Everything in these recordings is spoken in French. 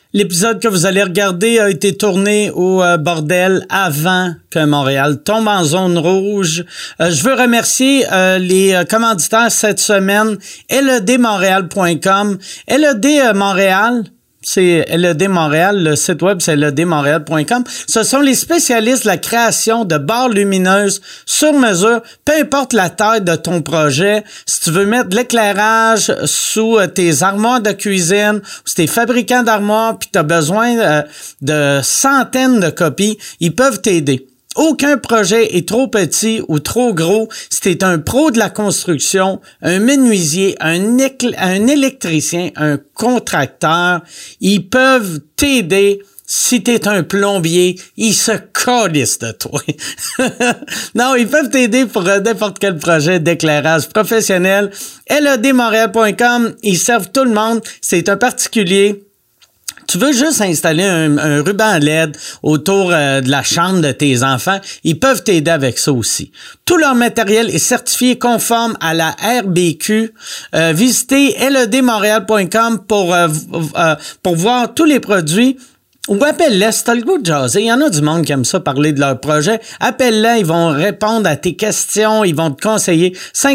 L'épisode que vous allez regarder a été tourné au bordel avant que Montréal tombe en zone rouge. Je veux remercier les commanditaires cette semaine, ledmontréal.com. LED Montréal, c'est LED Montréal, le site web c'est ledmontréal.com. Ce sont les spécialistes de la création de barres lumineuses sur mesure, peu importe la taille de ton projet. Si tu veux mettre de l'éclairage sous tes armoires de cuisine, ou si t'es fabricant d'armoires puis tu as besoin de centaines de copies, ils peuvent t'aider. Aucun projet est trop petit ou trop gros. Si t'es un pro de la construction, un menuisier, un électricien, un contracteur, ils peuvent t'aider. Si t'es un plombier, ils se calissent de toi. Non, ils peuvent t'aider pour n'importe quel projet d'éclairage professionnel. ledmontréal.com, ils servent tout le monde. C'est un particulier. Tu veux juste installer un ruban LED autour de la chambre de tes enfants, ils peuvent t'aider avec ça aussi. Tout leur matériel est certifié conforme à la RBQ. Visitez ledmontréal.com pour voir tous les produits. Ou appelle-les, si t'as le goût de jaser. Il y en a du monde qui aime ça parler de leur projet. Appelle-les, ils vont répondre à tes questions, ils vont te conseiller.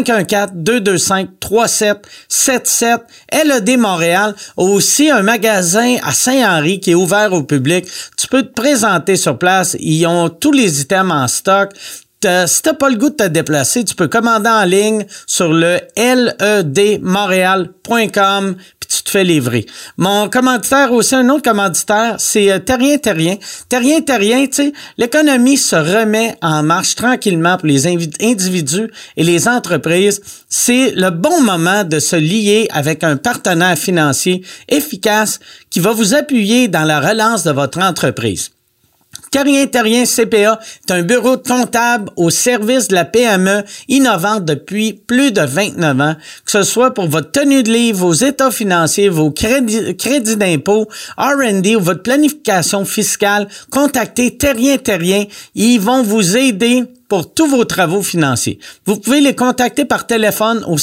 514-225-3777. LED Montréal a aussi un magasin à Saint-Henri qui est ouvert au public. Tu peux te présenter sur place. Ils ont tous les items en stock. Si t'as pas le goût de te déplacer, tu peux commander en ligne sur le ledmontréal.com puis tu te fais livrer. Mon commanditaire aussi, un autre commanditaire, c'est Terrien. Terrien, tu sais, l'économie se remet en marche tranquillement pour les individus et les entreprises. C'est le bon moment de se lier avec un partenaire financier efficace qui va vous appuyer dans la relance de votre entreprise. Terrien CPA est un bureau de comptable au service de la PME innovante depuis plus de 29 ans, que ce soit pour votre tenue de livre, vos états financiers, vos crédits d'impôt, R&D ou votre planification fiscale. Contactez Terrien. Ils vont vous aider pour tous vos travaux financiers. Vous pouvez les contacter par téléphone au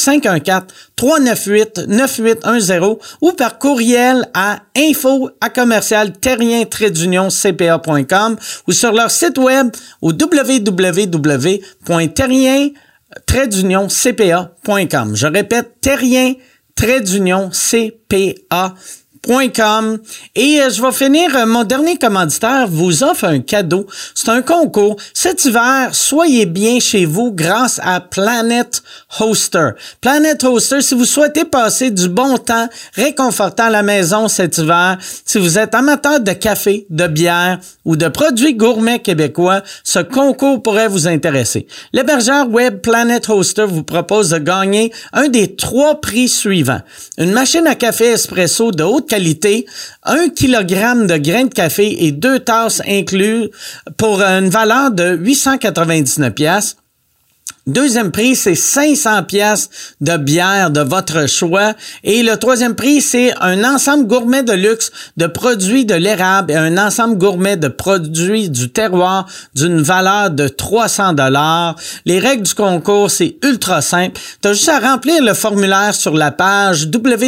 514-398-9810 ou par courriel à info@terrien-cpa.com ou sur leur site web au www.terrien-cpa.com. Je répète, terrien-cpa.com. Et je vais finir, mon dernier commanditaire vous offre un cadeau. C'est un concours. Cet hiver, soyez bien chez vous grâce à Planet Hoster. Planet Hoster, si vous souhaitez passer du bon temps réconfortant à la maison cet hiver, si vous êtes amateur de café, de bière ou de produits gourmets québécois, ce concours pourrait vous intéresser. L'hébergeur web Planet Hoster vous propose de gagner un des 3 prix suivants. Une machine à café espresso de haute qualité, 1 kg de grains de café et 2 tasses inclus pour une valeur de 899$. Deuxième prix, c'est 500 pièces de bière de votre choix. Et le troisième prix, c'est un ensemble gourmet de luxe de produits de l'érable et un ensemble gourmet de produits du terroir d'une valeur de 300$. Les règles du concours, c'est ultra simple. Tu as juste à remplir le formulaire sur la page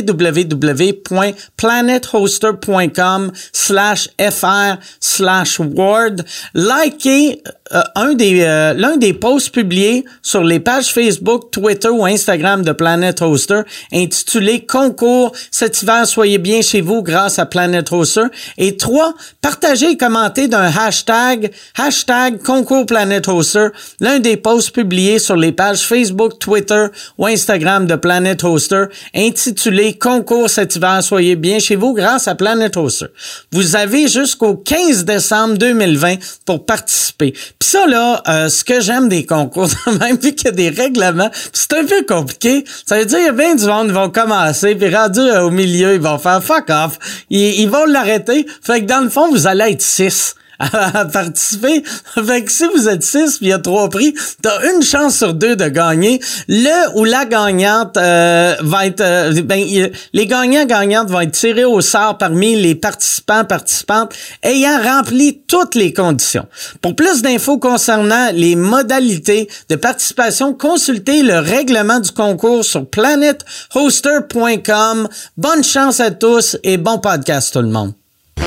www.planethoster.com/fr/ward. Likez l'un des posts publiés sur les pages Facebook, Twitter ou Instagram de Planet Hoster intitulé Concours cet hiver, soyez bien chez vous grâce à Planet Hoster. Et 3, partagez et commentez d'un hashtag Concours Planet Hoster, l'un des posts publiés sur les pages Facebook, Twitter ou Instagram de Planet Hoster intitulé Concours cet hiver, soyez bien chez vous grâce à Planet Hoster. Vous avez jusqu'au 15 décembre 2020 pour participer. Puis ça, là, ce que j'aime des concours, même vu qu'il y a des règlements, c'est un peu compliqué. Ça veut dire qu'il y a bien du monde qui vont commencer, puis rendu au milieu, ils vont faire fuck off. Ils vont l'arrêter. Fait que dans le fond, vous allez être 6 à participer. Fait que si vous êtes 6 puis il y a 3 prix, t'as une chance sur 2 de gagner. Le ou la gagnante va être les gagnantes vont être tirés au sort parmi les participantes ayant rempli toutes les conditions. Pour plus d'infos concernant les modalités de participation, consultez le règlement du concours sur planethoster.com. Bonne chance à tous et bon podcast tout le monde.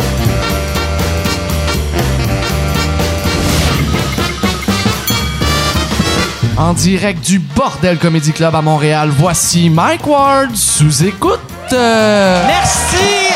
En direct du Bordel Comedy Club à Montréal, voici Mike Ward sous écoute. Merci!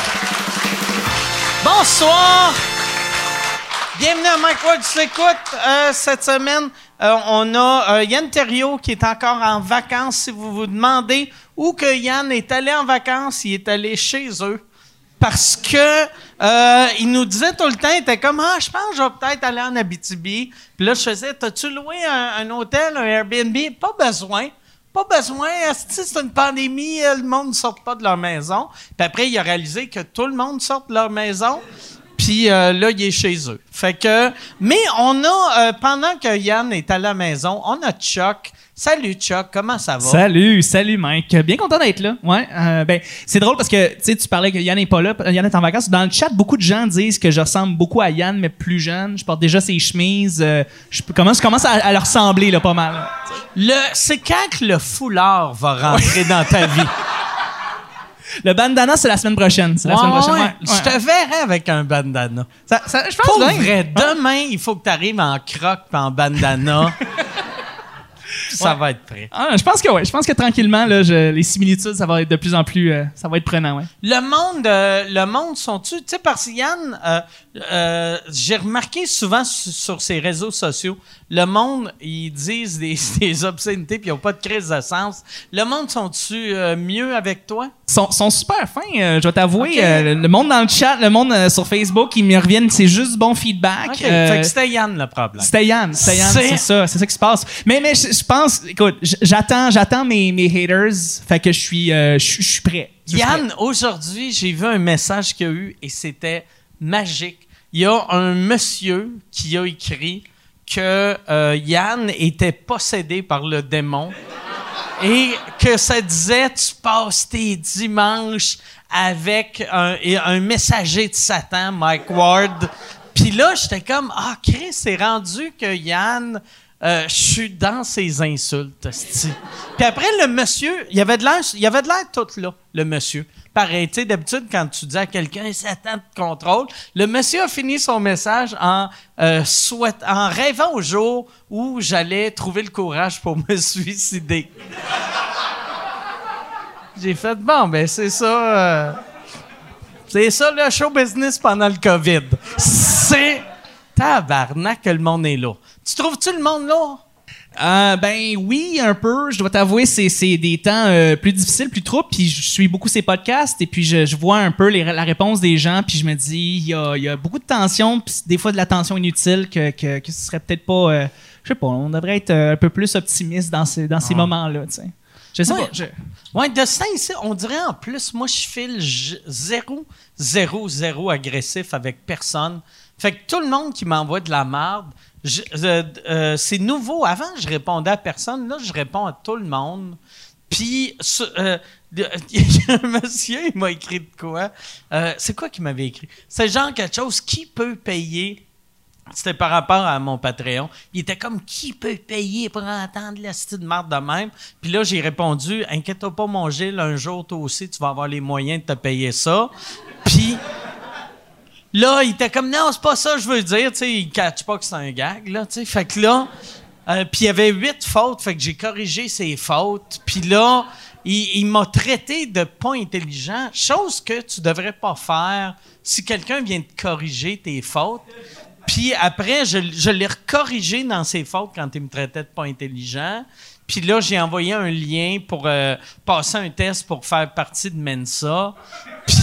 Bonsoir! Bienvenue à Mike Ward sous écoute. Cette semaine, on a Yann Terriot qui est encore en vacances. Si vous vous demandez où que Yann est allé en vacances, il est allé chez eux. Parce que il nous disait tout le temps, il était comme « Ah, je pense que je vais peut-être aller en Abitibi. » Puis là, je faisais « T'as-tu loué un hôtel, un Airbnb? » Pas besoin. Pas besoin. C'est une pandémie, le monde ne sort pas de leur maison. Puis après, il a réalisé que tout le monde sort de leur maison. Puis là, il est chez eux. Fait que... Mais on a, pendant que Yann est à la maison, on a Chuck. Salut Chuck, comment ça va? Salut Mike. Bien content d'être là. Ouais, c'est drôle parce que tu parlais que Yann est pas là, Yann est en vacances. Dans le chat, beaucoup de gens disent que je ressemble beaucoup à Yann, mais plus jeune. Je porte déjà ses chemises. Je commence à le ressembler là, pas mal. C'est quand que le foulard va rentrer dans ta vie? Le bandana, c'est la semaine prochaine. Ouais. Je te verrai avec un bandana. Je pense pour bien. vrai, demain, il faut que tu arrives en croque et en bandana. Ça va être prêt. Je pense que ouais. Je pense que tranquillement, là, les similitudes, ça va être de plus en plus... ça va être prenant, ouais. Le monde sont-tu... Tu sais, parce que Yann, j'ai remarqué souvent sur ses réseaux sociaux, le monde, ils disent des obscénités puis ils n'ont pas de crise de sens. Le monde sont-tu mieux avec toi? Sont super fins, je vais t'avouer. Okay. Le monde dans le chat, le monde sur Facebook, ils me reviennent, c'est juste du bon feedback. Okay. Fait que c'était Yann le problème. C'était Yann, c'est ça qui se passe. Mais je pense, écoute, j'attends mes haters, fait que je suis prêt. Yann, aujourd'hui, j'ai vu un message qu'il y a eu et c'était magique. Il y a un monsieur qui a écrit que Yann était possédé par le démon. Et que ça disait, tu passes tes dimanches avec un messager de Satan, Mike Ward. Puis là, j'étais comme, Chris, c'est rendu que Yann, je suis dans ses insultes. Puis après, le monsieur, il avait de l'air tout là, le monsieur. Pareil, tu sais, d'habitude, quand tu dis à quelqu'un, Satan te contrôle, le monsieur a fini son message en rêvant au jour où j'allais trouver le courage pour me suicider. J'ai fait, c'est ça. C'est ça le show business pendant le COVID. C'est tabarnak que le monde est là. Tu trouves-tu le monde là? Oui, un peu. Je dois t'avouer, c'est des temps plus difficiles, plus troubles. Puis je suis beaucoup ces podcasts et puis je vois un peu la réponse des gens. Puis je me dis, il y a beaucoup de tension, puis des fois de la tension inutile que ce serait peut-être pas. Je sais pas. On devrait être un peu plus optimiste dans ces moments-là. Tu sais. Je sais pas. Ouais, de ça ici, on dirait en plus, moi je file 0 agressif avec personne. Fait que tout le monde qui m'envoie de la merde. C'est nouveau. Avant, je répondais à personne. Là, je réponds à tout le monde. Puis, il y a un monsieur, il m'a écrit de quoi? C'est quoi qu'il m'avait écrit? C'est genre quelque chose qui peut payer. C'était par rapport à mon Patreon. Il était comme, qui peut payer pour entendre la cité de marde de même? Puis là, j'ai répondu, inquiète-toi pas, mon Gilles, un jour, toi aussi, tu vas avoir les moyens de te payer ça. Puis... là, il était comme, non, c'est pas ça, je veux dire. Tu sais, il ne catch pas que c'est un gag, là. Tu sais, fait que là, puis il y avait 8 fautes, fait que j'ai corrigé ses fautes. Puis là, il m'a traité de pas intelligent, chose que tu devrais pas faire si quelqu'un vient te corriger tes fautes. Puis après, je l'ai recorrigé dans ses fautes quand il me traitait de pas intelligent. Puis là, j'ai envoyé un lien pour passer un test pour faire partie de Mensa. Puis...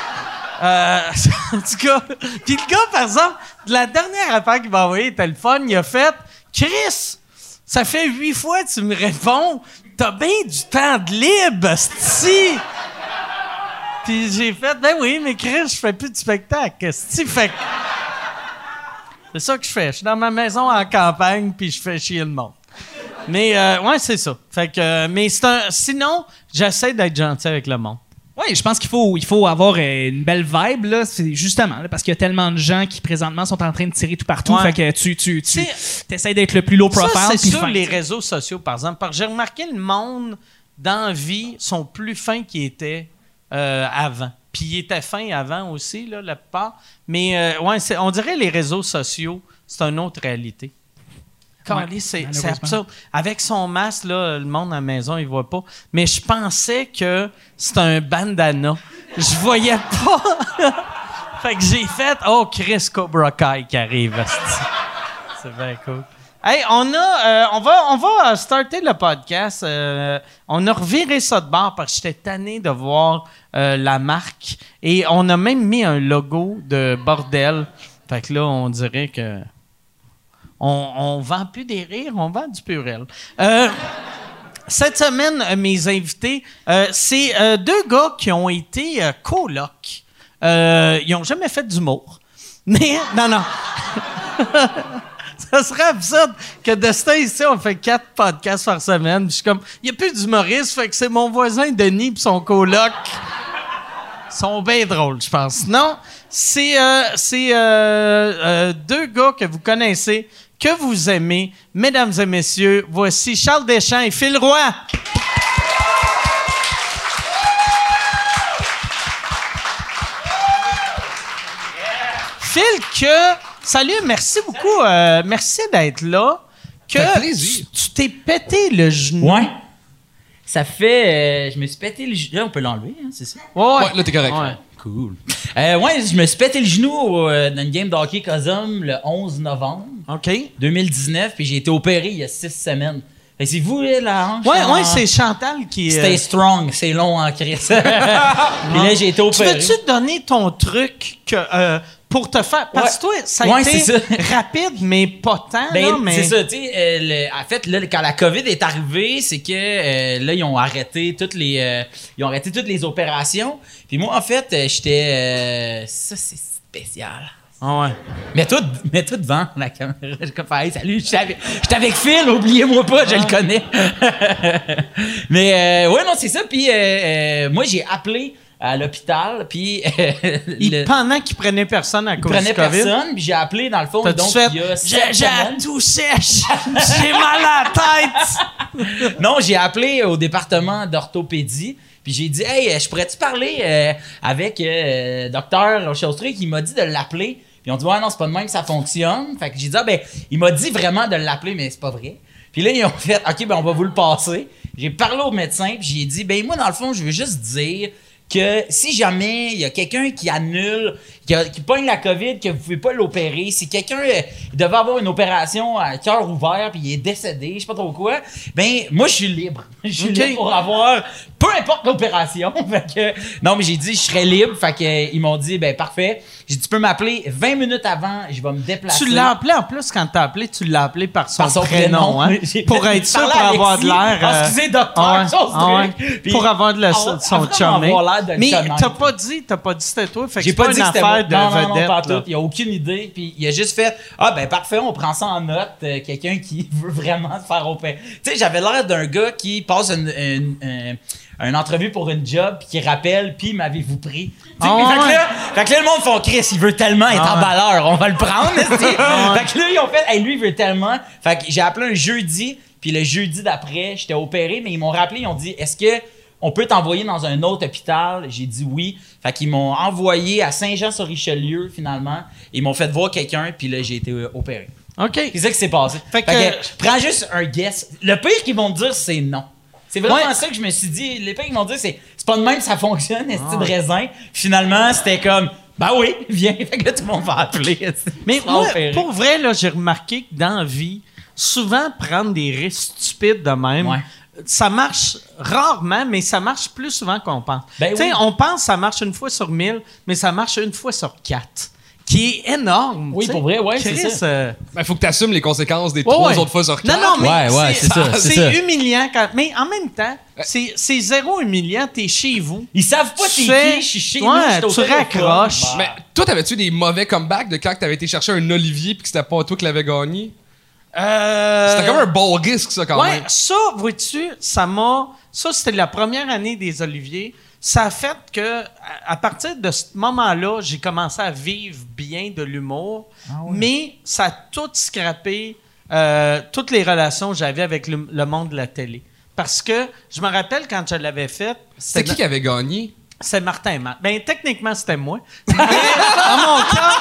en tout cas, puis le gars, par exemple, la dernière affaire qu'il m'a envoyé était le fun, il a fait « Chris, ça fait 8 fois que tu me réponds, t'as bien du temps de libre, c'ti! » Puis j'ai fait « Ben oui, mais Chris, je fais plus de spectacle, c'ti! » Fait que c'est ça que je fais. Je suis dans ma maison en campagne, puis je fais chier le monde. Mais ouais, c'est ça. Fait que, mais sinon, j'essaie d'être gentil avec le monde. Oui, je pense qu'il faut avoir une belle vibe, là, c'est justement, là, parce qu'il y a tellement de gens qui, présentement, sont en train de tirer tout partout. Ouais. Fait que tu essaies d'être le plus low profile. Ça, c'est sur les réseaux sociaux, par exemple. Parce que j'ai remarqué le monde, dans la vie, sont plus fins qu'ils étaient avant. Puis ils étaient fins avant aussi, là, la plupart. Mais, ouais, on dirait les réseaux sociaux, c'est une autre réalité. Caliste, c'est absurde. Avec son masque, là, le monde à la maison, il voit pas. Mais je pensais que c'était un bandana. Je voyais pas. Fait que j'ai fait, oh, Chris Cobra Kai qui arrive. C'est bien cool. Hey, on va starter le podcast. On a reviré ça de bord parce que j'étais tanné de voir la marque. Et on a même mis un logo de bordel. Fait que là, on dirait que on vend plus des rires, on vend du purel. Cette semaine, mes invités, c'est deux gars qui ont été colocs. Ils ont jamais fait d'humour. Mais, non. Ça serait absurde que Destin, ici, on fait 4 podcasts par semaine. Je suis comme, il n'y a plus d'humoristes, fait que c'est mon voisin Denis pis son coloc. Ils sont bien drôles, je pense. Non, c'est deux gars que vous connaissez, que vous aimez. Mesdames et messieurs, voici Charles Deschamps et Phil Roy. Phil, salut, merci beaucoup. Merci d'être là. Ça fait plaisir. Tu t'es pété le genou. Ouais. Ça fait... je me suis pété le genou. Là, on peut l'enlever, hein, c'est ça? Ouais, là, t'es correct. Ouais. Cool. Ouais, je me suis pété le genou dans une game de hockey Cosum le 11 novembre OK. 2019, puis j'ai été opéré il y a 6 semaines. Fait que c'est vous, la hanche? Ouais, c'est Chantal qui... Stay strong, c'est long en crise. Puis là, j'ai été opéré. Tu veux-tu donner ton truc pour te faire... Parce que toi, ça a été rapide, mais pas tant. Ben, là, mais... c'est ça, tu sais. En fait, là, quand la COVID est arrivée, c'est que là, ils ont arrêté toutes les opérations. Puis moi, en fait, j'étais... ça, c'est spécial. Ah ouais. Mets-toi devant la caméra. Je suis comme, hey, salut, j'étais avec Phil, oubliez-moi pas, je le connais. Mais, ouais, non, c'est ça. Puis, moi, j'ai appelé à l'hôpital, puis... Pendant qu'il prenait personne à cause du COVID. Il prenait personne, puis j'ai appelé, dans le fond, donc, il y a 7 j'ai semaines. tout sèche, j'ai mal à la tête. Non, j'ai appelé au département d'orthopédie, puis j'ai dit, hey, je pourrais-tu parler avec docteur Rochaustré qui m'a dit de l'appeler? Puis ils ont dit, ouais, non, c'est pas de même que ça fonctionne. Fait que j'ai dit, ah, ben, il m'a dit vraiment de l'appeler, mais c'est pas vrai. Puis là, ils ont fait, OK, ben, on va vous le passer. J'ai parlé au médecin, puis j'ai dit, ben, moi, dans le fond, je veux juste dire que si jamais il y a quelqu'un qui annule, qui pogne la COVID, que vous pouvez pas l'opérer, si quelqu'un il devait avoir une opération à cœur ouvert puis il est décédé, je sais pas trop quoi, ben moi je suis libre. Je suis libre pour avoir peu importe l'opération. Fait que non, mais j'ai dit je serais libre, fait que ils m'ont dit ben parfait. J'ai dit tu peux m'appeler 20 minutes avant, je vais me déplacer. Tu l'as appelé en plus quand t'as appelé, tu l'as appelé par son prénom, hein? Pour être sûr, pour avoir de l'air. Excusez docteur, pour avoir de son chumé. Mais t'as pas dit c'était toi, fait que j'ai c'est pas une affaire de non, vedette. pas tout. Il a aucune idée. Puis il a juste fait ah ben parfait, on prend ça en note. Quelqu'un qui veut vraiment se faire opérer. Tu sais, j'avais l'air d'un gars qui passe une entrevue pour une job puis qui rappelle puis m'avez-vous pris. Fait que là le monde fait Chris, il veut tellement être emballeur, on va le prendre. Fait que là ils ont fait hey, lui il veut tellement. Fait que j'ai appelé un jeudi puis le jeudi d'après j'étais opéré mais ils m'ont rappelé, ils ont dit est-ce que on peut t'envoyer dans un autre hôpital? J'ai dit oui. Fait qu'ils m'ont envoyé à Saint-Jean-sur-Richelieu, finalement. Ils m'ont fait voir quelqu'un, puis là, j'ai été opéré. OK. C'est ça qui s'est passé. Fait que prends juste un guess. Le pire qu'ils vont te dire, c'est non. C'est vraiment ça que je me suis dit. Le pire qu'ils vont te dire, c'est pas de même que ça fonctionne, est-ce de raisin? Finalement, c'était comme, ben oui, viens. Fait que là, tout le monde va appeler. Mais moi, pour vrai, là, j'ai remarqué que dans la vie, souvent, prendre des risques stupides de même... Ouais. Ça marche rarement, mais ça marche plus souvent qu'on pense. Ben tu sais, on pense que ça marche une fois sur 1000, mais ça marche une fois sur 4. Qui est énorme. Oui, pour vrai, ouais, Chris, c'est ça. Ben, faut que tu assumes les conséquences des 3 autres fois sur 4. Non, mais c'est ça. C'est humiliant. Mais en même temps, c'est zéro humiliant. T'es chez vous. Ils savent pas t'es qui. Je suis chez nous. Tu raccroches. Mais toi, t'avais-tu des mauvais comebacks de quand t'avais été chercher un Olivier puis que c'était pas toi qui l'avais gagné? C'était comme un bon risque, ça, quand même. Ça, vois-tu, ça, c'était la première année des Oliviers. Ça a fait que, à partir de ce moment-là, j'ai commencé à vivre bien de l'humour. Mais ça a tout scrappé toutes les relations que j'avais avec le monde de la télé. Parce que, je me rappelle quand je l'avais fait... C'était qui avait gagné? C'est Martin Matt. Ben, techniquement, c'était moi. Mais, en mon cas,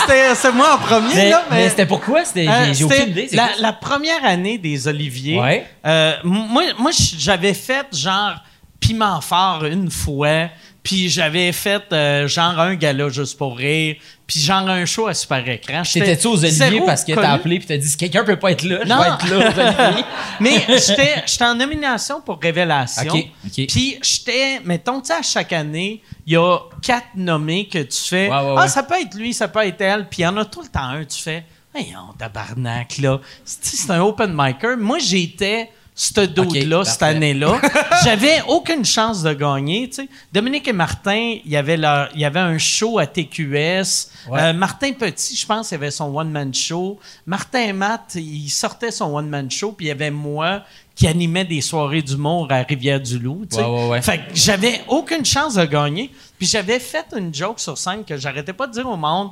c'est moi en premier, là. Mais c'était pourquoi? J'ai aucune idée. C'est la première année des Oliviers. Ouais. Moi, j'avais fait genre piment fort une fois, puis j'avais fait genre un gala juste pour rire, puis genre un show à super écran. T'étais-tu aux Oliviers zéro parce que connu. t'as appelé puis t'as dit si quelqu'un peut pas être là, Non. je vais être là aux Oliviers. Mais j'étais en nomination pour Révélation. OK. Puis j'étais, mettons, tu sais, à chaque année, il y a 4 nommés que tu fais. Ouais. Ça peut être lui, ça peut être elle. Puis il y en a tout le temps un, tu fais, on tabarnak, là. C'est un open micer. Moi, j'étais ce dude-là, OK, cette parfait. année-là. J'avais aucune chance de gagner, tu sais. Dominique et Martin, il y avait un show à TQS. Ouais. Martin Petit, je pense, il avait son one-man show. Martin et Matt, il sortait son one-man show, puis il y avait moi qui animait des soirées d'humour à Rivière-du-Loup, tu sais. Ouais. Fait que j'avais aucune chance de gagner. Puis j'avais fait une joke sur scène que j'arrêtais pas de dire au monde.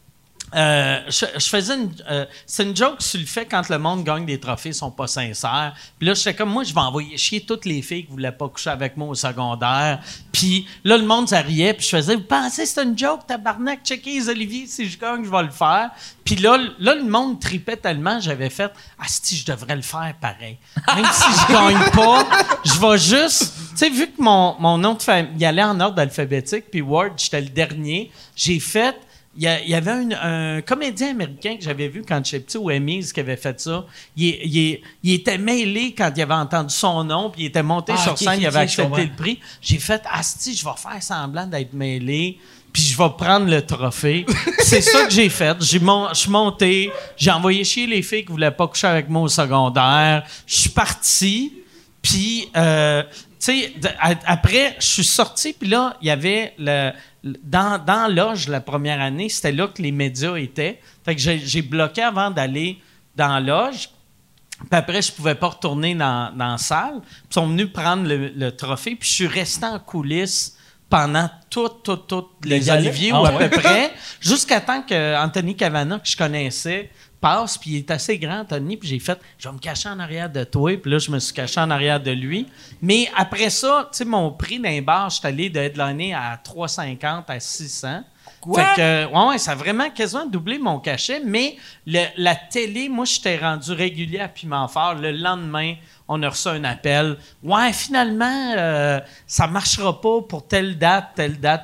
Je faisais c'est une joke sur le fait quand le monde gagne des trophées, ils sont pas sincères. Puis là, j'étais comme, moi, je vais envoyer chier toutes les filles qui voulaient pas coucher avec moi au secondaire. Puis là, le monde, ça riait. Puis je faisais, vous pensez que c'est une joke, tabarnak, checkez les Olivier, si je gagne, je vais le faire. Puis là, le monde tripait tellement, j'avais fait, si je devrais le faire pareil. Même si je gagne pas, je vais juste, tu sais, vu que mon nom de famille, il allait en ordre alphabétique, puis Ward, j'étais le dernier, j'ai fait, il y avait un comédien américain que j'avais vu quand j'étais petit au Emmys qui avait fait ça. Il était mêlé quand il avait entendu son nom, puis il était monté sur scène, il avait accepté le prix. J'ai fait, je vais faire semblant d'être mêlé, puis je vais prendre le trophée. C'est ça que j'ai fait. Je suis monté, j'ai envoyé chier les filles qui voulaient pas coucher avec moi au secondaire. Je suis parti, puis... tu sais, après, je suis sorti, puis là, il y avait dans Loge la première année, c'était là que les médias étaient. Fait que j'ai bloqué avant d'aller dans Loge. Puis après, je pouvais pas retourner dans la salle. Puis ils sont venus prendre le trophée, puis je suis resté en coulisses pendant toutes les Oliviers, ou à peu près, jusqu'à temps que Anthony Cavana, que je connaissais, passe, puis il est assez grand, Anthony, puis j'ai fait, je vais me cacher en arrière de toi, puis là, je me suis caché en arrière de lui. Mais après ça, tu sais, mon prix d'un bar, je suis allé de headliner à 3,50 à 600. Quoi? Fait que, ouais, ça a vraiment quasiment doublé mon cachet, mais la télé, moi, j'étais rendu régulier à Piment Fort. Le lendemain, on a reçu un appel. Ouais, finalement, ça marchera pas pour telle date.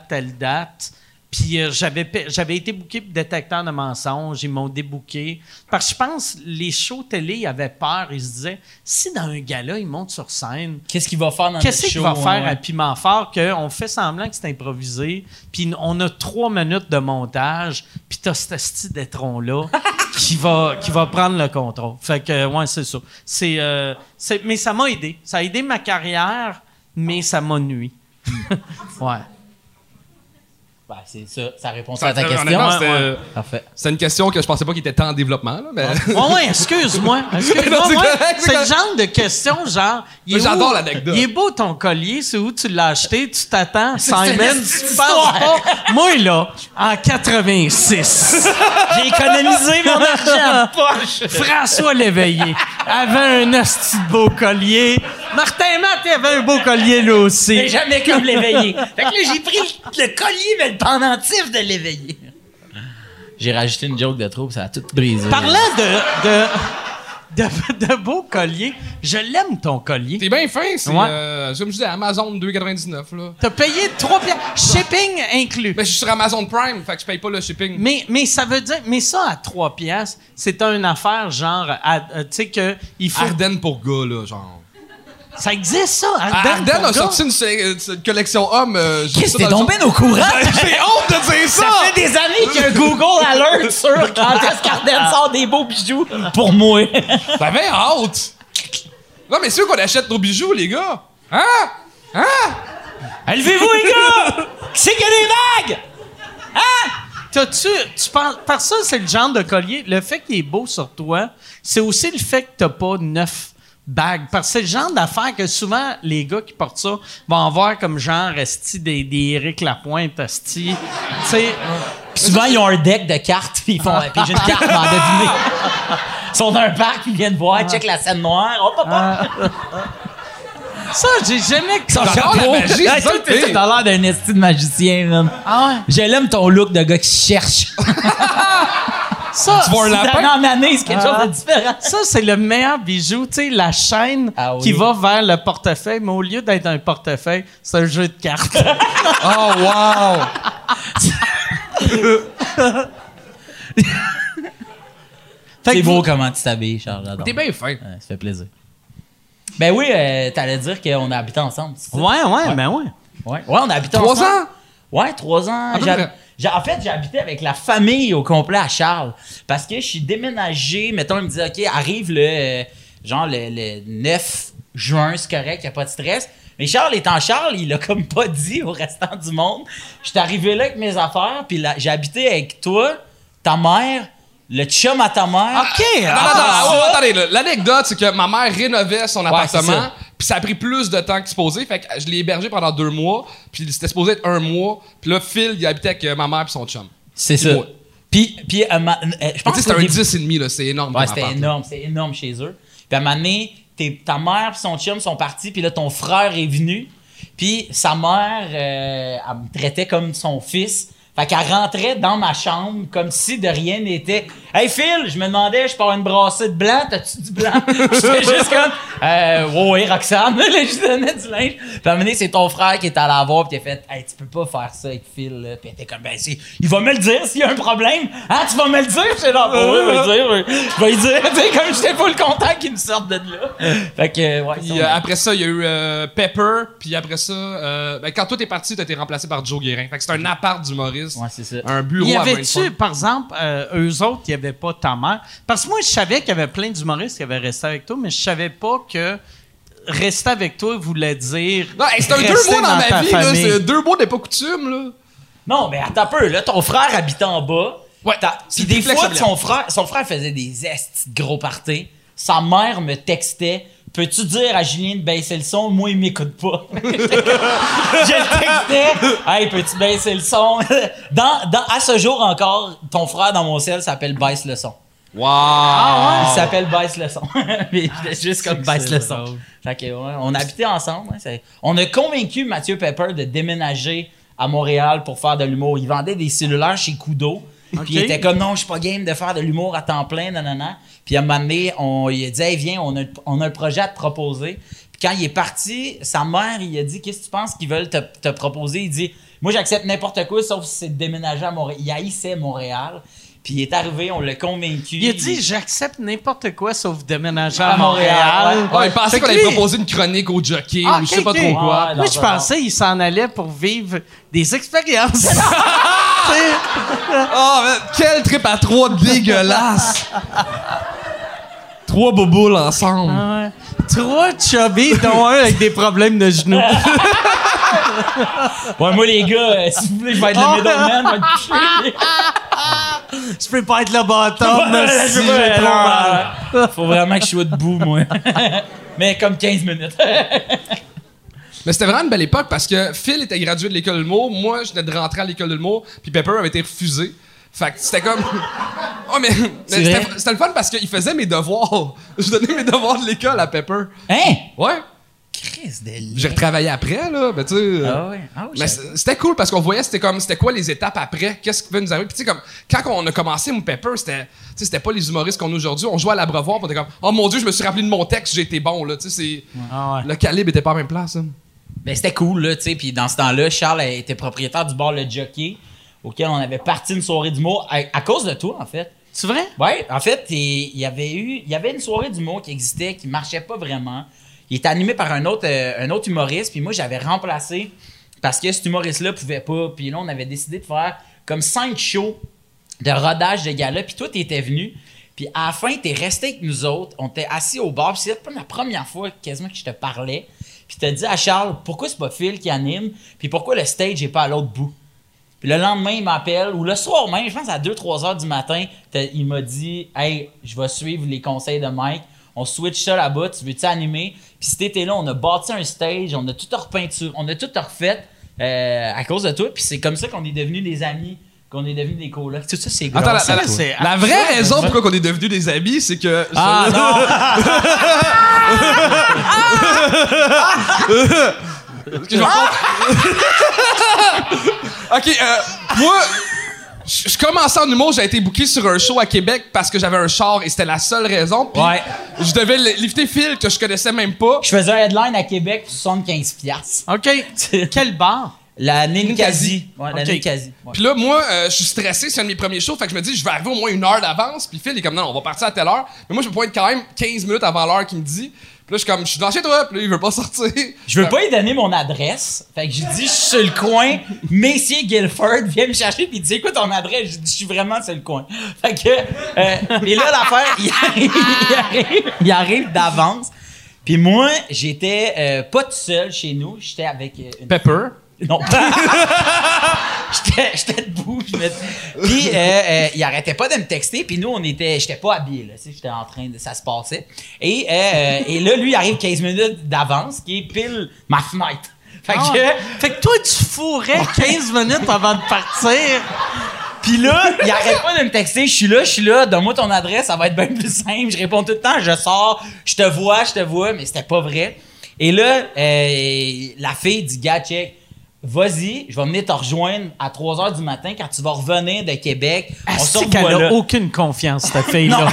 Puis j'avais été booké pour détecteur de mensonges. Ils m'ont débooké. Parce que je pense les shows télé ils avaient peur. Ils se disaient, si dans un gala, il monte sur scène, qu'est-ce qu'il va faire dans qu'est-ce notre qu'il show? va faire à Piment Fort qu'on fait semblant que c'est improvisé, puis on a 3 minutes de montage, puis t'as cet esti d'étron-là qui va prendre le contrôle. Fait que, ouais, c'est ça. Mais ça m'a aidé. Ça a aidé ma carrière, mais ça m'a nui. Ouais. Ben, c'est ça. Ça répond à ta question. Honnêtement, Parfait. c'est une question que je pensais pas qu'il était tant en développement. Là, mais... Ouais, excuse-moi. Non, c'est correct, C'est le genre de question, genre... J'adore l'anecdote. Il est beau ton collier, c'est où tu l'as acheté, tu t'attends, Simon, tu parles pas. Moi, là, en 86, j'ai économisé mon argent. François Léveillé avait un asti de beau collier. Martin Matt avait un beau collier, lui aussi. Mais jamais comme l'éveillé. Fait que là, j'ai pris le collier, mais le pendentif de l'éveillé. J'ai rajouté une joke de trop, ça a tout brisé. Parlant de beaux colliers, je l'aime ton collier. C'est bien fin, c'est Ouais. comme je disais, Amazon 2,99 là. T'as payé 3 piastres. Shipping inclus. Mais je suis sur Amazon Prime, fait que je paye pas le shipping. Mais ça veut dire... Mais ça, à 3 piastres, c'est une affaire genre... tu sais que il faut... Ardennes pour gars, là, genre. Ça existe, ça, Ardennes pour a gars. sorti une collection homme. Qu'est-ce que t'es tombé au courant? J'ai honte de dire ça! Ça fait des années qu'il y a un Google Alert sur quand est-ce qu'Ardennes sort des beaux bijoux pour moi. T'avais honte! Non, mais c'est sûr qu'on achète nos bijoux, les gars! Hein? Levez-vous, les gars! C'est que des bagues! Tu penses... Parce que ça, c'est le genre de collier. Le fait qu'il est beau sur toi, c'est aussi le fait que t'as pas 9 bagues. Parce que c'est le genre d'affaire que souvent, les gars qui portent ça vont avoir comme genre, esti, des Éric Lapointe, esti. Tu sais... Puis souvent, ils ont un deck de cartes, puis ils font puis j'ai une carte, m'en deviner. Ils sont dans un parc, puis ils viennent voir, check la scène noire. Oh, papa! Ça, j'ai jamais... Son J'adore chapeau. la magie, Hey, c'est ça toi, le pire. t'as l'air d'un esti de magicien, man. Ah ouais? Je l'aime ton look de gars qui cherche. Ça, Tu vois un lapin? D'année en année, c'est quelque chose de différent. ça, c'est le meilleur bijou. Tu sais, la chaîne Ah oui. qui va vers le portefeuille, mais au lieu d'être un portefeuille, c'est un jeu de cartes. Oh, wow! C'est beau comment tu t'habilles, Charles. J'adore. T'es bien fin. Ouais, ça fait plaisir. Ben oui, t'allais dire qu'on a habité ensemble. c'est ça? Ouais, ben ouais. Ouais, on a habité 3 ensemble. ans? Ouais, 3 ans. À peu près. En fait, j'ai habité avec la famille au complet à Charles. Parce que je suis déménagé. Mettons, il me disait, OK, arrive le 9 juin, c'est correct, il n'y a pas de stress. Mais Charles étant Charles, il l'a comme pas dit au restant du monde. Je suis arrivé là avec mes affaires, puis là, j'ai habité avec toi, ta mère, le chum à ta mère. OK. Attendez, là. L'anecdote, c'est que ma mère rénovait son c'est appartement, ça. puis ça a pris plus de temps que supposé. Fait que je l'ai hébergé pendant 2 mois, puis c'était supposé être 1 mois. Puis là, Phil, il habitait avec ma mère puis son chum. C'est Puis ça. moi. Puis je Tu pense sais, que c'était un 10,5, là. C'est énorme. Ouais, comme c'était appart, là. c'est énorme chez eux. Puis à un moment donné, ta mère et son chum sont partis, puis là, ton frère est venu. Puis sa mère, elle me traitait comme son fils. Fait qu'elle rentrait dans ma chambre comme si de rien n'était. Hey Phil, je me demandais, je pars une brassée de blanc, t'as-tu du blanc? J'étais juste comme, oui, Roxane, là, je donnais du linge. Puis à un moment donné, c'est ton frère qui est allé la voir, puis il a fait, hey, tu peux pas faire ça avec Phil, là. Puis elle était comme, ben, il va me le dire s'il y a un problème. Hein, tu vas me le dire? J'étais là, oui, je vais le dire. Tu sais, comme j'étais pas le content qu'il me sorte de là. Fait que, ouais. Puis après ça, il y a eu Pepper, puis après ça, quand toi t'es parti, t'as été remplacé par Joe Guérin. Fait que c'est un appart d'humoriste. Ouais, c'est ça. Un bureau Y à avait-tu, 25. par exemple, eux autres, il n'y avait pas ta mère? Parce que moi, je savais qu'il y avait plein d'humoristes qui avaient resté avec toi, mais je savais pas que rester avec toi voulait dire. Non, hey, c'est un 2 rester mois dans ma ta vie, là. famille. C'est 2 mois n'est pas coutume, là. Non, mais attends un peu, là, ton frère habitait en bas. Ouais, Puis c'est des triplex fois, familial. son frère faisait des estis de gros parties. Sa mère me textait. Peux-tu dire à Julien de baisser le son? Moi, il m'écoute pas. Je le textais. Hey, peux-tu baisser le son? À ce jour encore, ton frère dans mon ciel s'appelle Baisse le son. Wow! Il s'appelle Baisse le son. Mais juste comme Baisse le son. drôle. Fait que, ouais, on habitait ensemble. Ouais, on a convaincu Mathieu Pepper de déménager à Montréal pour faire de l'humour. Il vendait des cellulaires chez Kudo. Puis il était comme, non, je suis pas game de faire de l'humour à temps plein, nanana. Puis à un moment donné, il a dit, hey, viens, on a un projet à te proposer. Puis quand il est parti, sa mère, il a dit, qu'est-ce que tu penses qu'ils veulent te proposer? Il dit, moi, j'accepte n'importe quoi, sauf si c'est de déménager à Montréal. Il haïssait Montréal. Puis il est arrivé, on l'a convaincu. Il a dit, j'accepte n'importe quoi sauf déménager À à Montréal. Montréal. Ouais, il pensait Fait qu'on que allait lui- proposer une chronique au jockey Ah, ou je sais pas ok, trop ok. quoi. Ouais, Moi, non, je non. pensais qu'il s'en allait pour vivre des expériences. Oh, man, quel trip à 3 dégueulasse! 3 boboules ensemble. Ouais. 3 chubby, dont un avec des problèmes de genoux. Ouais, moi, les gars, si vous voulez, je vais être le middleman, je vais te coucher. Je peux pas être le bâton, mais si j'ai trop mal. Faut vraiment que je sois debout, moi. Mais comme 15 minutes. Mais c'était vraiment une belle époque parce que Phil était gradué de l'école de l'humour, moi je venais de rentrer à l'école de l'humour, puis Pepper avait été refusé. Fait que c'était comme. Oh, mais c'était le fun parce qu'il faisait mes devoirs. Je donnais mes devoirs de l'école à Pepper. Hein? Ouais. Chris de J'ai retravaillé après, là. Mais tu sais. Ah ouais. Ah oui, Mais c'était cool parce qu'on voyait c'était quoi les étapes après, qu'est-ce qui va nous arriver. Puis tu sais, comme quand on a commencé mon Pepper, c'était pas les humoristes qu'on a aujourd'hui. On jouait à l'abreuvoir, puis on était comme, oh mon Dieu, je me suis rappelé de mon texte, j'ai été bon, là. Tu sais, Ah ouais. le calibre était pas à la même place, hein. Ben, c'était cool, là, tu sais. Puis dans ce temps-là, Charles était propriétaire du bar Le Jockey, auquel on avait parti une soirée d'humour à cause de toi, en fait. C'est vrai? Ouais, en fait, il y avait une soirée d'humour qui existait, qui marchait pas vraiment. Il était animé par un autre humoriste, puis moi, j'avais remplacé parce que cet humoriste-là pouvait pas. Puis là, on avait décidé de faire comme 5 shows de rodage de gala, puis toi, t'étais venu. Puis à la fin, t'es resté avec nous autres. On était assis au bar, puis c'est pas la première fois quasiment que je te parlais. Puis t'as dit à Charles, pourquoi c'est pas Phil qui anime, puis pourquoi le stage est pas à l'autre bout. Puis le lendemain, il m'appelle, ou le soir même, je pense à 2-3 heures du matin, il m'a dit « Hey, je vais suivre les conseils de Mike. On switch ça là-bas, tu veux-tu animer? » Puis cet été-là, on a bâti un stage, on a tout repeinturé, on a tout refait à cause de toi. Puis c'est comme ça qu'on est devenus des amis, qu'on est devenus des colocs. Tout ça, c'est Attends, grâce à toi. c'est la vraie raison pourquoi on est devenus des amis, c'est que. Ah Ok, moi. Je commençais en humour, j'ai été booké sur un show à Québec parce que j'avais un char et c'était la seule raison. Puis je devais lifter Phil que je connaissais même pas. Je faisais un headline à Québec pour 75$. OK. Quel bar? La Ninkasi. Ouais, la Ok. Ninkasi. Ouais. Puis là, moi, je suis stressé, c'est un de mes premiers shows, fait que je me dis, je vais arriver au moins 1 heure d'avance. Puis Phil est comme, non, on va partir à telle heure. Mais moi, je me pointe quand même 15 minutes avant l'heure qu'il me dit. Puis là, je suis comme, je suis dans chez toi, puis là, il veut pas sortir. Je veux pas lui donner mon adresse. Fait que j'ai dit, je suis sur le coin. Messier Guilford vient me chercher puis il dit, écoute ton adresse. J'ai dit, je suis vraiment sur le coin. Fait que, et là, l'affaire, il arrive d'avance. Puis moi, j'étais pas tout seul chez nous. J'étais avec une... Pepper. Non. J'étais debout. Puis il arrêtait pas de me texter. Puis nous, j'étais pas habillé. Là, j'étais en train de... Ça se passait. Et là, lui, il arrive 15 minutes d'avance, qui est pile ma fenêtre. Fait que toi, tu fourrais 15 minutes avant de partir. Puis là, il arrête pas de me texter. Je suis là, donne-moi ton adresse, ça va être bien plus simple. Je réponds tout le temps, je sors, je te vois, mais c'était pas vrai. Et là, la fille dit, gars, check, vas-y, je vais venir te rejoindre à 3h du matin quand tu vas revenir de Québec. On se C'est qu'elle revoit a là. aucune confiance, cette fille-là.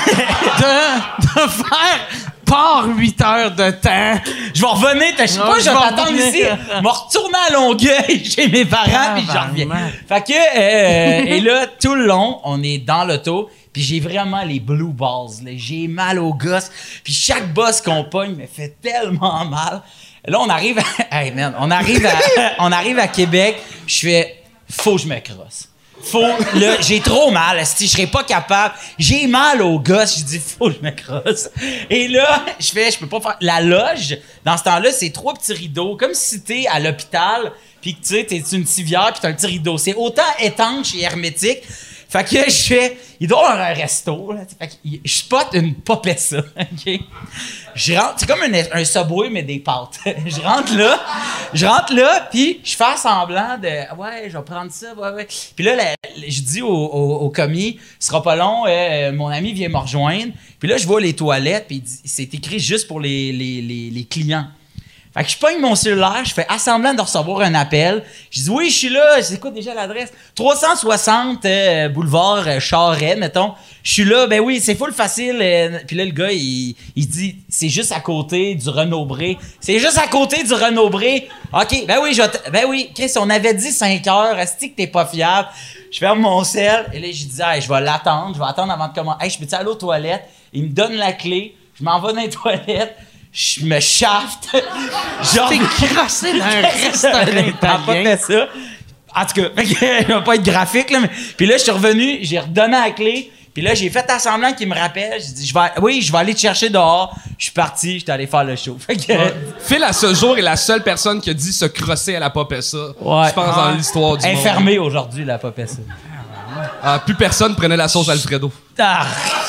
de faire part 8 heures de temps. Je vais revenir, je sais Non, pas, je je vais vais t'attendre revenir. ici. Je vais retourner à Longueuil chez mes parents, puis je reviens. Tabarnak. Fait que, et là, tout le long, on est dans l'auto, puis j'ai vraiment les blue balls, là. J'ai mal aux gosses, puis chaque boss qu'on pogne me fait tellement mal. Là, on arrive à... Hey, man, on arrive à Québec, je fais... Faut que je me crosse. Là, j'ai trop mal, je serais pas capable. J'ai mal aux gosses, je dis faut que je me crosse. Et là, je peux pas faire la loge. Dans ce temps-là, c'est 3 petits rideaux, comme si t'es à l'hôpital, puis que tu sais, t'es une civière, puis t'as un petit rideau. C'est autant étanche et hermétique. Fait que je fais, il doit y avoir un resto, là. Fait que je spot une popessa, OK? Je rentre, c'est comme un Subway, mais des pâtes. Je rentre là, puis je fais semblant de, ouais, je vais prendre ça, ouais. Puis là, je dis au commis, ce sera pas long, mon ami vient me rejoindre. Puis là, je vois les toilettes, puis c'est écrit juste pour les clients. Fait que je pogne mon cellulaire, je fais semblant de recevoir un appel. Je dis oui, je suis là, c'est quoi déjà l'adresse? 360 boulevard Charest, mettons. Je suis là, ben oui, c'est full facile. Puis là, le gars, il dit, c'est juste à côté du Renaud-Bré. C'est juste à côté du Renaud-Bré. OK, ben oui, Chris, on avait dit 5 heures, est-ce que t'es pas fiable? Je ferme mon sel, et là, je dis, hey, je vais attendre avant de commencer. Hey, je peux-tu aller aux toilettes? Il me donne la clé, je m'en vais dans les toilettes. Je me shafte. Genre. T'es crassé dans un restaurant T'as pas italien. fait ça. En tout cas, il va pas être graphique, là. Mais... Puis là, je suis revenu, j'ai redonné la clé. Puis là, j'ai fait semblant qu'il me rappelle. J'ai dit, je vais aller te chercher dehors. Je suis parti, j'étais allé faire le show. Fait que, Phil, à ce jour, est la seule personne qui a dit se crosser à la popessa. Ouais. Je pense dans l'histoire du monde. enfermé aujourd'hui, la pas ça. Plus personne prenait la sauce Alfredo. Ah.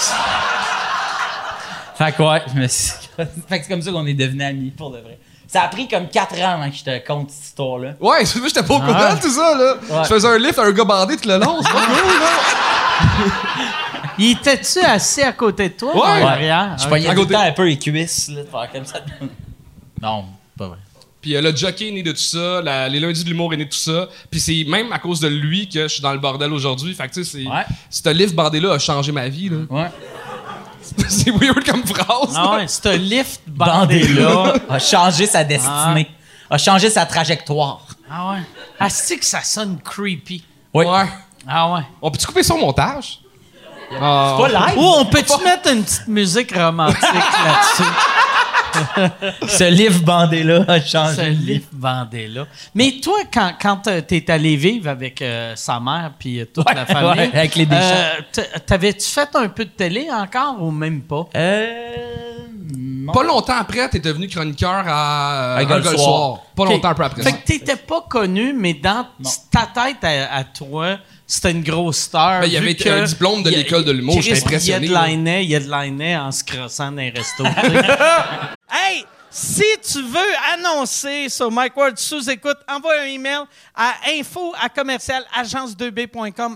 Fait que ouais, je me suis... Fait que c'est comme ça qu'on est devenus amis, pour de vrai. Ça a pris comme 4 ans avant que je te conte cette histoire-là. Ouais, moi, j'étais pas au courant de tout ça, là. Ouais. Je faisais un lift à un gars bandé tout le long. C'est pas cool, là. Il était-tu assis à côté de toi? Ouais. en arrière? Je Ok. pognais À tout le côté. temps un peu les cuisses, là, de faire comme ça. Non, pas vrai. Puis le jockey est né de tout ça, les lundis de l'humour est né de tout ça. Puis c'est même à cause de lui que je suis dans le bordel aujourd'hui. Fait que tu sais, Ouais. ce lift bandé-là a changé ma vie, là. Ouais. C'est weird comme phrase. Ah là. ouais, c'est un lift Bandé-là bandé-là. a changé sa destinée. A changé sa trajectoire. Ah ouais. Ah, c'est que ça sonne creepy. Oui. Ouais. Ah ouais. On peut-tu couper ça au montage? Pas live. Ou on peut-tu mettre une petite musique romantique là-dessus? Ce livre bandé-là a Ce changé. lift bandé-là. Mais toi, quand t'es allé vivre avec sa mère puis toute la famille, ouais, avec les Deschamps. t'avais-tu fait un peu de télé encore ou même pas? Non. Pas longtemps après, t'es devenu chroniqueur à Un gars le soir. Pas Ok. longtemps après Fait ça. que t'étais pas connu, mais dans ta tête à toi, c'était une grosse star. Ben, il y vu avait que un diplôme de il y a- l'école de l'humour, j'étais impressionné, Il y a de l'ainé en se crossant dans les restos. tu sais. Hey! Si tu veux annoncer sur Mike Ward sous-écoute, envoie un email à info@agence2b.com.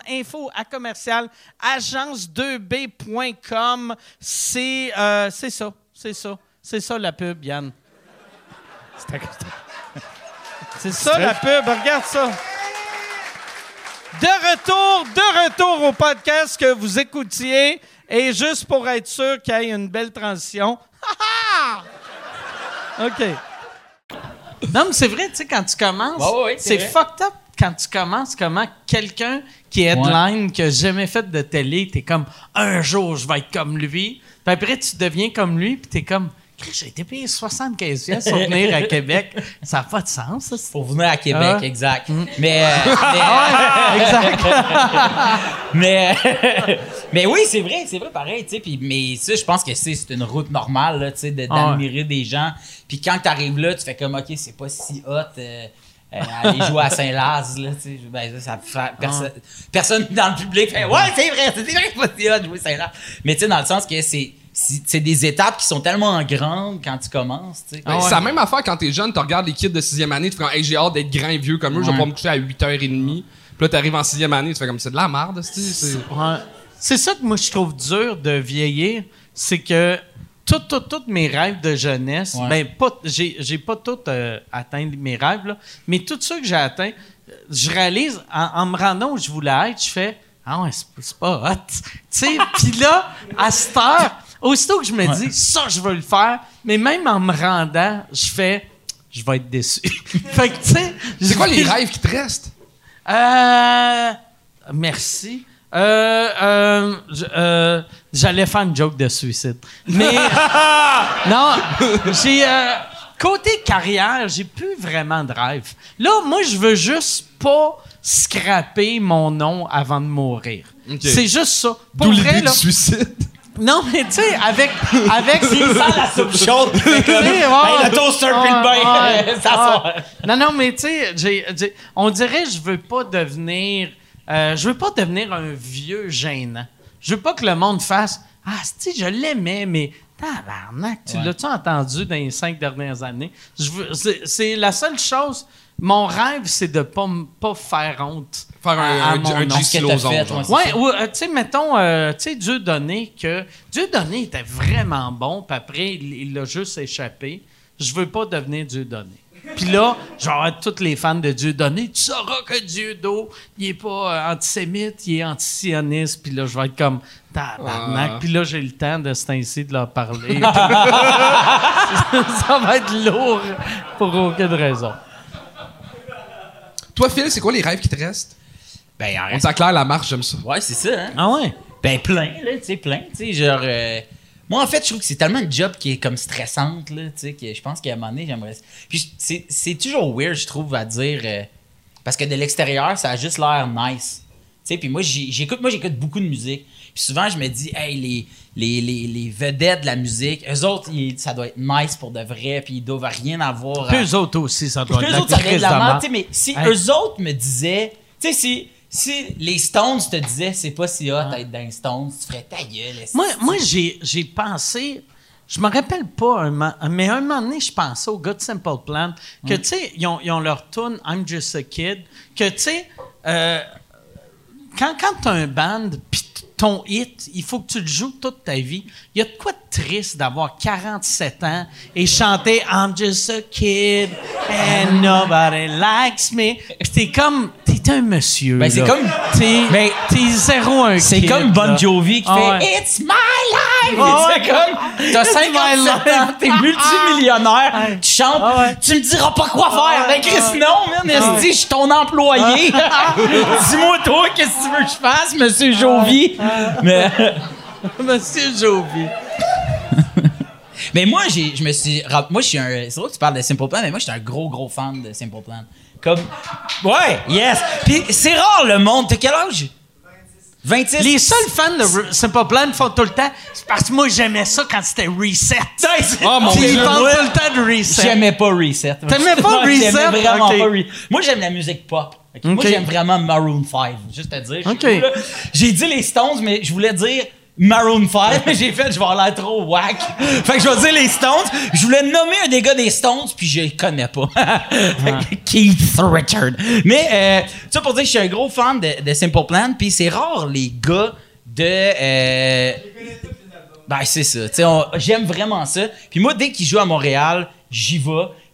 Info@agence2b.com. C'est ça. C'est ça la pub, Yann. C'est ça la pub. Regarde ça. De retour au podcast que vous écoutiez. Et juste pour être sûr qu'il y ait une belle transition. OK. Non, mais c'est vrai, tu sais, quand tu commences, c'est fucked up quand tu commences, comment quelqu'un qui est headline, qui a jamais fait de télé, t'es comme, un jour, je vais être comme lui. Puis après, tu deviens comme lui, puis t'es comme, j'ai été payé 75$ pour venir à Québec. Ça n'a pas de sens, ça. Pour venir à Québec, exact. Mais exact. mais oui, c'est vrai pareil, tu sais. Mais ça, je pense que c'est une route normale, là, tu sais, d'admirer des gens. Puis quand t'arrives là, tu fais comme, OK, c'est pas si hot. Aller jouer à Saint-Laz, là, tu sais, ben, ça fait personne dans le public fait, ouais, c'est vrai, c'est pas si hot de jouer à Saint-Laz. Mais tu sais, dans le sens que c'est des étapes qui sont tellement grandes quand tu commences, tu sais. C'est la même affaire quand t'es jeune, tu regardes les kids de 6e année, tu fais comme, hey, j'ai hâte d'être grand et vieux comme eux, je vais pas me coucher à 8h30. Puis là, t'arrives en 6e année, tu fais comme, c'est de la merde, c'est ça que moi, je trouve dur de vieillir, c'est que tous mes rêves de jeunesse, ben, j'ai pas tout atteint mes rêves, là, mais tout ça que j'ai atteint, je réalise, en me rendant où je voulais être, je fais, ah ouais, c'est pas hot. Tu sais, puis là, à cette heure, aussitôt que je me dis, ça, je veux le faire, mais même en me rendant, je fais, je vais être déçu. Fait que, tu sais. C'est quoi les rêves qui te restent? Merci. J'allais faire une joke de suicide. Mais. non, j'ai. Côté carrière, j'ai plus vraiment de rêve. Là, moi, je veux juste pas scraper mon nom avant de mourir. Okay. C'est juste ça. D'où l'idée du suicide. Non, mais tu sais, avec s'il sent la soupe chaude, le toaster puis le bain, Non, mais tu sais, on dirait je veux pas devenir un vieux gênant. Je veux pas que le monde fasse « Ah, tu sais, je l'aimais, mais tabarnak, tu l'as-tu entendu dans les 5 dernières années? » C'est la seule chose. Mon rêve, c'est de pas faire honte. Faire un J.C. Lauzon. Ouais, ou tu sais, mettons, tu sais, Dieudonné était vraiment bon, puis après, il l'a juste échappé. Je veux pas devenir Dieudonné. Puis là, genre, tous les fans de Dieudonné, tu sauras que Dieudo, il est pas antisémite, il est antisioniste. Puis là, je vais être comme tabarnak. Puis là, j'ai le temps de ce temps-ci de leur parler. Ça va être lourd pour aucune raison. Toi, Phil, c'est quoi les rêves qui te restent? Ben, on s'acclare la marche, j'aime ça. Ouais, c'est ça, hein? Ah ouais? Ben, plein, tu sais, genre... moi, en fait, je trouve que c'est tellement une job qui est comme stressante, là, tu sais, que je pense qu'à un moment donné, j'aimerais... Puis c'est toujours weird, je trouve, à dire... parce que de l'extérieur, ça a juste l'air nice. Tu sais, puis moi, j'écoute beaucoup de musique. Puis souvent, je me dis, hey, les vedettes de la musique, eux autres, ça doit être nice pour de vrai, puis ils doivent rien avoir... Puis eux autres aussi, ça doit être eux autres, ça doit être de la merde, tu sais, mais si eux autres me disaient... Tu sais, si les Stones te disaient c'est pas si hot d'être dans les Stones, tu ferais ta gueule. Moi j'ai pensé, je me rappelle pas, mais un moment donné, je pensais aux gars de Simple Plan, que tu sais, ils ont leur tune I'm Just a Kid, que tu sais, quand t'as un band, pis ton hit, il faut que tu le joues toute ta vie. Il y a de quoi de triste d'avoir 47 ans et chanter I'm just a kid and nobody likes me. Puis t'es un monsieur. Ben, c'est là. comme. T'es zéro un c'est kid. C'est comme Bon Jovi qui fait It's my life! C'est comme. T'as 57 ans, t'es multimillionnaire, tu chantes, tu me diras pas quoi faire. Ben, Chris, non, man. Je suis ton employé. Dis-moi, toi, qu'est-ce que tu veux que je fasse, Monsieur Jovi? Mais... Monsieur Jovi. Mais moi, je me suis... Moi, je suis un... C'est vrai que tu parles de Simple Plan, mais moi, je suis un gros fan de Simple Plan. Comme... Ouais, yes! Puis c'est rare, le monde. T'as quel âge? 26. Les seuls fans de Simple Plan font tout le temps... C'est parce que moi, j'aimais ça quand c'était Reset. Oh mon Dieu! Ils parlent tout le temps de Reset. J'aimais pas Reset. T'aimais pas Reset? J'aimais vraiment pas Reset. Moi, j'aime la musique pop. Okay. Moi, j'aime vraiment Maroon 5. Juste à dire. Okay. Cool, j'ai dit les Stones, mais je voulais dire Maroon 5, mais j'ai fait, je vais avoir l'air trop whack. Fait que je vais dire les Stones. Je voulais nommer un des gars des Stones, puis je le connais pas. Keith Richards. Mais, ça pour dire que je suis un gros fan de Simple Plan, puis c'est rare les gars de... Ben, c'est ça. J'aime vraiment ça. Puis moi, dès qu'ils jouent à Montréal, j'y vais.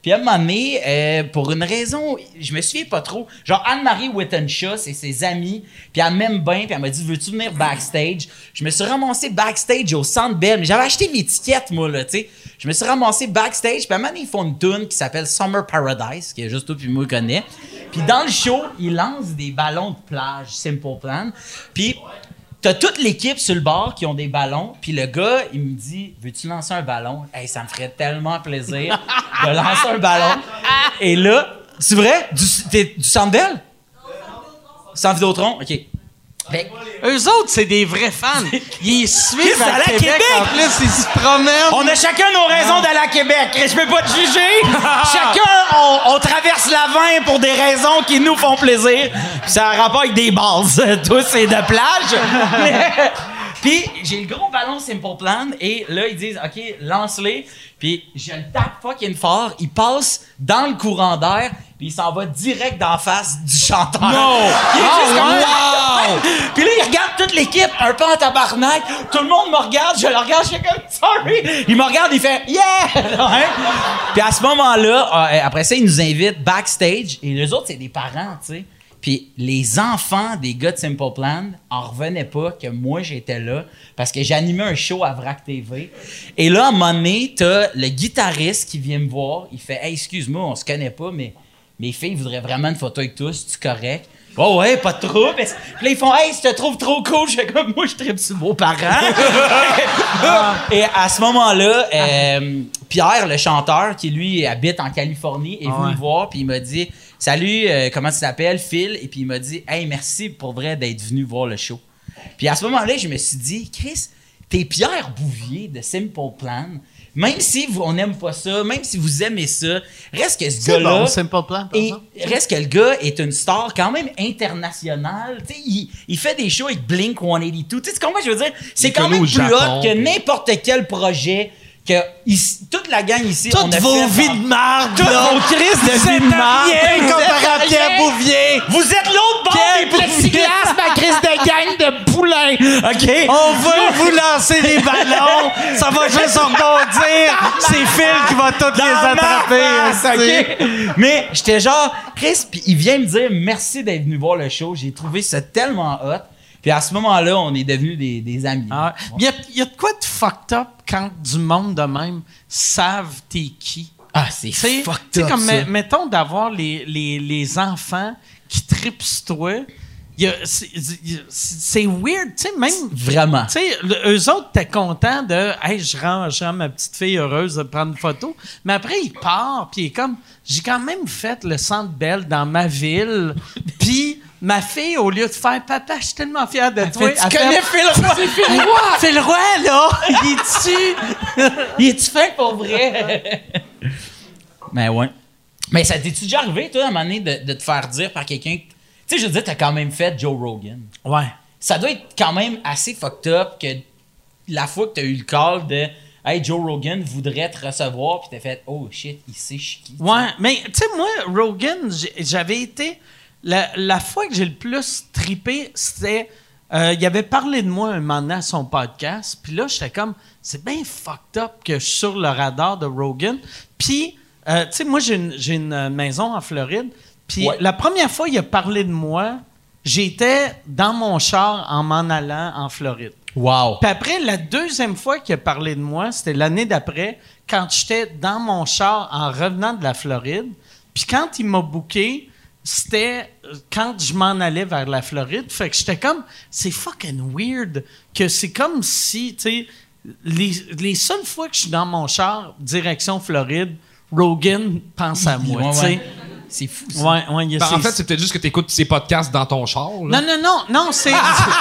Puis à un moment donné, pour une raison, je me souviens pas trop, genre Anne-Marie Wittenshaw, c'est ses amis, puis elle m'aime bien, puis elle m'a dit « Veux-tu venir backstage? » Je me suis ramassé backstage au Centre Bell, mais j'avais acheté mes tickets, moi, là, tu sais. Je me suis ramassé backstage, puis à un moment donné, ils font une tune qui s'appelle « Summer Paradise », qui est juste toi puis moi connais. Puis dans le show, ils lancent des ballons de plage, Simple Plan, puis... T'as toute l'équipe sur le bar qui ont des ballons, puis le gars, il me dit « Veux-tu lancer un ballon? » Hey, ça me ferait tellement plaisir de lancer un ballon. Et là, c'est vrai? Du Centre Bell? Centre Vidéotron? OK. Ben, eux autres, c'est des vrais fans. Ils suivent à Québec. En plus, ils se promènent. On a chacun nos raisons d'aller à Québec. Je peux pas te juger. Chacun, on traverse la 20 pour des raisons qui nous font plaisir. Puis ça a rapport avec des bases. Toi, c'est de plage. Puis j'ai le gros ballon Simple Plan et là, ils disent « OK, lance-les. » Puis je le tape fucking fort. Il passe dans le courant d'air puis il s'en va direct d'en face du chanteur. Non! Il est juste comme wow! Puis là, il regarde toute l'équipe un peu en tabarnak. Tout le monde me regarde. Je le regarde, je fais comme « Sorry! » Il me regarde, il fait « Yeah! » Ouais. Puis à ce moment-là, après ça, il nous invite backstage et les autres, c'est des parents, tu sais. Puis les enfants des gars de Simple Plan en revenaient pas que moi, j'étais là parce que j'animais un show à Vrac TV. Et là, à un moment donné, t'as le guitariste qui vient me voir. Il fait « Hey, excuse-moi, on se connaît pas, mais mes filles voudraient vraiment une photo avec toi, c'est-tu correct? » « Oh ouais, pas de trouble. » Puis là, ils font « Hey, je te trouve trop cool. » Je fais comme « Moi, je tripe sur vos parents. » Et à ce moment-là, Pierre, le chanteur, qui lui habite en Californie, est venu me voir puis il m'a dit « Salut, comment tu t'appelles? Phil. » Et puis il m'a dit « Hey, merci pour vrai d'être venu voir le show. » Puis à ce moment-là, je me suis dit « Chris, t'es Pierre Bouvier de Simple Plan. Même si on n'aime pas ça, même si vous aimez ça, reste que ce gars-là... Bon, Simple Plan, et reste que le gars est une star quand même internationale. Tu sais, il fait des shows avec Blink 182. Tu sais, comment je veux dire? C'est quand même plus hot que n'importe quel projet que toute la gang ici, toutes on a vos fait... vies de marde, Toutes vos crises de vie de marde. comparé à Pierre Bouvier. Vous êtes l'autre bord des plexiglas, ma crise de gang de poulain. OK? On veut vous lancer des ballons. Ça va juste rebondir. C'est Phil qui va toutes les attraper. OK? Mais j'étais genre, Chris, puis il vient me dire merci d'être venu voir le show. J'ai trouvé ça tellement hot. Puis à ce moment-là, on est devenus des amis. Ah, il y a de quoi de fucked up quand du monde de même savent t'es qui. Ah, c'est fucked up, comme ça. mettons d'avoir les enfants qui trippent sur toi. C'est weird, tu sais, même... Vraiment. Tu sais, eux autres, t'es contents de « Hey, je rends ma petite fille heureuse de prendre une photo. » Mais après, il part, puis il est comme... J'ai quand même fait le Centre Bell dans ma ville, puis... Ma fille, au lieu de faire « Papa, je suis tellement fière de toi. » Tu connais Phil Roy? C'est Phil Roy! Phil Roy, là! Il est-tu? Il est-tu fait pour vrai? Mais ouais. Mais ça t'es-tu déjà arrivé, toi, à un moment donné, de te faire dire par quelqu'un... Tu sais, je veux dire, t'as quand même fait Joe Rogan. Ouais. Ça doit être quand même assez fucked up que la fois que t'as eu le call de « Hey, Joe Rogan voudrait te recevoir », puis t'as fait « Oh shit, il sait je suis qui. » Ouais, mais tu sais, moi, Rogan, j'avais été... La fois que j'ai le plus trippé, c'était... il avait parlé de moi un moment donné à son podcast, puis là, j'étais comme... C'est bien fucked up que je suis sur le radar de Rogan. Puis, tu sais, moi, j'ai une maison en Floride, puis la première fois qu'il a parlé de moi, j'étais dans mon char en m'en allant en Floride. Wow. Puis après, la deuxième fois qu'il a parlé de moi, c'était l'année d'après, quand j'étais dans mon char en revenant de la Floride. Puis quand il m'a booké... C'était quand je m'en allais vers la Floride. Fait que j'étais comme... C'est fucking weird que c'est comme si, tu sais... Les seules fois que je suis dans mon char, direction Floride, Rogan pense à moi, tu sais. C'est fou, ça. Ouais, En fait, c'est peut-être juste que tu écoutes ces podcasts dans ton char. Là. Non, c'est...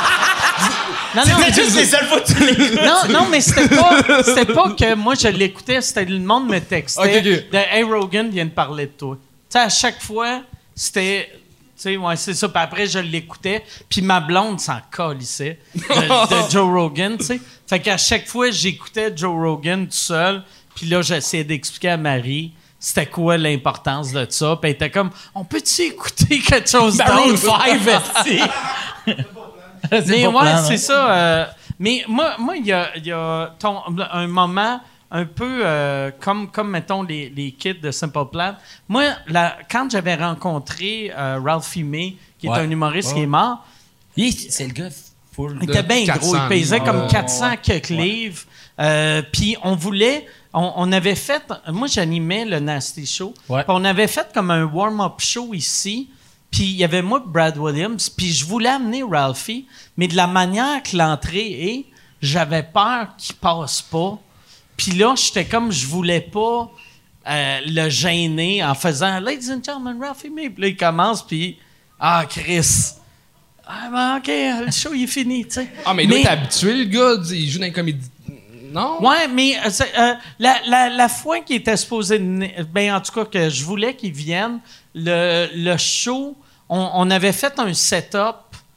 Non, C'est juste les seules fois que tu l'écoutes. Non, mais c'était pas que moi je l'écoutais, c'était le monde me textait. De, Hey, Rogan vient de parler de toi. Tu sais, à chaque fois... C'était... Tu sais, ouais, c'est ça. Puis après, je l'écoutais. Puis ma blonde s'en calissait de Joe Rogan, tu sais. Fait qu'à chaque fois, j'écoutais Joe Rogan tout seul. Puis là, j'essayais d'expliquer à Marie c'était quoi l'importance de ça. Puis elle était comme, on peut-tu écouter quelque chose d'autre? Mais ouais, c'est ça. Mais moi, il y a un moment un peu comme mettons, les kids de Simple Plan. Moi, quand j'avais rencontré Ralphie May, qui est un humoriste qui est mort, c'est le gars full. Il était bien gros. Il pesait comme 400 quelques livres. Puis on avait fait... Moi, j'animais le Nasty Show. Ouais. Puis on avait fait comme un warm-up show ici. Puis il y avait moi Brad Williams. Puis je voulais amener Ralphie. Mais de la manière que l'entrée est, j'avais peur qu'il passe pas. Puis là, j'étais comme... Je voulais pas le gêner en faisant « Ladies and gentlemen, Ralphie May ». Puis là, il commence, puis... Ah, Chris... Ah, ben, OK, le show, il est fini, tu sais. Ah, mais il doit être habitué, le gars. Il joue dans une comédie. Non? Ouais, mais la fois qu'il était supposé... Ben, en tout cas, que je voulais qu'il vienne, le show, on avait fait un setup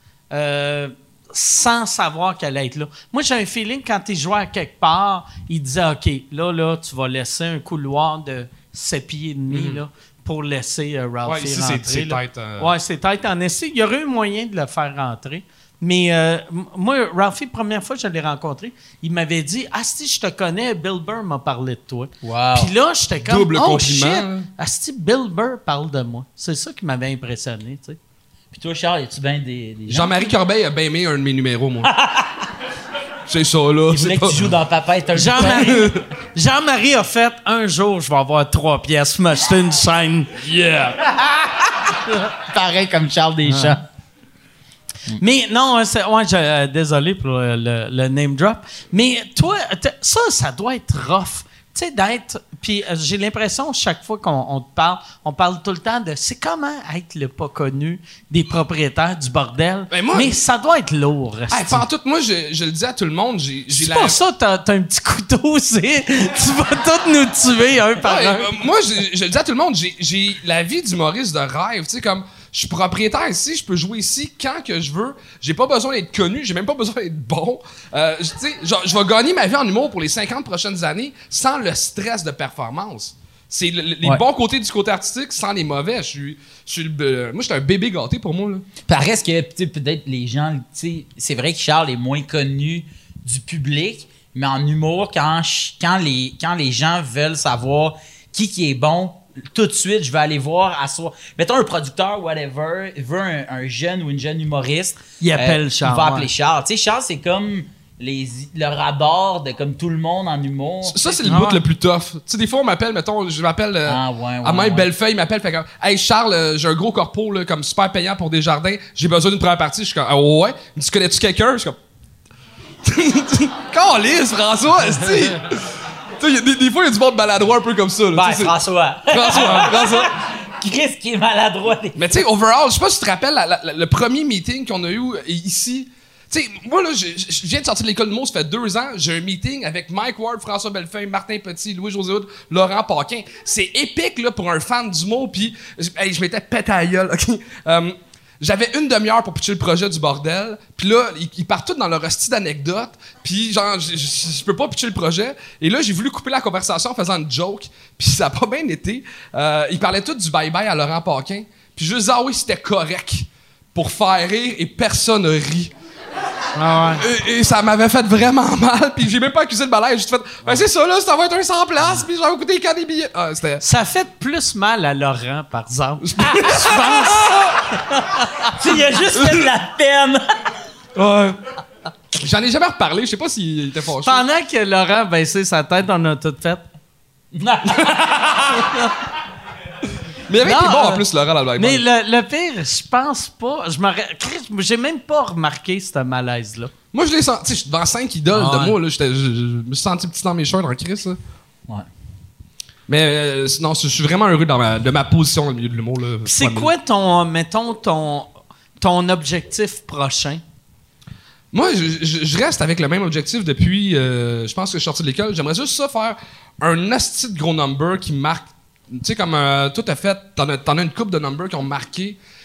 sans savoir qu'elle allait être là. Moi, j'ai un feeling, quand il jouait à quelque part, il disait, OK, là, tu vas laisser un couloir de 7 pieds et demi, là, pour laisser Ralphie ici, rentrer. c'est tête. Ouais, c'est tête en essai. Il y aurait eu moyen de le faire rentrer. Mais moi, Ralphie, première fois que je l'ai rencontré, il m'avait dit « Asti, je te connais, Bill Burr m'a parlé de toi. Wow. » Puis là, j'étais comme Double « Oh compliment, shit, hein. Asti, Bill Burr parle de moi. » C'est ça qui m'avait impressionné, tu sais. Puis toi, Charles, y a-tu bien des gens? Jean-Marie Corbeil a bien aimé un de mes numéros, moi. C'est ça, là. Il voulait que tu joues dans Papa est un Jean-Marie a fait « Un jour, je vais avoir 3 pièces, m'acheter une chaîne. » Yeah! Pareil comme Charles Deschamps. Mais non, désolé pour le name drop. Mais toi, ça doit être rough. Tu sais, d'être... Puis j'ai l'impression, chaque fois qu'on te parle, on parle tout le temps de... C'est comment être le pas connu des propriétaires du bordel. Ben moi, mais ça doit être lourd. Hey, tout, moi, je le dis à tout le monde, j'ai c'est pas ça, t'as un petit couteau, c'est... Tu vas tous nous tuer un par un. Moi, je le dis à tout le monde, j'ai la vie d'humoriste de rêve. Tu sais, comme... Je suis propriétaire ici, je peux jouer ici quand que je veux. J'ai pas besoin d'être connu, j'ai même pas besoin d'être bon. Tu sais, je vais gagner ma vie en humour pour les 50 prochaines années sans le stress de performance. C'est les bons côtés du côté artistique sans les mauvais. Moi, je suis un bébé gâté pour moi, là. Paraît que peut-être les gens, c'est vrai que Charles est moins connu du public, mais en humour, quand les gens veulent savoir qui est bon, tout de suite, je vais aller voir à soi. Mettons un producteur, whatever, veut un jeune ou une jeune humoriste. Il appelle Charles. Il va appeler Charles. Tu sais, Charles, c'est comme le radar de comme tout le monde en humour. Ça, c'est le bout le plus tough. Tu sais, des fois, on m'appelle, mettons, je m'appelle Bellefeuille, il m'appelle, fait comme, hey Charles, j'ai un gros corpo, là, comme super payant pour Desjardins, j'ai besoin d'une première partie. Je suis comme, ah ouais? Il me dit, connais-tu quelqu'un? Je suis comme, calisse, François, est-ce des fois, il y a du monde maladroit un peu comme ça. Là, François. Chris qui est maladroit. Mais tu sais, overall, je sais pas si tu te rappelles le premier meeting qu'on a eu ici. Tu sais, moi, là, je viens de sortir de l'école de mots, ça fait 2 ans. J'ai un meeting avec Mike Ward, François Bellefeuille, Martin Petit, Louis-José Hood, Laurent Paquin. C'est épique, là, pour un fan du mot. Puis, je m'étais pété à la gueule, OK? J'avais 1 demi-heure pour pitcher le projet du bordel. Puis là, ils partent tous dans leur hostie d'anecdotes. Puis genre, je peux pas pitcher le projet. Et là, j'ai voulu couper la conversation en faisant une joke. Puis ça a pas bien été. Ils parlaient tous du bye-bye à Laurent Paquin. Puis je disais, ah oui, c'était correct. Pour faire rire et personne rit. Ah ouais. Et ça m'avait fait vraiment mal. Puis j'ai même pas accusé le balai. J'ai juste fait, ben c'est ça, là, ça va être un 100 places. Puis j'avais coûté des billets. Ça fait plus mal à Laurent, par exemple. Je pense. Il a juste fait de la peine. Ouais. J'en ai jamais reparlé. Je sais pas s'il était fâché. Pendant que Laurent baissait sa tête, on a tout fait. Mais il avait été bon en plus, Laurent, dans le mais le pire, je pense pas. J'ai même pas remarqué ce malaise-là. Moi, je l'ai senti. Je suis devant 5 idoles de moi. Là, je me suis senti petit dans mes shorts en crise. Ouais. Mais non, je suis vraiment heureux de ma position dans le milieu de l'humour. Là. C'est quoi ton objectif prochain? Moi, je reste avec le même objectif depuis, je pense que je suis sorti de l'école. J'aimerais juste ça faire un asti de gros number qui marque. Tu sais, comme toi, t'as fait, t'en as une couple de numbers qui ont marqué. Tu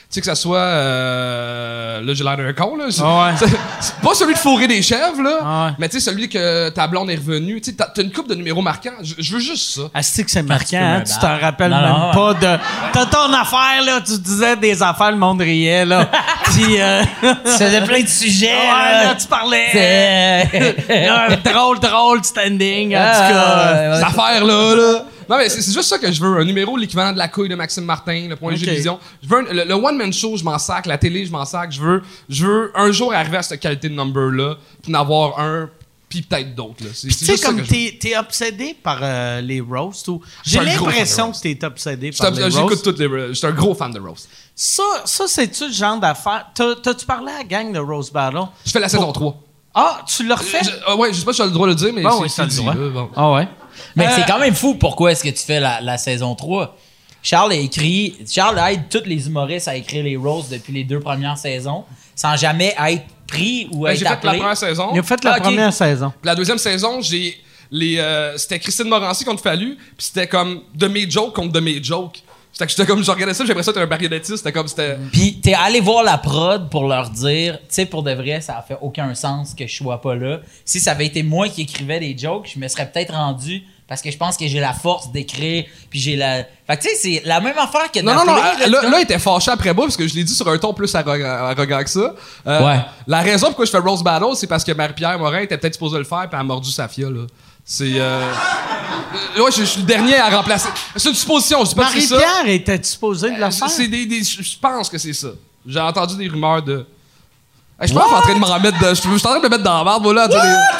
sais, que ça soit... là, j'ai l'air d'un con, là. Ah ouais. C'est pas celui de fourrer des chèvres, là. Ah ouais. Mais tu sais, celui que ta blonde est revenue. Tu sais, t'as une couple de numéros marquants. Je veux juste ça. Ah, c'est que c'est marquant, peux hein? me Tu battre. t'en rappelles Non, même non, pas de... T'as ton affaire, là, tu disais des affaires, le monde riait, là. Puis, Tu faisais plein de sujets. ouais, là, tu parlais. C'est... Là, drôle standing, en tout cas. Cette affaire-là, là. Non, mais c'est juste ça que je veux. Un numéro, l'équivalent de la couille de Maxime Martin, le point de Ok. jeu de vision. Je veux le one-man show, je m'en sac. La télé, je m'en sac. Je veux un jour arriver à cette qualité de number-là, puis en avoir un, puis peut-être d'autres. là. C'est Puis tu sais, juste ça comme que je veux. t'es obsédé par les roasts ou... Je J'ai suis un gros l'impression fan que t'es obsédé par les J'écoute roasts. toutes les... Je suis un gros fan de roast. Ça c'est-tu le genre d'affaire... T'as-tu parlé à la gang de Roast Battle? Je fais la saison 3. Ah, tu l'as refait? Ouais, je sais pas si j'ai le droit de le dire, mais Bon, oui, c'est t'as le dit, droit. là, bon. Ah ouais? Mais c'est quand même fou pourquoi est-ce que tu fais la saison 3. Charles aide tous les humoristes à écrire les roasts depuis les 2 premières saisons sans jamais être pris ou Ben, être j'ai fait la appelé. première saison. Il a fait la Ok. première saison. Puis la deuxième saison, c'était Christine Morancy contre Fallu, puis c'était comme de mes jokes contre de mes jokes. C'était que j'étais comme, je regardais ça, j'ai l'impression d'être un marionnettiste, c'était... Puis t'es allé voir la prod pour leur dire, tu sais, pour de vrai, ça a fait aucun sens que je sois pas là. Si ça avait été moi qui écrivais des jokes, je me serais peut-être rendu parce que je pense que j'ai la force d'écrire, puis j'ai la... Fait que tu sais, c'est la même affaire que Non, non, d'appeler, là, comme- il était fâché après moi, parce que je l'ai dit sur un ton plus arrogant que ça. Ouais. La raison pourquoi je fais Rose Battle, c'est parce que Marie-Pierre Morin était peut-être supposée le faire, puis elle a mordu Safia, là. C'est... Ouais, je suis le dernier à remplacer. C'est une supposition, je dis pas que c'est ça. Marie-Pierre était supposée de la faire? C'est je pense que c'est ça. J'ai entendu des rumeurs de... Hey, je suis pas en train de m'en mettre de... Je suis en train de me mettre dans la merde, moi, là.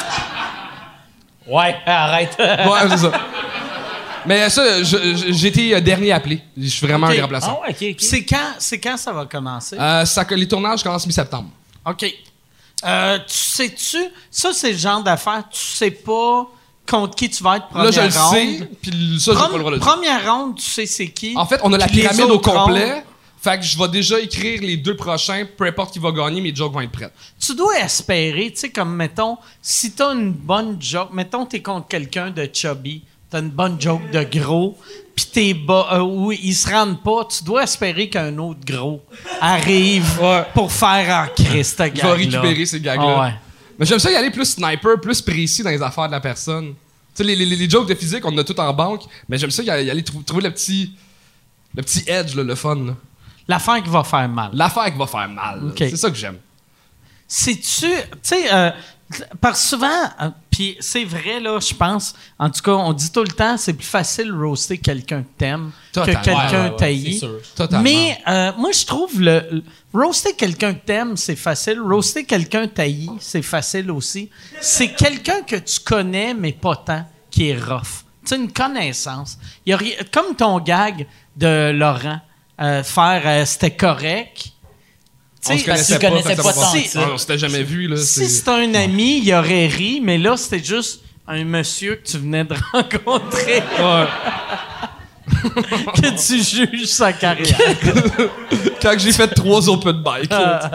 Ouais, arrête. Ouais, c'est ça. Mais ça, j'ai été dernier appelé. Je suis vraiment Ok. un remplaçant. Ah ouais, ok. C'est quand ça va commencer? Les tournages commencent mi-septembre. OK. Tu sais-tu... Ça, c'est le genre d'affaire, tu sais pas contre qui tu vas être première Là, je le ronde. sais, puis ça, j'ai pas le droit de le dire. Première ronde, tu sais c'est qui. En fait, on a la Puis les pyramide au autres complet. rondes, Fait que je vais déjà écrire les 2 prochains, peu importe qui va gagner, mes jokes vont être prêts. tu dois espérer, tu sais, comme, mettons, si t'as une bonne joke, mettons, t'es contre quelqu'un de chubby, t'as une bonne joke de gros, pis t'es bas, où ils se rendent pas, tu dois espérer qu'un autre gros arrive pour faire en Christ, cette Je gag-là. vais récupérer ces gags-là. Ah ouais. Mais j'aime ça y aller plus sniper, plus précis dans les affaires de la personne. Tu sais, les jokes de physique, on en a tout en banque, mais j'aime ça y aller trouver le petit edge, là, le fun. Là. L'affaire qui va faire mal. L'affaire qui va faire mal. là. Ok. C'est ça que j'aime. C'est-tu... Tu sais, parce que souvent, puis c'est vrai, là, je pense, en tout cas, on dit tout le temps, c'est plus facile de roaster quelqu'un que t'aimes que Totalement. quelqu'un Ouais, taillé. c'est sûr. Totalement. Mais moi, je trouve roaster quelqu'un que t'aimes, c'est facile. Roaster quelqu'un taillé, c'est facile aussi. C'est quelqu'un que tu connais, mais pas tant, qui est rough. Tu sais, une connaissance. Il y a comme ton gag de Laurent, faire c'était correct. On se Tu sais, parce que tu connaissais fait que pas ça va tant si- que ça. On s'était jamais vu. Là, si c'était un ami, il aurait ri, mais là, c'était juste un monsieur que tu venais de rencontrer. Que tu juges sa carrière. Quand j'ai fait 3 open mic.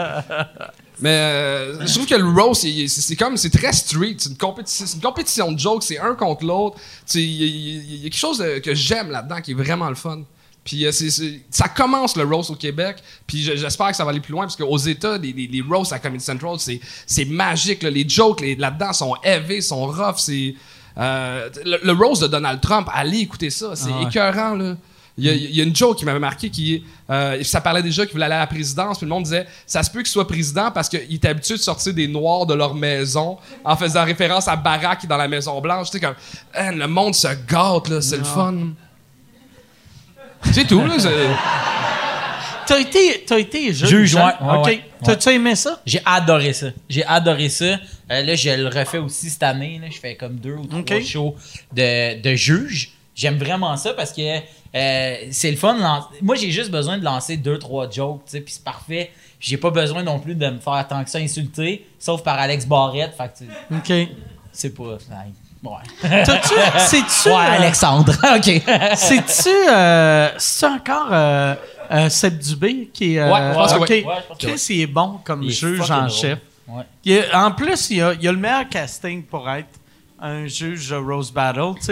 Mais je trouve que le roast, c'est très street. C'est une compétition de jokes, c'est un contre l'autre. Il y a quelque chose que j'aime là-dedans qui est vraiment le fun. Puis ça commence le roast au Québec, puis j'espère que ça va aller plus loin, parce qu'aux États, les roasts à Comedy Central, c'est magique. Là. Les jokes là-dedans sont heavy, sont rough. Le roast de Donald Trump, allez écouter ça, c'est écœurant. Là. Il y a une joke qui m'avait marqué ça parlait déjà qu'il voulait aller à la présidence, puis le monde disait ça se peut qu'il soit président parce qu'il était habitué de sortir des noirs de leur maison en faisant référence à Barack qui est dans la Maison Blanche. Tu sais, comme le monde se gâte, là, c'est le fun. C'est tout, là. T'as été juge. Juge, hein? ouais, OK. ouais. T'as-tu aimé ça? J'ai adoré ça. Là, je le refais aussi cette année. Là. Je fais comme 2 ou 3 Ok. shows de juge. J'aime vraiment ça parce que c'est le fun. Moi, j'ai juste besoin de lancer 2-3 jokes, tu sais, puis c'est parfait. J'ai pas besoin non plus de me faire tant que ça insulter, sauf par Alex Barrette. Fait que, OK. c'est pas... Ouais. C'est-tu... Ouais, Alexandre. OK. C'est-tu encore Seb Dubé qui est... Ouais, pense que OK. oui. Ouais, je pense que Chris, il est bon comme Il est juge fucking en drôle. chef. Ouais. En plus, il y a le meilleur casting pour être un juge de Rose Battle, tu sais.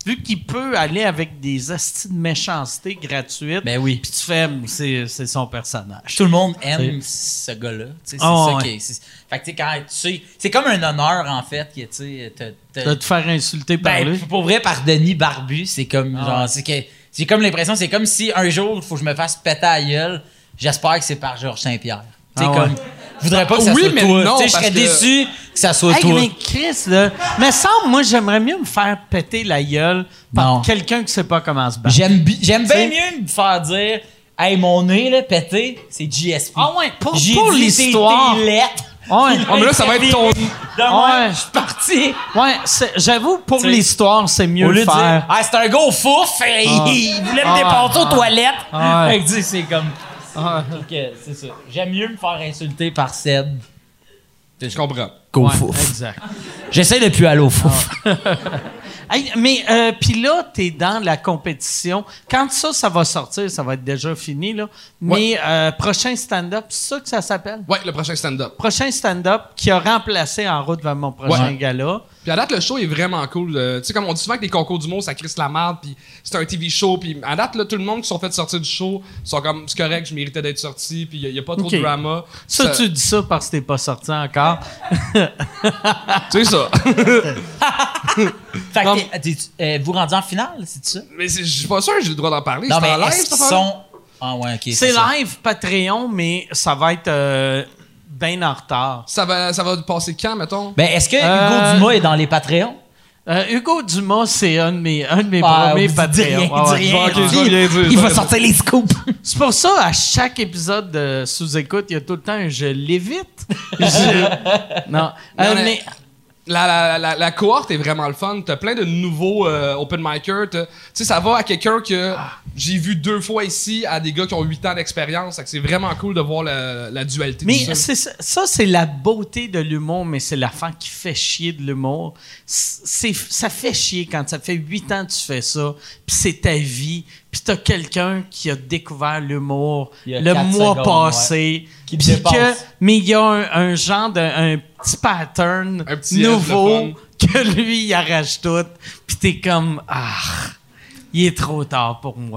vu qu'il peut aller avec des astis de méchanceté gratuites. Ben oui. Puis tu fais, c'est son personnage. Tout le monde aime ce gars-là. Tu sais, c'est ça qui est. Fait que tu sais, quand tu sais, c'est comme un honneur en fait que tu sais, De te faire insulter par lui. Pour vrai, par Denis Barbu, c'est comme genre, j'ai comme l'impression, c'est comme si un jour il faut que je me fasse péter à la gueule. J'espère que c'est par Georges Saint-Pierre. Tu sais, comme. Je voudrais pas que ça soit mais toi. non, Tu sais, je serais déçu que ça soit Hey, toi. mais Chris, là, mais ça, moi, j'aimerais mieux me faire péter la gueule par Non. quelqu'un qui sait pas comment se battre. J'aime bien T'sais- mieux me faire dire hey, mon nez, là, pété, c'est GSP. Ah ouais, pour J'ai pour dit, l'histoire. T'es lettre. Ouais, Oh, mais là, ça va être ton. Demain, je suis parti. ouais, j'avoue, pour T'sais, l'histoire, c'est mieux Au lieu de de dire, faire. ah, c'est un gars au fouf, il voulait me dépasser aux toilettes. Fait que, tu sais, c'est comme. Donc, c'est ça. J'aime mieux me faire insulter par Seb. Je comprends. Qu'au Ouais, fouf. exact. J'essaie de plus aller au fouf. Hey, mais puis là, t'es dans la compétition. Quand ça va sortir, ça va être déjà fini, là. Mais prochain stand-up, c'est ça que ça s'appelle? Ouais, le prochain stand-up. Prochain stand-up qui a remplacé En route vers mon prochain Ouais. gala. Puis à date, le show est vraiment cool. Tu sais, comme on dit souvent que les concours d'humour, ça crisse la merde, puis c'est un TV show. Puis à date, là, tout le monde qui sont fait sortir du show sont comme, c'est correct, je méritais d'être sorti, puis il y a pas trop Ok. de drama. Ça, tu dis ça parce que t'es pas sorti encore. C'est ça. Fait Comme- que vous rendu en finale, c'est ça? Mais je suis pas sûr que j'ai le droit d'en parler. Non, C'est mais en live, est-ce cette qu'ils affaire-là? sont. Ah, ouais, ok. C'est ça. live Patreon, mais ça va être bien en retard. Ça va passer quand, mettons? Ben, est-ce que Euh, Hugo Dumas est dans les Patreons? Hugo Dumas, c'est un de mes Ah, premiers dis Patreons. rien, Ouais, dis ouais. rien. Ok, je vais rien dire, Il va ça. sortir les scoops. C'est pour ça, à chaque épisode de Sous-Écoute, il y a tout le temps un « je l'évite ». Non. Mais La cohorte est vraiment le fun. T'as plein de nouveaux open micers. Tu sais, ça va à quelqu'un que j'ai vu 2 fois ici, à des gars qui ont 8 ans d'expérience. Fait que c'est vraiment cool de voir la dualité de Mais ça. ça, c'est la beauté de l'humour, mais c'est l'affaire qui fait chier de l'humour. Ça fait chier quand ça fait 8 ans que tu fais ça, puis c'est ta vie, puis t'as quelqu'un qui a découvert l'humour Il y a le 4 mois secondes, passé, Qui puis dépasse. mais il y a un genre de un petit pattern Un petit nouveau F, que lui, il arrache tout, puis t'es comme « Ah, il est trop tard pour moi. »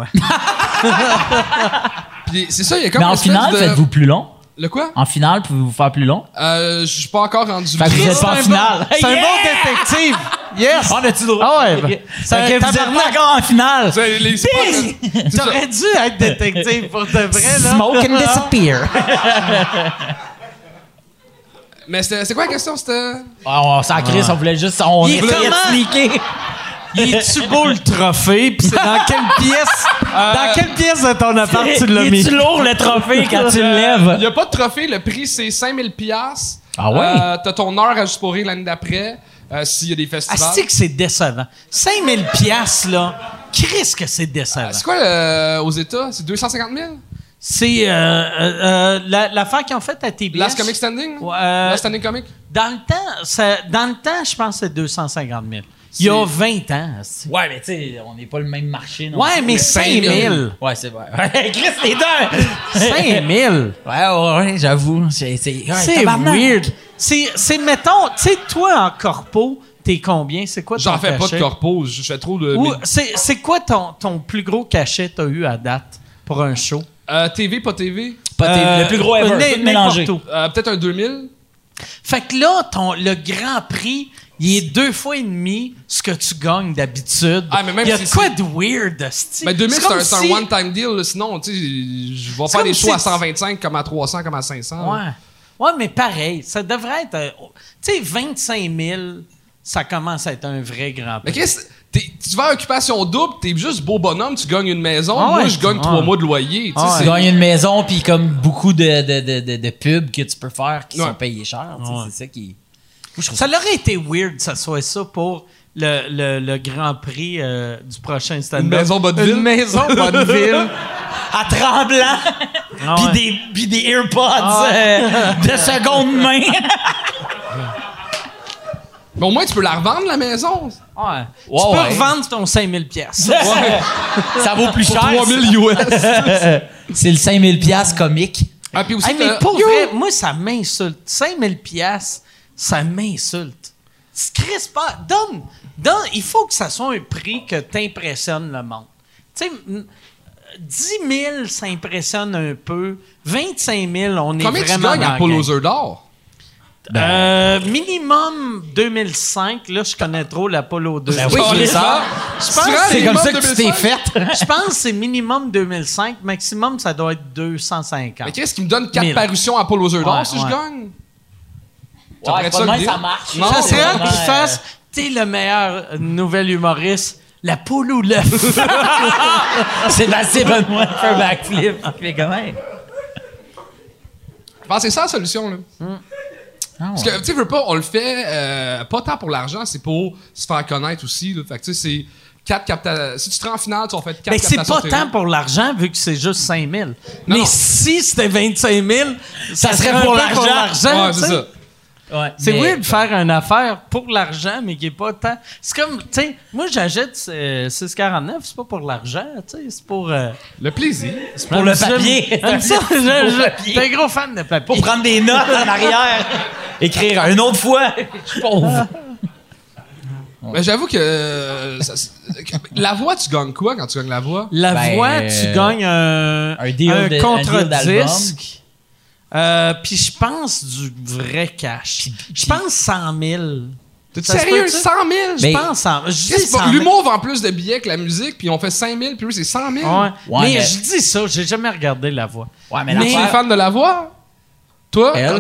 Puis c'est ça, il y a comme Mais en une espèce finale, de... faites-vous plus long? Le quoi? En finale, pouvez-vous faire plus long? Je suis pas encore rendu Fait que vous là. êtes pas en finale. C'est un bon détective. Yes! On a-tu droit? Ah ouais, Ok. ben, Fait c'est un que vous êtes tabarnak. pas encore en finale. C'est les spots, c'est ça. T'aurais dû être détective pour de vrai, là. Smoke and disappear. Mais c'est quoi la question? C'était... Ah, on s'en crisse, on voulait juste... On Il est essayait de comment? sneaker. Il est-tu beau le trophée? Puis c'est dans quelle pièce? Dans quelle pièce de ton appart tu l'as mis? Es-tu lourd, le trophée, quand tu le lèves? Il y a pas de trophée. Le prix, c'est 5000 $. Ah ouais? T'as ton heure à Juste pour rire l'année d'après, s'il y a des festivals. Ah, c'est que c'est décevant. 5000 piastres, là. Chris que c'est décevant. C'est quoi aux États? C'est 250 000? C'est l'affaire qu'ils ont faite à TBS. Last Comic Standing? Ouais, Last Standing Comic? dans le temps, je pense que c'est 250 000. Il y a 20 ans. c'est- Ouais, mais tu sais, on n'est pas le même marché, non? Ouais, mais 5 000. Ouais, c'est vrai. Chris, les deux! 5 000. Ouais, j'avoue. C'est C'est weird. C'est, mettons, tu sais, toi, en corpo, t'es combien? C'est quoi ton J'en fais pas de cachet? corpo. Je fais trop de... Ou c'est quoi ton plus gros cachet que t'as eu à date pour un show? TV, pas TV? Le plus gros ever, tout mélangé. n'importe où. Peut-être un 2000? Fait que là, le Grand Prix, il est 2 fois et demi ce que tu gagnes d'habitude. Ah, mais même il y a si de quoi de weird, esti? Mais 2000, comme c'est un si- one-time deal. Là. Sinon, tu sais, je vais C'est faire comme des shows à si- 125, comme à 300, comme à 500. Ouais. Ouais, mais pareil, ça devrait être... tu sais, 25 000, ça commence à être un vrai Grand Mais Prix. tu vas à Occupation Double, t'es juste beau bonhomme, tu gagnes une maison. Ah ouais. Moi, je gagne 3 mois de loyer. Tu sais, Ah Tu c'est- gagnes une maison, puis comme beaucoup de pubs que tu peux faire qui Ouais. sont payés cher. tu sais, Ouais. C'est ça qui... Moi, je trouve Ça aurait été weird que ça soit ça pour le Grand Prix du prochain stand-up. Une maison Bonneville. Une maison Bonneville. à Tremblant, Ah ouais. puis des AirPods Ah de seconde main. Mais au moins, tu peux la revendre, la maison. Ouais. Tu Ouais, peux ouais. revendre ton 5000 pièces. Ça vaut plus Pour cher. 3000 US. C'est le 5000 $, comique. Ah, puis aussi, mais pour vrai, moi, ça m'insulte. 5000 pièces, ça m'insulte. Tu crises pas. Donne. Il faut que ça soit un prix que t'impressionnes le monde. Tu sais, 10 000, ça impressionne un peu. 25 000, on est Combien vraiment tu gagnes à Polo Œufs d'or? Minimum 2005. Là, je connais trop l'Apollo 2. Ben oui, c'est ça. C'est comme ça que tu t'es fait. Je pense que c'est minimum 2005. Maximum, ça doit être 250. Mais qu'est-ce qui me donne 4 1000. parutions à Polo Œufs d'or Ouais, si je ouais. gagne? Ouais, pas de même, ça marche. Non, Ça c'est serait vraiment, qu'il fasse, t'es le meilleur nouvel humoriste, la poule ou l'œuf. Sébastien Benoît fait un backflip. Il fait comment? Je pense que c'est ça la solution, là. Ah, Parce que, tu sais, veux pas, on le fait pas tant pour l'argent, c'est pour se faire connaître aussi, là. Fait que, tu sais, c'est 4 captations. Si tu te rends en finale, tu vas faire 4 Mais c'est captations pas télé. tant pour l'argent, vu que c'est juste 5 000. Mais non. si c'était 25 000, ça serait serait pour pour l'argent. Ouais, tu c'est sais. ça. Ouais, C'est mais- weird de faire une affaire pour l'argent, mais qui est pas tant. C'est comme, tu sais, moi j'achète 6,49, c'est pas pour l'argent, tu sais, c'est pour. Le plaisir. Pour le papier. J'aime ça, Pour le papier. T'es un gros fan de papier. Pour prendre des notes en arrière. Écrire une autre fois. Je suis pauvre. Mais j'avoue que, la voix, tu gagnes quoi quand tu gagnes la voix? La Ben, voix, tu gagnes un deal contre-disque. Puis je pense du vrai cash. Je pense 100 000. T'es Ça se sérieux? peut-tu? 100 000? Je Mais- pense 100 000. Je dis Qu'est-ce 100 que 000. l'humour vend plus de billets que la musique, puis on fait 5 000, puis eux, c'est 100 000? Ouais. Ouais, mais mais- je dis ça, j'ai jamais regardé la voix. Ouais, mais Mais- Tu es l'affaire- fan de la voix? Toi? Elle?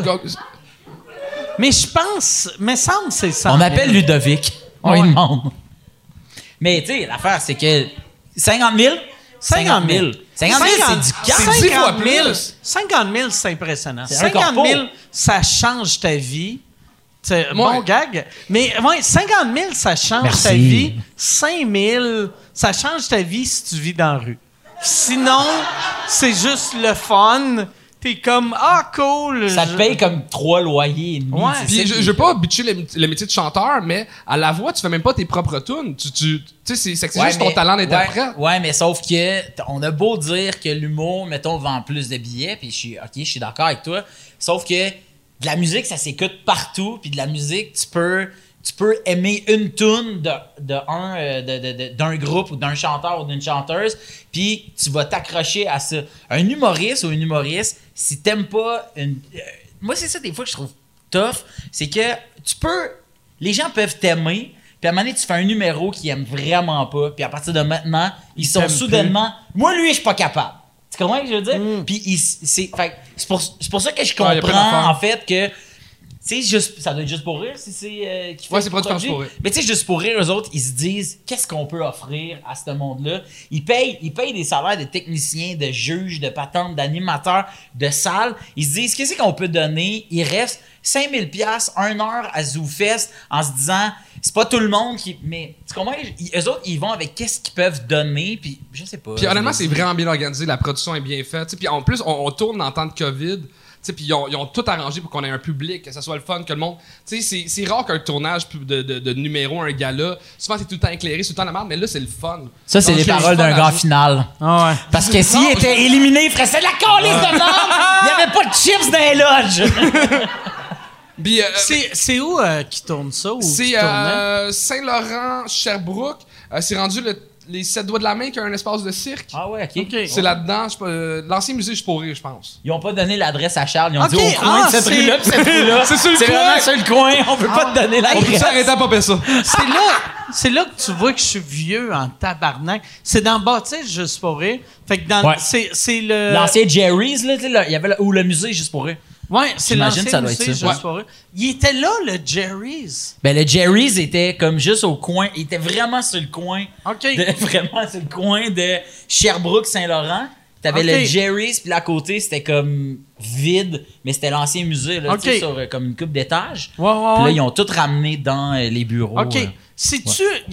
Mais je pense, me semble que c'est 100 000. On appelle Ludovic. On Ouais. lui demande. Mais tu sais, l'affaire, c'est que 50 000, 50 000. 50 000, c'est du cash. C'est 10 fois 50 000, plus. 50 000, c'est impressionnant. C'est un 50 000, corpo. ça change ta vie. C'est bon gag. Mais ouais, 50 000, ça change Merci. ta vie. 5 000, ça change ta vie si tu vis dans la rue. Sinon, c'est juste le fun. T'es comme, ah, cool. Ça te paye comme 3 loyers et demi. Ouais. c'est Puis ça je qui- veux pas bitcher le métier de chanteur, mais à la voix, tu fais même pas tes propres tunes. Tu sais, c'est Ouais, juste ton mais- talent d'interprète. Ouais, mais sauf que on a beau dire que l'humour, mettons, vend plus de billets, puis je suis d'accord avec toi. Sauf que de la musique, ça s'écoute partout, puis de la musique, tu peux aimer une tune d'un groupe ou d'un chanteur ou d'une chanteuse, puis tu vas t'accrocher à ça. Un humoriste ou une humoriste, si t'aimes pas moi, c'est ça des fois que je trouve tough, c'est que les gens peuvent t'aimer, puis à un moment donné, tu fais un numéro qu'ils aiment vraiment pas, puis à partir de maintenant, ils sont t'aiment soudainement... Moi, lui, je suis pas capable. Tu comprends ce que je veux dire? Puis c'est pour ça que je Ouais, y a plein comprends, d'affaires. en fait, que... Tu sais, ça doit être juste pour rire si c'est qui fait Ouais, le c'est produit produit. pour rire. Mais tu sais, juste pour rire, eux autres, ils se disent qu'est-ce qu'on peut offrir à ce monde-là. Ils payent des salaires de techniciens, de juges, de patentes, d'animateurs, de salles. Ils se disent qu'est-ce qu'on peut donner. Il reste 5 000 $, 1 heure à ZooFest en se disant c'est pas tout le monde qui. Mais tu comprends? Eux autres, ils vont avec qu'est-ce qu'ils peuvent donner. Puis je sais pas. Puis honnêtement, je c'est me dis- vraiment bien organisé. La production est bien faite. T'sais, puis en plus, on tourne en temps de COVID. Puis ils ont tout arrangé pour qu'on ait un public, que ça soit le fun, que le monde. C'est rare qu'un tournage de numéro, un gala, souvent c'est tout le temps éclairé, c'est tout le temps la merde, mais là c'est le fun. Ça, c'est Donc, les j'ai paroles du fun d'un à grand jouer. final. Ah ouais. Parce que s'il Non, était éliminé, il ferait c'est de la calice de merde! Il n'y avait pas de chips dans les lodges! Puis, C'est où qui tourne ça? Ou c'est qui tournait? Saint-Laurent, Sherbrooke. C'est rendu les 7 doigts de la main qui a un espace de cirque. Ah ouais, ok. Ok. C'est là-dedans, je sais pas, l'ancien musée Juste pour rire, je pense. Ils ont pas donné l'adresse à Charles. Ils ont Ok, dit au coin de cette c'est- rue-là, puis cette rue-là. C'est sur le C'est coin. vraiment sur le coin. On peut pas te donner On peut l'adresse. s'arrêter à popper ça. C'est là que tu vois que je suis vieux en tabarnak. C'est dans Bâtisse Juste pour rire. Fait que dans Ouais. c'est le L'ancien Jerry's, là, tu sais, il y avait ou le musée juste pour rire. Ouais, c'est J'imagine l'ancien que ça doit musée être ça. Juste pour rire. Il était là le Jerry's. Ben, le Jerry's était comme juste au coin. Il était vraiment sur le coin. OK. Vraiment sur le coin de Sherbrooke-Saint-Laurent. T'avais Ok. le Jerry's, puis là, à côté, c'était comme vide, mais c'était l'ancien musée, là, Ok. tu sais, sur comme une coupe d'étages. Ouais, ouais, Puis là, ouais. ils ont tout ramené dans les bureaux. OK. Sais-tu, il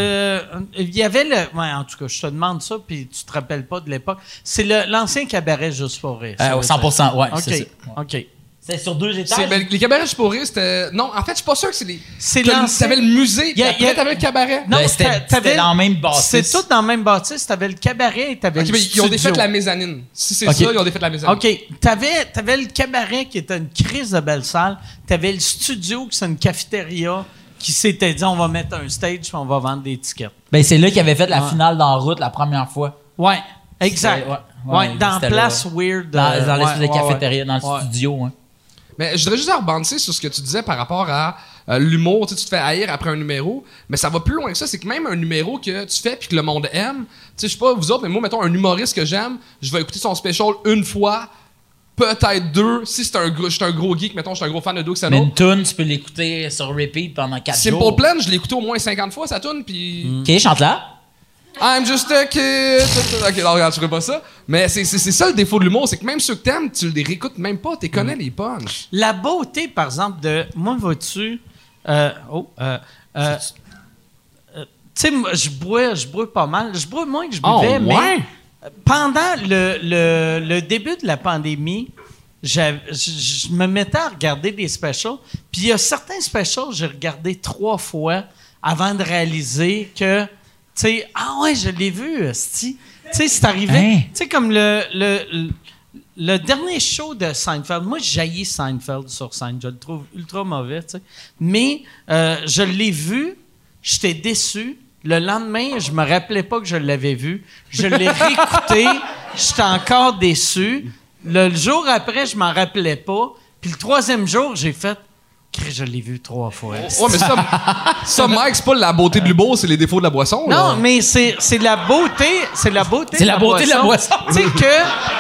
y avait le. Ouais, en tout cas, je te demande ça, puis tu te rappelles pas de l'époque. C'est l'ancien cabaret Juste pour rire. ça veut 100%, ouais, dire. c'est ça. OK. OK. C'est sur 2 étages. Les cabarets Juste pour rire, c'était. Non, en fait, je suis pas sûr que c'est les. C'est T'as- l'ancien- T'avais le musée, puis Y a- après, t'avais le cabaret. Non, Ben, c'était dans la même bâtisse. C'est tout dans la même bâtisse. T'avais le cabaret et t'avais Ok, le mais ils ont studio. défait la mezzanine. Si c'est Ok. ça, ils ont défait la mezzanine. OK. T'avais le cabaret qui était une crise de belle salle. T'avais le studio qui c'est une cafétéria qui s'était dit on va mettre un stage puis on va vendre des tickets. Ben, c'est là qu'il avait fait la finale d'En route la première fois. Ouais, exact. Ouais, dans Place Weird. Dans l'espèce de cafétéria, dans le Ouais. studio. Hein. Mais je voudrais juste rebondir sur ce que tu disais par rapport à l'humour. Tu sais, tu te fais haïr après un numéro, mais ça va plus loin que ça. C'est que même un numéro que tu fais puis que le monde aime, tu sais, je sais pas vous autres, mais moi, mettons, un humoriste que j'aime, je vais écouter son special une fois, peut-être deux, si c'est je suis un gros geek, mettons, je suis un gros fan de Doug Mais Sano. une tune, tu peux l'écouter sur repeat pendant 4 jours. Simple Plan, je l'ai écouté au moins 50 fois, sa tune, puis... OK, chante-la. I'm just a kid. Ok, non, regarde, je ferai pas ça. Mais c'est ça le défaut de l'humour, c'est que même ceux que t'aimes, tu les réécoutes même pas, tu connais les punchs. La beauté, par exemple, de. Moi, vois-tu. Tu sais, moi, je bois pas mal. Je bois moins que je buvais, mais pendant le début de la pandémie, je me mettais à regarder des specials. Puis il y a certains specials que j'ai regardé 3 fois avant de réaliser que, tu sais, ah ouais, je l'ai vu, esti. Tu sais, c'est arrivé. Hein? Tu sais, comme le dernier show de Seinfeld, moi, j'haïs Seinfeld sur scène. Je le trouve ultra mauvais, tu sais. Mais je l'ai vu, j'étais déçu. Le lendemain, je me rappelais pas que je l'avais vu. Je l'ai réécouté, j'étais encore déçu. Le jour après, je m'en rappelais pas. Puis le 3e jour, j'ai fait... Je l'ai vu 3 fois. Ouais, mais ça, Mike, c'est pas la beauté de l'humour, c'est les défauts de la boisson. Non, là. mais c'est la beauté. C'est la beauté. C'est la beauté de la boisson. Tu sais que...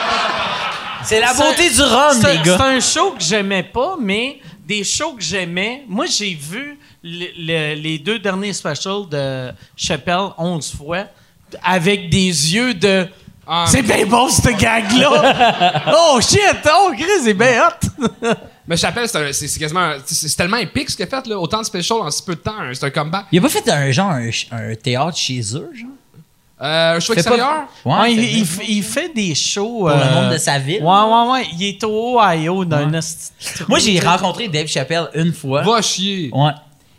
C'est la beauté du rhum, les gars. C'est un show que j'aimais pas, mais des shows que j'aimais. Moi, j'ai vu les 2 derniers specials de Chappelle 11 fois avec des yeux de... c'est bien bon, cette gag-là! Oh, shit! Oh, Chris, c'est bien hot! Mais Chappelle, c'est quasiment... C'est tellement épique ce qu'il a fait, là. Autant de special en si peu de temps. C'est un comeback. Il a pas fait un théâtre chez eux, genre? Un show extérieur? Ouais, c'est il fait des shows... pour le monde de sa ville. Ouais. Il est au Ohio, dans un... Moi, j'ai rencontré Dave Chappelle une fois. Va chier. Ouais.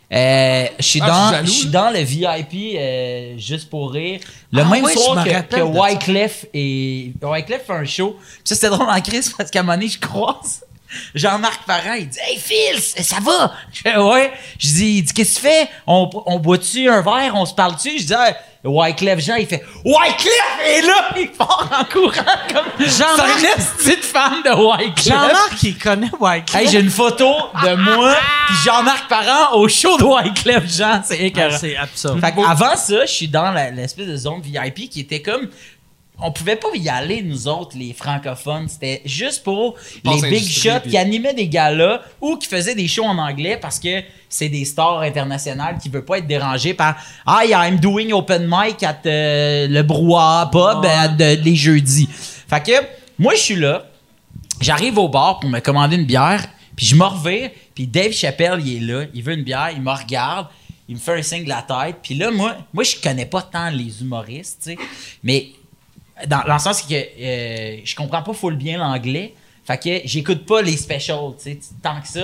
Je suis jaloux, dans le VIP juste pour rire. Le Ah même ouais, soir je me que rappelle de Wyclef fait un show. Puis ça, c'était drôle en crise parce qu'à un moment donné, je croise Jean-Marc Parent, il dit « Hey Phil, ça va? » Je fais « Ouais. » Je dis « Il dit qu'est-ce que tu fais? On boit-tu un verre? On se parle-tu? » Je dis hey, Wyclef Jean, il fait « Wyclef est là! » Il part en courant comme Jean-Marc- c'est un petite fan de Wyclef. Jean-Marc, il connaît Wyclef. Hey, j'ai une photo de moi puis Jean-Marc Parent au show de Wyclef Jean, c'est écœurant. C'est absurde. Fait avant ça, je suis dans l'espèce de zone VIP qui était comme... On pouvait pas y aller, nous autres, les francophones. C'était juste pour les big shots qui animaient des galas ou qui faisaient des shows en anglais parce que c'est des stars internationales qui veulent pas être dérangés par « Hi, I'm doing open mic at le Brouhaha Pub les jeudis. » Fait que moi, je suis là. J'arrive au bar pour me commander une bière puis je me revire puis Dave Chappelle, il est là. Il veut une bière, il me regarde. Il me fait un signe de la tête. Puis là, moi, je connais pas tant les humoristes, tu sais. Mais... Dans le sens que je comprends pas full bien l'anglais. Fait que j'écoute pas les specials, tu sais, tant que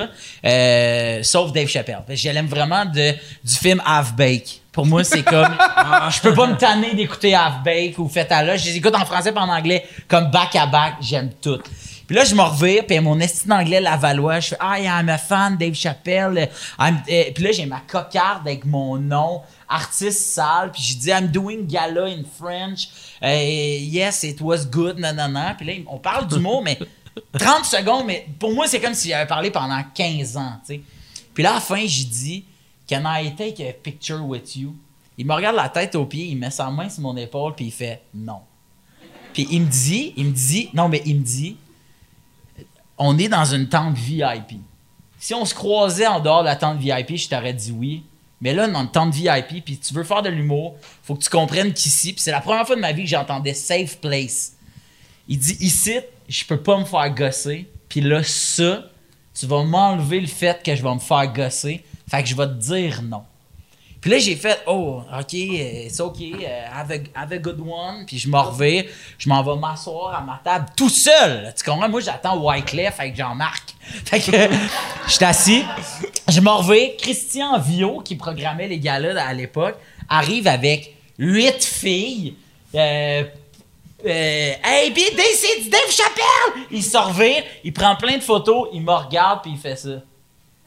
ça. Sauf Dave Chappelle. Je l'aime vraiment du film Half-Baked. Pour moi, c'est comme... je peux pas me tanner d'écouter Half-Baked ou Fête à l'âge. Je les écoute en français et en anglais comme back-à-back. J'aime tout. Puis là, je me revire, puis mon esti d'anglais Lavallois, je fais « Ah, I'm a fan, Dave Chappelle. » Puis là, j'ai ma cocarde avec mon nom, artiste sale, puis j'ai dit « I'm doing gala in French. Yes, it was good, nanana. » Puis là, on parle du mot, mais 30 secondes, mais pour moi, c'est comme s'il avait parlé pendant 15 ans, tu sais. Puis là, à la fin, j'ai dit « Can I take a picture with you? » Il me regarde la tête aux pieds, il met sa main sur mon épaule, puis il fait « Non. » Puis il me dit on est dans une tente VIP. Si on se croisait en dehors de la tente VIP, je t'aurais dit oui. Mais là, dans une tente VIP, puis tu veux faire de l'humour, faut que tu comprennes qu'ici, puis c'est la première fois de ma vie que j'entendais safe place. Il dit ici, je peux pas me faire gosser. Puis là, ça, tu vas m'enlever le fait que je vais me faire gosser. Fait que je vais te dire non. Puis là, j'ai fait, oh, OK, c'est OK, have a good one. Puis je m'en revire, je m'en vais m'asseoir à ma table tout seul. Tu comprends? Moi, j'attends Wyclef avec Jean-Marc. Fait que je suis assis, je m'en revire. Christian Viau, qui programmait les galas à l'époque, arrive avec 8 filles. Hey, puis c'est Dave Chappelle! Il se revire, il prend plein de photos, il me regarde, puis il fait ça.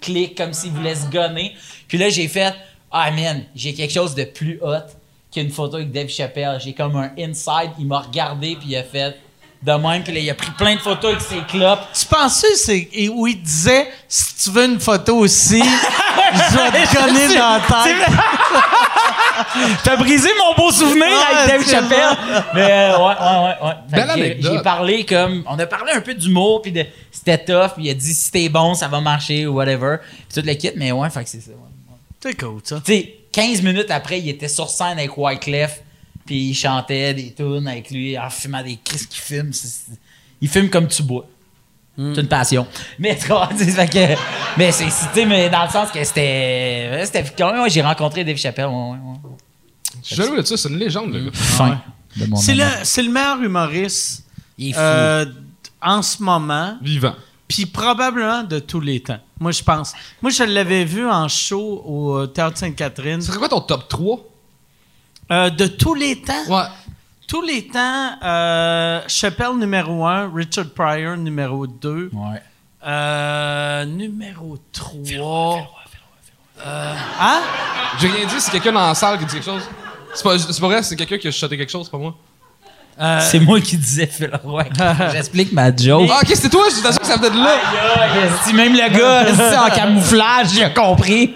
clic comme s'il voulait se gonner. Puis là, j'ai fait « Ah, man, j'ai quelque chose de plus hot qu'une photo avec Dave Chappelle. » J'ai comme un inside, il m'a regardé puis il a fait de même. Puis là, il a pris plein de photos avec ses clopes. Tu pensais où il disait « Si tu veux une photo aussi, je vais te gonner dans la tête. » T'as brisé mon beau souvenir avec Dave Chappelle. Mais ouais. Belle anecdote. J'ai parlé comme... On a parlé un peu d'humour, puis c'était tough, puis il a dit si t'es bon, ça va marcher, ou whatever. Puis tout le kit, mais ouais, fait que c'est ça. C'est cool, ça. Tu sais, 15 minutes après, il était sur scène avec Wyclef, puis il chantait des tunes avec lui, en fumant des crises qu'il fume. Il fume comme tu bois. C'est une passion. Mais tu vois, fait que... Mais mais dans le sens que c'était quand même, j'ai rencontré Dave Chappelle. Je suis jaloux de ça, c'est une légende, le gars. Fin. de mon amour. C'est le meilleur humoriste Il est fou. en ce moment, Vivant. puis probablement de tous les temps. Moi, je pense. Moi, je l'avais vu en show au Théâtre Sainte-Catherine. C'est quoi ton top 3? De tous les temps? Ouais. Tous les temps, Chappelle numéro 1, Richard Pryor numéro 2, Ouais. numéro 3. Hein? J'ai rien dit, c'est quelqu'un dans la salle qui dit quelque chose. C'est pas vrai, c'est quelqu'un qui a chuchoté quelque chose, c'est pas moi. C'est moi qui disais Phil Roy. J'explique ma joke. Ah, ok, c'était toi, j'étais sûr que ça venait de là. Si même le gars, en camouflage, j'ai compris.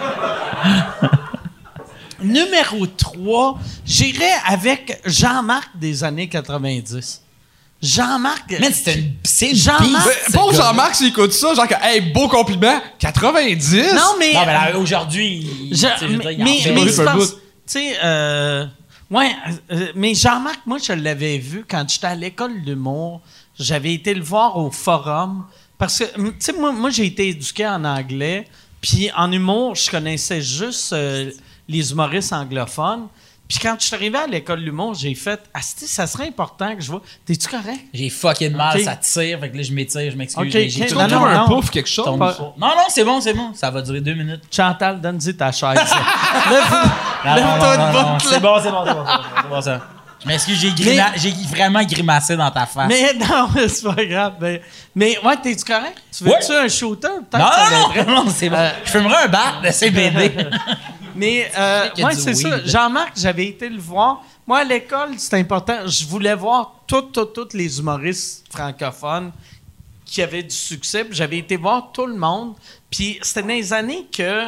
Numéro 3, j'irais avec Jean-Marc des années 90. Jean-Marc... Man, c'est une Jean-Marc- piste, ce Pauvre gars-là. Jean-Marc, s'il écoute ça, genre, hey, beau compliment, 90? Non, mais... Non, mais là, aujourd'hui, tu sais, je veux dire, il en fait mais pas. c'est Un parce- bout. tu sais, mais Jean-Marc, moi, je l'avais vu quand j'étais à l'école d'humour. J'avais été le voir au forum. Parce que, tu sais, moi, j'ai été éduqué en anglais. Puis en humour, je connaissais juste les humoristes anglophones. Puis quand je suis arrivé à l'école d'humour, j'ai fait « Asti, ça serait important que je vois... T'es-tu correct? J'ai fucking mal, Ok. ça tire, fait que là, je m'étire, je m'excuse. Ok, mais j'ai ok. tout Non, Tu trouves un non. pouf, quelque chose? tombé pas- sur- Non, c'est bon. Ça va durer 2 minutes. Chantal, donne-y ta chaise. Non, Lève-toi de non, bout, c'est bon, c'est bon, ça. Je m'excuse, j'ai vraiment grimacé dans ta face. Mais non, mais c'est pas grave. Mais ouais, t'es-tu correct? Tu veux-tu un shooter? Peut-être que ça l'aiderait. non, c'est bon. Je fumerais un bat de CBD. Mais qu'il y a ouais, du c'est ça. weed. Jean-Marc, j'avais été le voir. Moi, à l'école, c'était important. Je voulais voir tous les humoristes francophones qui avaient du succès. Puis j'avais été voir tout le monde. Puis c'était dans les années que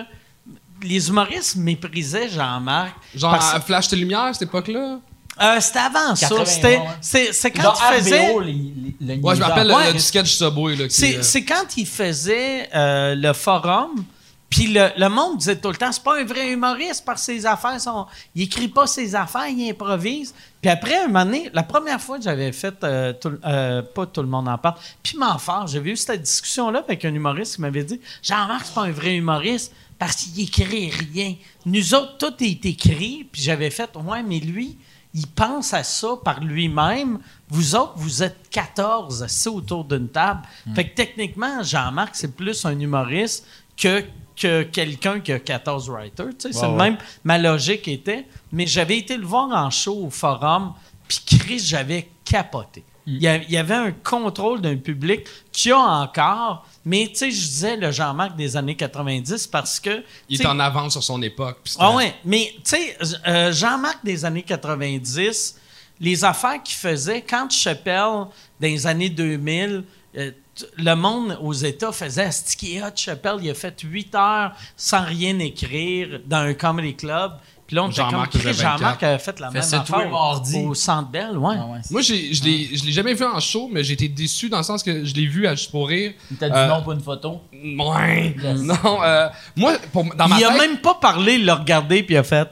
les humoristes méprisaient Jean-Marc. Genre, parce- Flash tes lumières, à cette époque-là? c'était avant ça. 80, C'était, ouais. c'est quand Genre il faisait... RBO, le Ouais, je me rappelle Ouais. le sketch Subway, là. C'est quand il faisait le forum, puis le monde disait tout le temps, c'est pas un vrai humoriste parce que ses affaires sont... Il écrit pas ses affaires, il improvise. Puis après, un moment donné, la première fois que j'avais fait, pas tout le monde en parle, puis Manfort, j'avais eu cette discussion-là avec un humoriste qui m'avait dit, Jean-Marc, c'est pas un vrai humoriste parce qu'il écrit rien. Nous autres, tout est écrit, puis j'avais fait, ouais, mais lui... Il pense à ça par lui-même. Vous autres, vous êtes 14 assis autour d'une table. Fait que techniquement, Jean-Marc, c'est plus un humoriste que quelqu'un qui a 14 writers. Tu sais, c'est le même. Ma logique était. Mais j'avais été le voir en show au forum, puis Chris, j'avais capoté. Il y avait un contrôle d'un public qu'il y a encore. Mais tu sais, je disais le Jean-Marc des années 90 parce que... Il tu est sais, en avance sur son époque. puis c'était- ah ouais, mais tu sais, Jean-Marc des années 90, les affaires qu'il faisait, quand Chappelle, dans les années 2000, le monde aux États faisait « Asti qui est hot, Chappelle, il a fait 8 heures sans rien écrire dans un comedy club. » Puis là, on était comme Jean-Marc Chris, faisait 24. Jean-Marc avait fait la Fait même ça tous les affaire mardis. au Centre Bell, ouais. Ah ouais. Moi, je l'ai jamais vu en show, mais j'ai été déçu dans le sens que je l'ai vu à Juste pour rire. T'as dit non pour une photo. Ouais. Yes. Non, moi, dans ma Il a tête... même pas parlé, il l'a regardé, puis il a fait...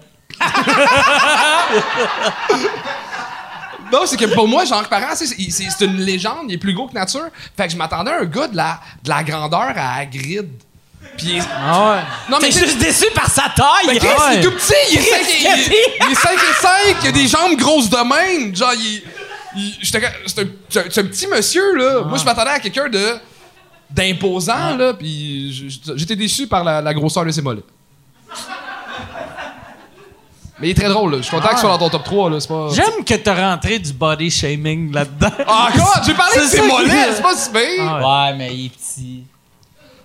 Non, c'est que pour moi, Jean-Marc Parent, c'est une légende, il est plus gros que nature. Fait que je m'attendais à un gars de la grandeur à Hagrid. Puis... Ah ouais. Non, mais T'es juste déçu par sa taille! Mais Chris, Ouais. il est tout petit, il est 5 et 5, il a des jambes grosses de même. Genre, c'est un petit monsieur, là. Moi, je m'attendais à quelqu'un d'imposant, là, puis j'étais déçu par la grosseur de ses mollets. Mais il est très drôle, là. Je suis content qu'il soit dans ton top 3, là. C'est pas... J'aime que t'as rentré du body shaming là-dedans. Ah, comment? J'ai parlé de C'est ses ça qui- mollets, c'est pas si bien. Ah Ouais, mais il est petit.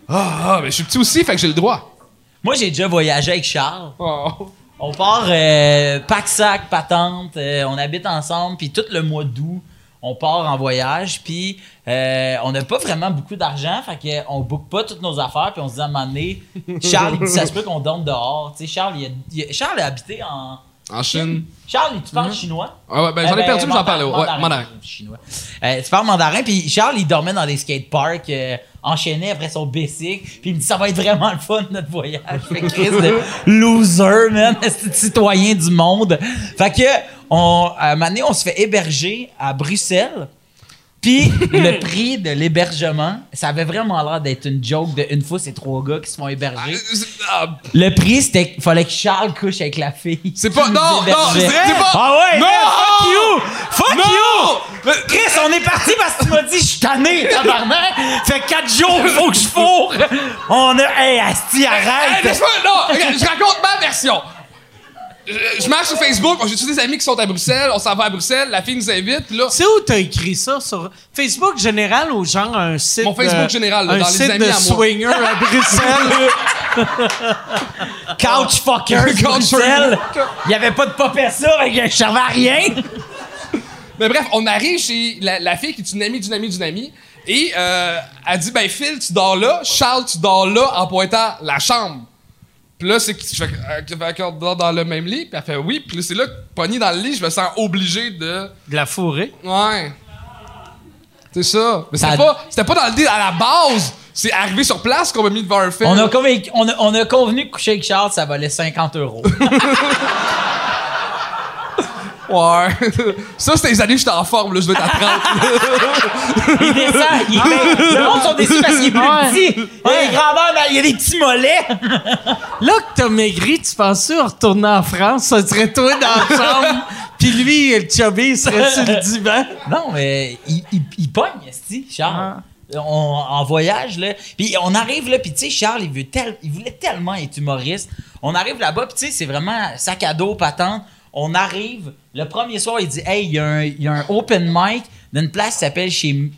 Mais je suis petit aussi, fait que j'ai le droit. Moi, j'ai déjà voyagé avec Charles. Oh. On part pack-sac, patente, on habite ensemble, puis tout le mois d'août, on part en voyage, puis on n'a pas vraiment beaucoup d'argent, fait qu'on book pas toutes nos affaires, puis on se dit à un moment donné, Charles, il dit, ça se peut qu'on dorme dehors. Tu sais, Charles a habité En Chine. Charles, tu parles chinois? Ah ouais, j'en ai perdu, mais j'en parlais. Ouais, mandarin. Chinois. Tu parles mandarin, puis Charles, il dormait dans des skateparks, enchaîné après son bicycle, puis il me dit, ça va être vraiment le fun, notre voyage. Fait que Chris de loser, man, c'est citoyen du monde. Fait que, à un moment donné, on se fait héberger à Bruxelles. Puis le prix de l'hébergement, ça avait vraiment l'air d'être une joke de une fois, c'est 3 gars qui se font héberger. Le prix, c'était qu'il fallait que Charles couche avec la fille. C'est pas. Non, c'est pas. Ah ouais! Non! Fuck you! Fuck Non! you! Chris, on est parti parce que tu m'as dit, je suis tanné, tabarnak! Fait 4 jours, il faut que je fourre! Hey, Asti, arrête! Non, regarde, je raconte ma version. Je marche sur Facebook, j'ai tous des amis qui sont à Bruxelles, on s'en va à Bruxelles, la fille nous invite, puis là... C'est où t'as écrit ça? Sur Facebook général ou genre un site... Mon Facebook général, là, un dans les site amis de à moi. swinger à Bruxelles. Couch fucker, Bruxelles! Il y avait pas de popet ça, fait que je servais à rien! Mais bref, on arrive chez la fille qui est une amie d'une amie d'une amie, et elle dit, ben Phil, tu dors là, Charles, tu dors là, en pointant la chambre. Puis là, c'est que je fais qu'on dort dans le même lit, puis elle fait oui, puis là, c'est là que, pogné dans le lit, je me sens obligé de... De la fourrer. Ouais. C'est ça. Mais c'était pas dans le lit à la base. C'est arrivé sur place qu'on m'a mis devant un film. On a convenu de coucher avec Charles, ça valait 50 €. Ouais. Ça, c'était les années où j'étais en forme, là. Je dois être à 30. Il descend, le monde sont déçus parce qu'il est plus petit. Il est grandeur, mais il y a des petits mollets. Là que t'as maigri, tu penses à retourner en France, ça serait toi dans la chambre, puis lui, le chubby, il serait sur le divan. Non, mais il pogne, esti, Charles. En voyage, là. Puis on arrive, là, puis tu sais, Charles, il voulait tellement être humoriste. On arrive là-bas, puis tu sais, c'est vraiment sac à dos, patente. On arrive, le premier soir, il dit « Hey, il y a un open mic d'une place qui s'appelle chez...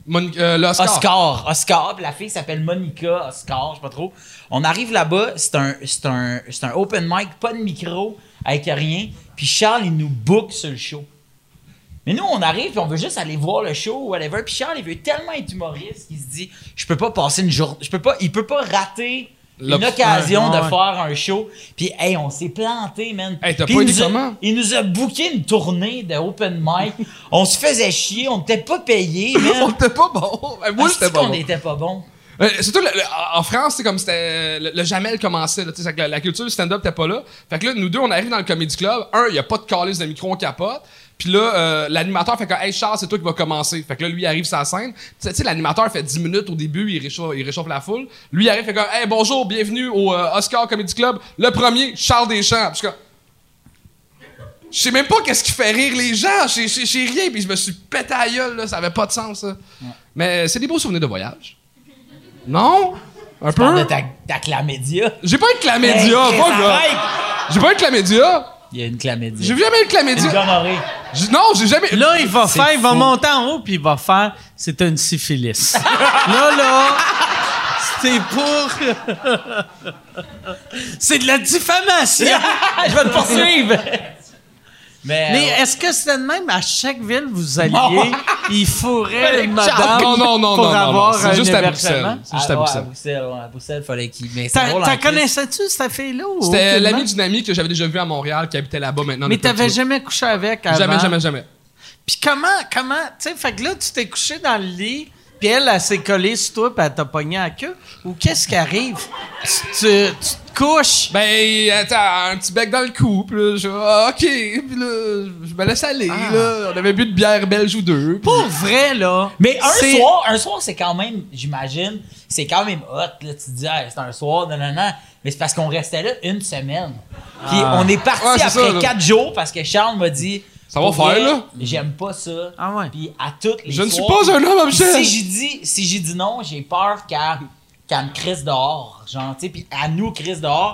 Oscar. Puis la fille s'appelle Monica Oscar, je sais pas trop. On arrive là-bas, c'est un open mic, pas de micro, avec rien. Puis Charles, il nous book sur le show. Mais nous, on arrive, puis on veut juste aller voir le show ou whatever. Puis Charles, il veut tellement être humoriste qu'il se dit « Je peux pas passer une journée... Il peut pas rater... » Une occasion de faire un show. Puis, hey, on s'est planté, man. Hey, t'as puis pas dit comment? Il nous a booké une tournée de open mic. On se faisait chier, on n'était pas payés, man. On était pas bon. Moi, j'étais pas bon. bon. On n'était pas bon. Surtout, en France, c'est comme c'était... Le Jamel commençait, là, la culture du stand-up n'était pas là. Fait que là, nous deux, on arrive dans le Comedy Club. Il n'y a pas de calice de micro, on capote. Puis là, l'animateur fait que « Hey, Charles, c'est toi qui vas commencer. » Fait que là, lui, il arrive sur la scène. Tu sais, l'animateur fait 10 minutes au début, il réchauffe la foule. Lui, il arrive, fait comme « Hey, bonjour, bienvenue au Oscar Comedy Club. Le premier, Charles Deschamps. » Puis je sais même pas qu'est-ce qui fait rire les gens. Je sais rien, puis je me suis pété à la gueule, là. Ça avait pas de sens, ça. Ouais. Mais c'est des beaux souvenirs de voyage. Non? Un peu? Tu parles de ta chlamydia. J'ai pas une chlamydia, pas gars. J'ai pas une chlamydia. Il y a une chlamydia. J'ai jamais eu une chlamydia. Une gonorrhée. Non, j'ai jamais... Là, il va monter en haut, puis il va faire « C'est une syphilis. » Là, c'est pour... C'est de la diffamation. Je vais te poursuivre. Mais est-ce que c'était de même à chaque ville vous alliez, il fourrait une madame pour avoir c'est un juste à hébergement? Bruxelles. C'est juste à Bruxelles. À Bruxelles, fallait qu'il... Mais t'as connaissais-tu cette fille-là? C'était l'ami d'une amie que j'avais déjà vue à Montréal qui habitait là-bas maintenant. Mais t'avais jamais couché avec avant? Jamais. Puis comment, tu sais, fait que là, tu t'es couché dans le lit, puis elle s'est collée sur toi, puis elle t'a pogné à la queue? Ou qu'est-ce qui arrive? Tu te couches? Ben, attends, un petit bec dans le cou, puis là, OK, puis là, je me laisse aller, là. On avait bu de bière belge ou deux. Pour vrai, là. Mais un soir, c'est quand même, j'imagine, c'est quand même hot, là. Tu te dis, c'est un soir, non. Mais c'est parce qu'on restait là une semaine. Puis on est parti après 4 jours parce que Charles m'a dit... Ça va faire, là? J'aime pas ça. Ah ouais. Puis à toutes les Je ne soirs, suis pas un homme objet. Si j'ai dit non, j'ai peur qu'elle me crisse dehors. Genre, tu sais, puis à nous, crisse dehors,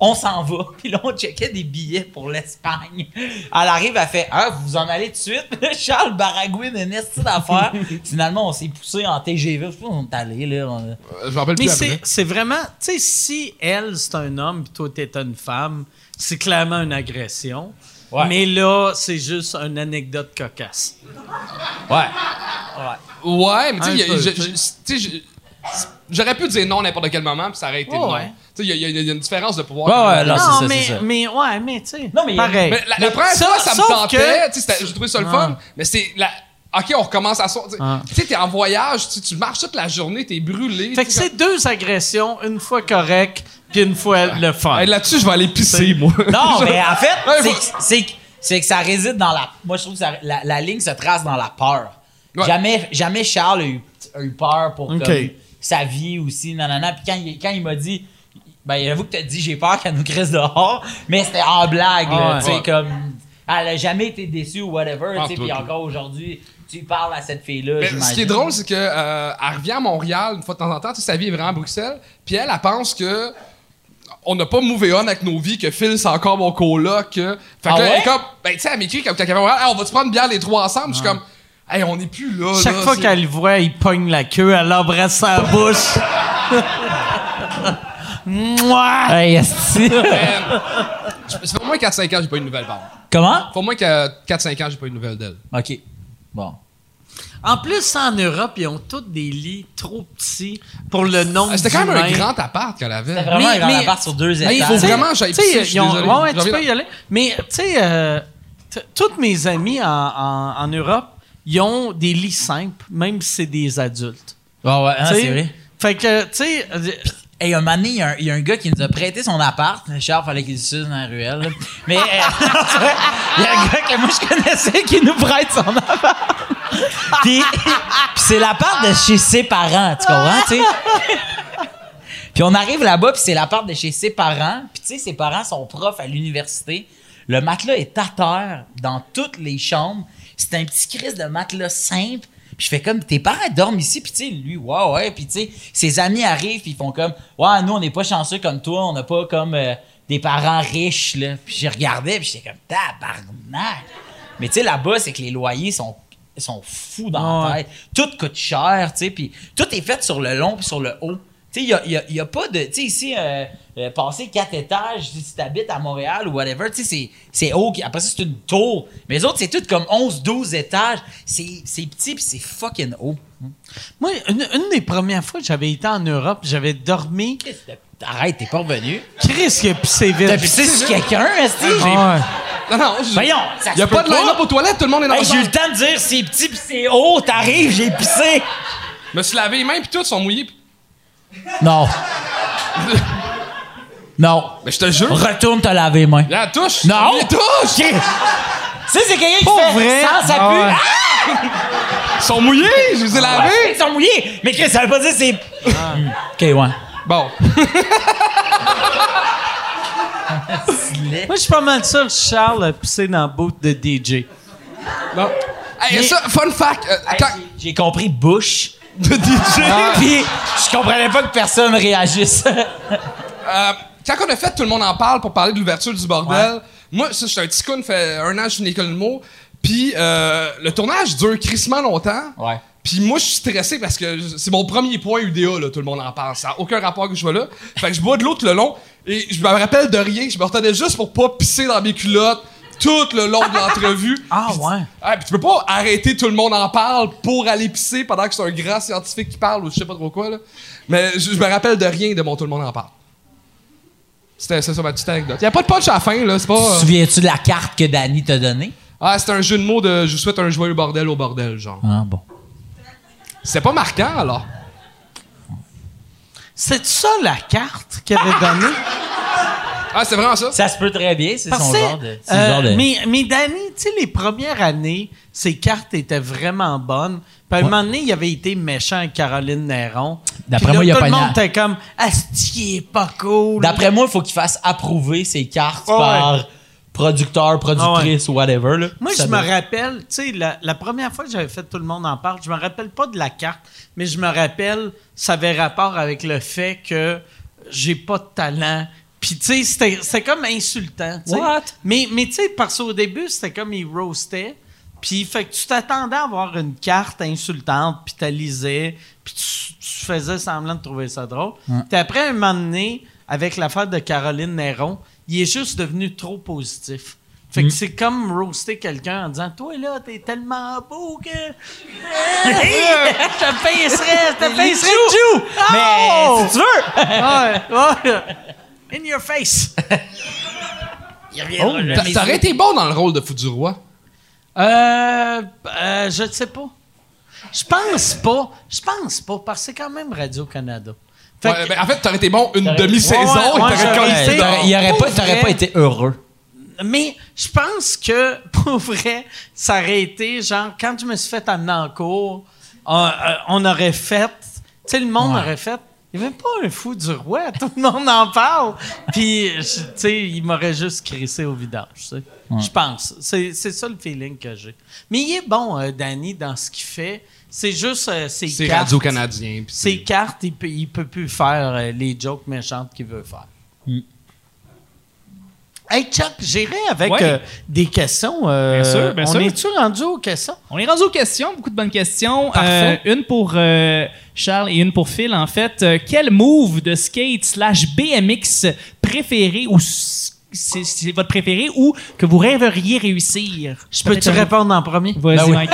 On s'en va. Puis là, on checkait des billets pour l'Espagne. Elle arrive, elle fait « Ah, vous en allez tout de suite? » Charles baragouine une esti d'affaires. Finalement, on s'est poussé en TGV. Je sais pas où on est allé, là. Je me rappelle plus Mais après. c'est vraiment... Tu sais, si elle, c'est un homme, puis toi, t'es une femme, c'est clairement une agression. Ouais. Mais là, c'est juste une anecdote cocasse. Ouais. Ouais, mais tu Un peu, sais, j'aurais pu dire non à n'importe quel moment, puis ça aurait été non. Ouais. Tu sais, il y a une différence de pouvoir. Ouais, là, Non, c'est ça. mais tu sais, Non, mais pareil. Mais la première fois, ça me sauf tentait. que- Tu sais, j'ai trouvé ça le fun. Mais c'est OK, on recommence à soir. Tu sais, t'es en voyage, tu marches toute la journée, t'es brûlé. Fait que c'est 2 agressions, une fois correct, puis une fois le fun. Hey, là-dessus, je vais aller pisser, moi. Non, mais en fait, Ouais, c'est que ça réside dans la... Moi, je trouve que la ligne se trace dans la peur. Ouais. Jamais Charles a eu peur pour Ok. comme, sa vie aussi, nanana. Puis quand il m'a dit... Ben, j'avoue que t'as dit « J'ai peur qu'elle nous crisse dehors », mais c'était en blague, là, Ouais. tu sais, Ouais. comme... Elle a jamais été déçue ou whatever, Ah, tu sais, tout, puis tout. encore aujourd'hui, tu parles à cette fille-là, Mais j'imagine. ce qui est drôle, c'est que elle revient à Montréal une fois de temps en temps. Tu sais, sa vie est vraiment à Bruxelles. Puis elle pense que on n'a pas move on avec nos vies, que Phil, c'est encore mon coloc. Fait que Ah là, elle ouais? est comme, ben, tu sais, elle m'écrit quand elle vient à Montréal, Hey, on va-tu prendre une bière les trois ensemble? Je suis comme, hey, on n'est plus là. Chaque là, fois c'est- qu'elle le voit, il pogne la queue, elle l'embrasse sa bouche. Mouah! Hey, esti. Ça fait au moins 4-5 ans que j'ai pas eu de nouvelles, par contre. Comment? Ça fait au moins 4-5 ans que j'ai pas eu de nouvelles d'elle. OK. Bon. En plus, en Europe, ils ont tous des lits trop petits pour le nombre C'était quand même un d'humains. grand appart qu'elle avait. C'est vraiment un grand mais- appart sur 2 Mais il étages. faut T'sais, vraiment que j'aille t'sais, pisser, je suis ils ont- désolé. ouais, Je tu reviens peux y aller. Mais, tu sais, tous mes amis en Europe, ils ont des lits simples, même si c'est des adultes. Ouais, ouais, T'sais, c'est vrai. Fait que, tu sais, Hey, un moment donné, il y a un gars qui nous a prêté son appart. Charles, fallait qu'il suce dans la ruelle. Là. Mais il y a un gars que moi, je connaissais qui nous prête son appart. Puis c'est l'appart de chez ses parents, tu comprends, tu sais? Puis on arrive là-bas, puis c'est l'appart de chez ses parents. Puis tu sais, ses parents sont profs à l'université. Le matelas est à terre dans toutes les chambres. C'est un petit crise de matelas simple. Puis je fais comme, tes parents dorment ici, puis tu sais, lui, ouais, puis tu sais, ses amis arrivent, puis ils font comme, ouais, nous, on n'est pas chanceux comme toi, on n'a pas comme des parents riches, là. Puis je regardais, puis j'étais comme, tabarnak. Mais tu sais, là-bas, c'est que les loyers sont fous dans la tête. Tout coûte cher, tu sais, puis tout est fait sur le long puis sur le haut. Tu sais, il y a pas de... Tu sais, ici, passer 4 étages, si tu habites à Montréal ou whatever, tu sais, c'est haut. Après ça, c'est une tour. Mais les autres, c'est tout comme 11-12 étages. C'est petit puis c'est fucking haut. moi, une des premières fois que j'avais été en Europe, j'avais dormi. Chris, arrête, t'es pas revenu. Chris, il a pissé vite. T'as pissé sur quelqu'un, est-ce Ah ouais. Non, Voyons, ça il y a se pas peut de line-up aux toilettes, tout le monde est dans Hey, le j'ai eu centre. le temps de dire c'est petit puis c'est haut. T'arrives, j'ai pissé. Je me suis lavé les mains, puis toutes sont mouillées. Non. Non. Mais je te jure. Retourne te laver les mains. Là, touche. Non! Il touche! Tu sais, c'est quelqu'un qui Pas fait vrai? sans ça Ah pue. ouais. Ah! Ils sont mouillés, je les ai lavés. Ils sont mouillés. Mais Chris, ça veut pas dire c'est... OK, ouais. Bon. Moi, je suis pas mal sûr que Charles a pissé dans le boot de DJ. Bon. Hey, ça, fun fact. Quand... J'ai compris Bush. De DJ. Puis je comprenais pas que personne réagisse. Quand on a fait Tout le monde en parle pour parler de l'ouverture du bordel, moi, ça, j'étais un petit con, fait 1 an, je suis une école de mots. Puis le tournage dure crissement longtemps. Ouais. Puis moi, je suis stressé parce que c'est mon premier point UDA, là, tout le monde en parle. Ça n'a aucun rapport que je vois là. Fait que je bois de l'eau tout le long et je me rappelle de rien. Je me retenais juste pour pas pisser dans mes culottes tout le long de l'entrevue. Ah, Puis- ouais. Ah, puis tu peux pas arrêter Tout le monde en parle pour aller pisser pendant que c'est un grand scientifique qui parle ou je sais pas trop quoi, là. Mais je me rappelle de rien de mon Tout le monde en parle. C'était ça ma petite anecdote. Y a pas de punch à la fin, là. C'est Te pas. souviens-tu de la carte que Danny t'a donnée? Ah, c'était un jeu de mots de je vous souhaite un joyeux bordel au bordel, genre. Ah, bon. C'est pas marquant, alors. C'est ça la carte qu'il avait donnée? Ah, c'est vraiment ça? Ça se peut très bien, c'est Parce son que, genre de... c'est le genre de... mais Danny, tu sais, les premières années, ses cartes étaient vraiment bonnes. Puis à un moment donné, il avait été méchant avec Caroline Néron. D'après Puis là, moi, il a tout le pogné- monde était comme « Asti, il est pas cool! » D'après moi, il faut qu'il fasse approuver ses cartes Ouais. par producteur, productrice ou whatever. Là. Moi, Ça je doit- me rappelle, tu sais, la première fois que j'avais fait Tout le monde en parle, je me rappelle pas de la carte, mais je me rappelle, ça avait rapport avec le fait que j'ai pas de talent, Puis, tu sais, c'était comme insultant. T'sais. What? Mais tu sais, parce qu'au début, c'était comme il roastait. Puis, fait que tu t'attendais à avoir une carte insultante, puis tu lisais, puis tu faisais semblant de trouver ça drôle. Puis après, un moment donné, avec l'affaire de Caroline Néron, il est juste devenu trop positif. Fait que c'est comme roaster quelqu'un en disant « Toi, là, t'es tellement beau que... je te pincerais le joue! Mais si tu veux! Ouais. In your face! » T'aurais été bon dans le rôle de Fou du Roi. Je ne sais pas. Je pense pas, parce que c'est quand même Radio-Canada. Ouais, ben, en fait, t'aurais été bon une demi-saison Ouais, et t'aurais collé. T'aurais pas été heureux. Mais je pense que, pour vrai, ça aurait été, genre, quand je me suis fait amener en cours, on aurait fait, tu sais, le monde aurait fait, il n'y avait pas un Fou du Roi, tout le monde en parle. Puis, tu sais, il m'aurait juste crissé au vidage, tu sais. Je pense. C'est ça le feeling que j'ai. Mais il est bon, Danny, dans ce qu'il fait. C'est juste ses C'est cartes. Radio-Canadien. puis Ses cartes, il peut plus faire les jokes méchantes qu'il veut faire. Hey Chuck, j'irai avec des questions. Bien sûr. On est-tu rendu aux questions? On est rendu aux questions, beaucoup de bonnes questions. Parfait. Une pour Charles et une pour Phil, en fait. Quel move de skate / BMX préféré ou c'est votre préféré ou que vous rêveriez réussir? Je peux-tu répondre en premier? Vas-y, Ben oui. Mike.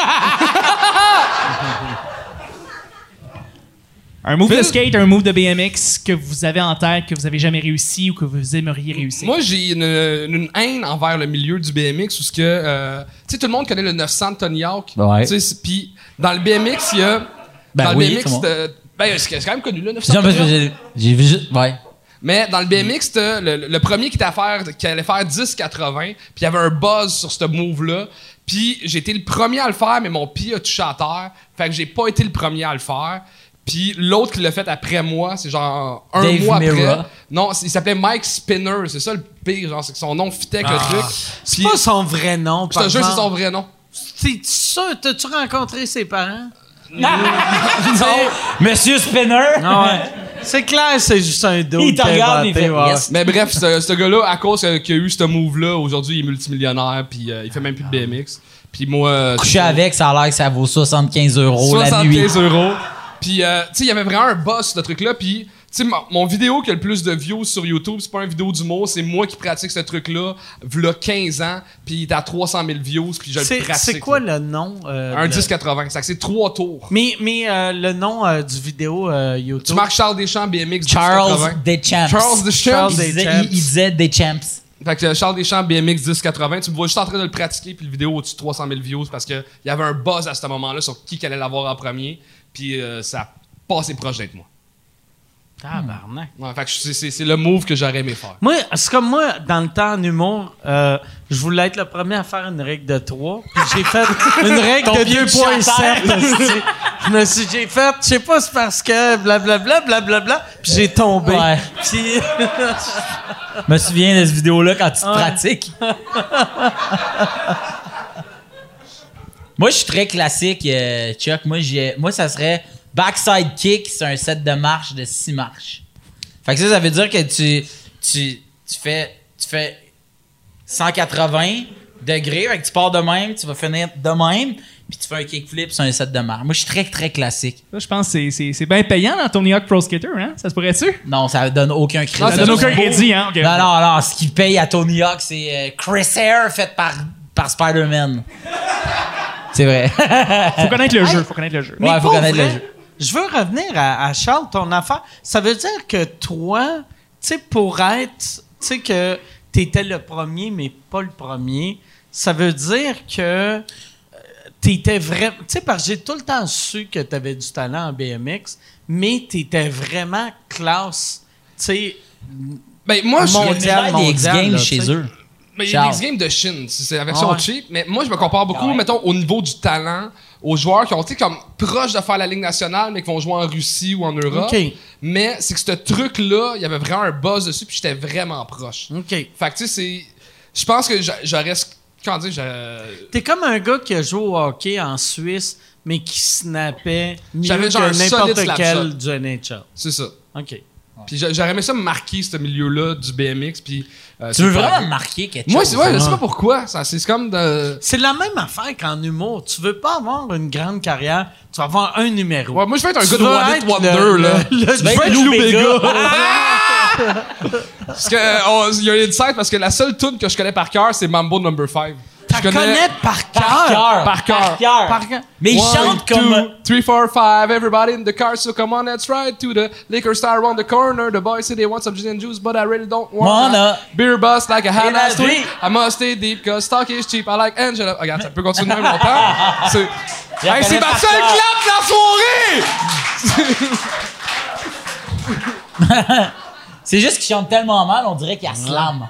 Un move de skate, un move de BMX que vous avez en tête, que vous avez jamais réussi ou que vous aimeriez réussir? Moi, j'ai une haine envers le milieu du BMX où ce que, tu sais, tout le monde connaît le 900 de Tony Hawk. Ouais. Puis dans le BMX, il y a... Ben dans oui, le tout le BMX, c'est quand même connu, là, 900 Tony Hawk. J'ai vu juste. Ouais. Mais dans le BMX, t'as le premier qui allait faire 10,80, puis il y avait un buzz sur ce move-là. Puis j'ai été le premier à le faire, mais mon pied a touché à terre. Fait que j'ai pas été le premier à le faire. Puis l'autre qui l'a fait après moi, c'est genre un Dave mois Mirra. après. Non, il s'appelait Mike Spinner. C'est ça le pire, genre, c'est que son nom fitait avec le truc. C'est pas son vrai nom, Je te jure, c'est son vrai nom. C'est sûr, t'as-tu rencontré ses parents? Non. Monsieur Spinner. Ouais. C'est clair, c'est juste un dos. Il te regarde et il fait yes. Mais bref, ce gars-là, à cause qu'il a eu ce move-là, aujourd'hui, il est multimillionnaire, puis il fait même plus de BMX. Puis moi... Coucher avec, ça a l'air que ça vaut 75 € la nuit. 75 €. Puis, tu sais, il y avait vraiment un boss sur ce truc-là. Puis, tu sais, mon vidéo qui a le plus de views sur YouTube, c'est pas une vidéo d'humour, c'est moi qui pratique ce truc-là, v'là 15 ans, puis il est à 300 000 views, puis je le pratique. C'est quoi là. le nom? Un 10,80. C'est 3 tours. Mais le nom du vidéo YouTube. Tu marques Charles Deschamps, BMX 10,80. Charles Deschamps. Charles Deschamps. Charles Il Deschamps. disait Deschamps. Fait que Charles Deschamps, BMX 10,80. Tu me vois juste en train de le pratiquer, puis le vidéo au-dessus de 300 000 views, parce qu'il y avait un buzz à ce moment-là sur qui allait l'avoir en premier, puis ça a passé proche d'être moi. Tabarnak. Ouais, fait que c'est le move que j'aurais aimé faire. Moi, c'est comme moi, dans le temps en humour, je voulais être le premier à faire une règle de 3. Puis j'ai fait une règle de 2,7. J'ai fait, je sais pas, c'est parce que blablabla, blablabla. Puis j'ai tombé. Ouais. Puis Je me souviens de cette vidéo-là quand tu te pratiques. Moi, je suis très classique, Chuck. Moi, ça serait backside kick, c'est un set de marche de 6 marches. Fait que ça veut dire que tu fais 180 degrés, fait que tu pars de même, tu vas finir de même, puis tu fais un kickflip sur un set de marche. Moi, je suis très, très classique. Ça, je pense que c'est bien payant dans Tony Hawk Pro Skater, hein? Ça se pourrait-tu? Non, ça donne aucun crédit. Ça donne aucun crédit, hein? Okay. Non. Ce qui paye à Tony Hawk, c'est Chris Air fait par Spider-Man. C'est vrai. Faut connaître le jeu. Mais Ouais, faut pour connaître vrai, le jeu. Je veux revenir à Charles, ton affaire. Ça veut dire que toi, tu sais, pour être, tu sais, que t'étais le premier, mais pas le premier, ça veut dire que t'étais vraiment. Tu sais, parce que j'ai tout le temps su que t'avais du talent en BMX, mais t'étais vraiment classe, tu sais. Ben, moi, Il y a des X-Games là, chez tu sais. eux. Mais il y a Charles. des X-Games de Chine, c'est la version Ah ouais. cheap. Mais moi, je me compare beaucoup, mettons, au niveau du talent, aux joueurs qui ont été comme proches de faire la Ligue nationale, mais qui vont jouer en Russie ou en Europe. OK. Mais c'est que ce truc-là, il y avait vraiment un buzz dessus, puis j'étais vraiment proche. OK. Fait que, tu sais, c'est. Je pense que j'aurais. Comment dire, T'es comme un gars qui a joué au hockey en Suisse, mais qui snappait mieux J'avais genre que un solide n'importe slap quel shot. du NHL. C'est ça. OK. Puis j'aurais aimé ça me marquer, ce milieu-là du BMX. Puis, Tu veux vraiment me marquer quelque Moi, chose? je sais pas pourquoi. C'est comme de... C'est la même affaire qu'en humour. Tu veux pas avoir une grande carrière, tu vas avoir un numéro. Ouais, moi, je veux être un Tu gars de veux One être Hit Wonder, là. Tu veux être Lou Béga. Parce que, il y a un insight, parce que la seule tune que je connais par cœur, c'est Mambo No. 5. Tu connais par cœur. Par cœur. Par cœur. Mais il chante comme... 2, 3, 4, 5, everybody in the car, so come on, let's ride to the liquor store around the corner. The boys say they want some gin and juice, but I really don't want that. Beer bust like I had last week. I must stay deep, cause stock is cheap. I like Angela. Regarde, ça peut continuer même longtemps. Hey, c'est ma seule clap de la soirée! C'est juste qu'il chante tellement mal, on dirait qu'il y a slam.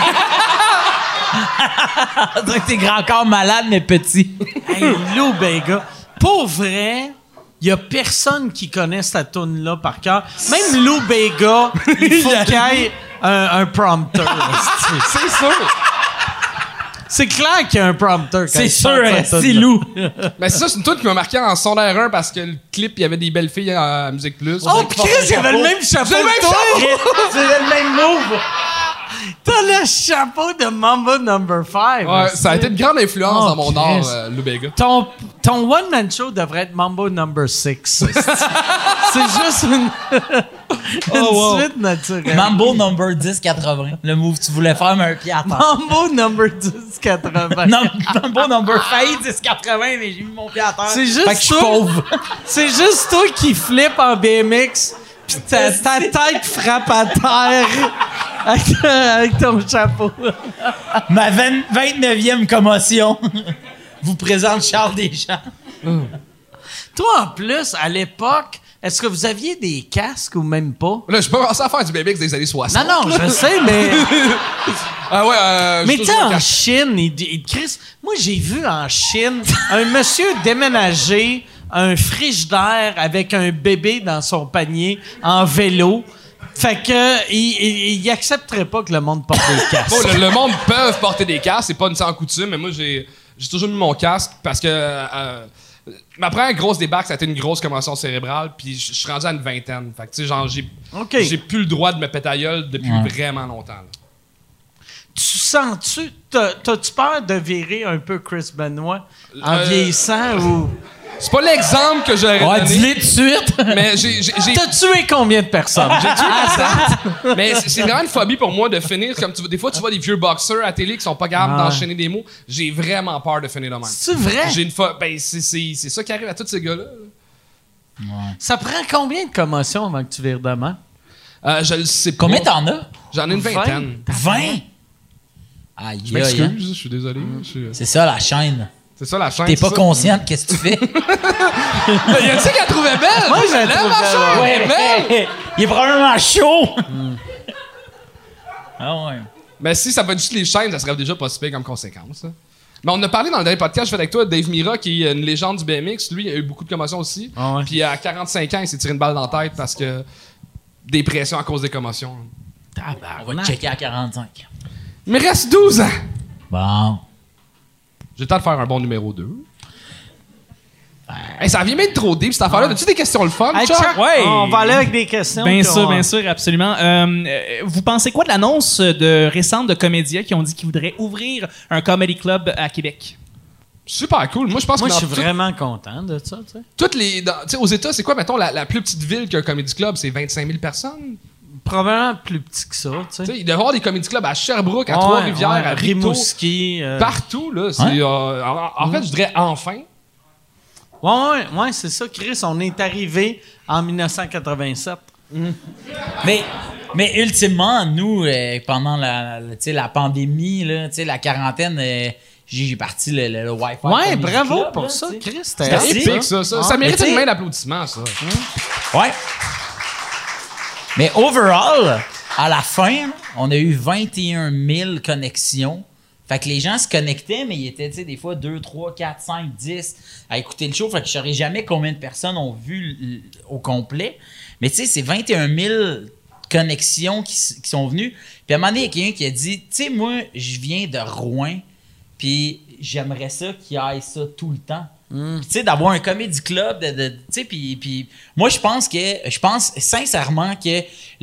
On dirait que t'es grand corps malade, mais petit. Hey, Lou Béga. Pour vrai, il y a personne qui connaît cette tune-là par cœur. Même Lou Béga, il faut qu'il y ait un prompteur. C'est sûr! C'est clair qu'il y a un prompteur. quand C'est il sûr, chante cette c'est tune-là. Lou. Mais c'est ça, c'est une tune qui m'a marqué en secondaire 1 parce que le clip, il y avait des belles filles à Musique Plus. Oh, pis Chris, il avait le même chapeau que toi! C'est le même move. T'as le chapeau de Mambo No. 5. Ouais, ça a été une grande influence Oh, dans mon Chris. art, Lou Béga. Ton one-man show devrait être Mambo No. 6. C'est juste une suite naturelle. Mambo number 1080. Le move que tu voulais faire, mais un pied à terre. Mambo No. 1080. Non, Mambo number failli 1080, mais j'ai mis mon pied à terre. C'est juste Fait que je suis toi. pauvre. C'est juste toi qui flippes en BMX, pis ta tête frappe à terre avec ton chapeau. Ma 29e commotion vous présente Charles Deschamps. Toi, en plus, à l'époque, est-ce que vous aviez des casques ou même pas? Là, j'ai pas commencé à faire du BMX des années 60. Non, je sais, mais... Ah ouais, Mais j'ai tu sais, toujours un en casque. Chine, Chris, moi, j'ai vu en Chine un monsieur déménager un frigidaire avec un bébé dans son panier en vélo. Fait que il accepterait pas que le monde porte des casques. Bon, le monde peut porter des casques, c'est pas une sans coutume, mais moi, j'ai toujours mis mon casque parce que ma première grosse débarque, ça a été une grosse commotion cérébrale, puis je suis rendu à une vingtaine. Fait que, tu sais, genre, j'ai plus le droit de me péter la gueule depuis vraiment longtemps. Là. Tu sens-tu... T'as-tu peur de virer un peu Chris Benoit en vieillissant ou... C'est pas l'exemple que j'aurais Ouais, donné, dis-le tout de suite. mais j'ai T'as tué combien de personnes? J'ai tué personne. Mais c'est vraiment une phobie pour moi de finir comme des fois tu vois des vieux boxeurs à télé qui sont pas capables d'enchaîner des mots. J'ai vraiment peur de finir de même. C'est vrai? J'ai une ben c'est ça qui arrive à tous ces gars-là. Ça prend combien de commotions avant que tu vires de même? Je le sais pas. Combien t'en as? J'en ai une 20? vingtaine. 20? Aïe, Je aïe, hein. m'excuse, je suis désolé. C'est ça, la chaîne. C'est ça la chaîne. T'es pas c'est ça. conscient de qu'est-ce que tu fais. Il y a tu sais qu'elle trouvait belle. Moi, je la l'aime, trouve ma chaîne, belle, elle est belle. Il est probablement chaud. Ah ouais. Mais si ça va juste les chaînes, ça serait déjà pas si pire comme conséquence. Hein. Mais on a parlé dans le dernier podcast que je fais avec toi, Dave Mira, qui est une légende du BMX. Lui, il a eu beaucoup de commotions aussi. Ah ouais. Puis à 45 ans, il s'est tiré une balle dans la tête parce que des pressions à cause des commotions. On va te checker à 45. Il me reste 12 ans. Bon. J'ai le temps de faire un bon numéro 2. Hey, ça vient même trop deep, cette affaire-là. As-tu des questions le fun, Hey, Chuck? Chuck, Ouais. on va aller avec des questions. Bien puis on- sûr, absolument. Vous pensez quoi de l'annonce récente de Comédia qui ont dit qu'ils voudraient ouvrir un comedy club à Québec? Super cool. Moi, je pense Moi, que je dans suis vraiment content de ça, tu sais. toutes les... tu sais, aux États, c'est quoi, mettons, la plus petite ville qu'un comedy club? C'est 25 000 personnes? Probablement plus petit que ça, tu sais. Tu sais, il doit y avoir des comedy clubs à Sherbrooke, à Trois-Rivières, à Victo, Rimouski. partout, là. C'est, en fait, je dirais enfin. Ouais, c'est ça, Chris. On est arrivé en 1987. Mais ultimement, nous, pendant la pandémie, là, la quarantaine, j'ai parti le Wi-Fi. Ouais, Comedy bravo Club, pour là, ça, tu sais. Chris. C'était C'était épique, Épique, ça. Ça mérite mais tu une sais- main d'applaudissement, ça. Ouais. Mais overall, à la fin, on a eu 21 000 connexions. Fait que les gens se connectaient, mais ils étaient, tu sais, des fois 2, 3, 4, 5, 10 à écouter le show. Fait que je saurais jamais combien de personnes ont vu au complet. Mais tu sais, c'est 21 000 connexions qui sont venues. Puis à un moment donné, il y a quelqu'un qui a dit, tu sais, moi, je viens de Rouen, puis j'aimerais ça qu'il y ait ça tout le temps. Puis, tu sais, d'avoir un comedy club, tu sais, puis moi, je pense sincèrement que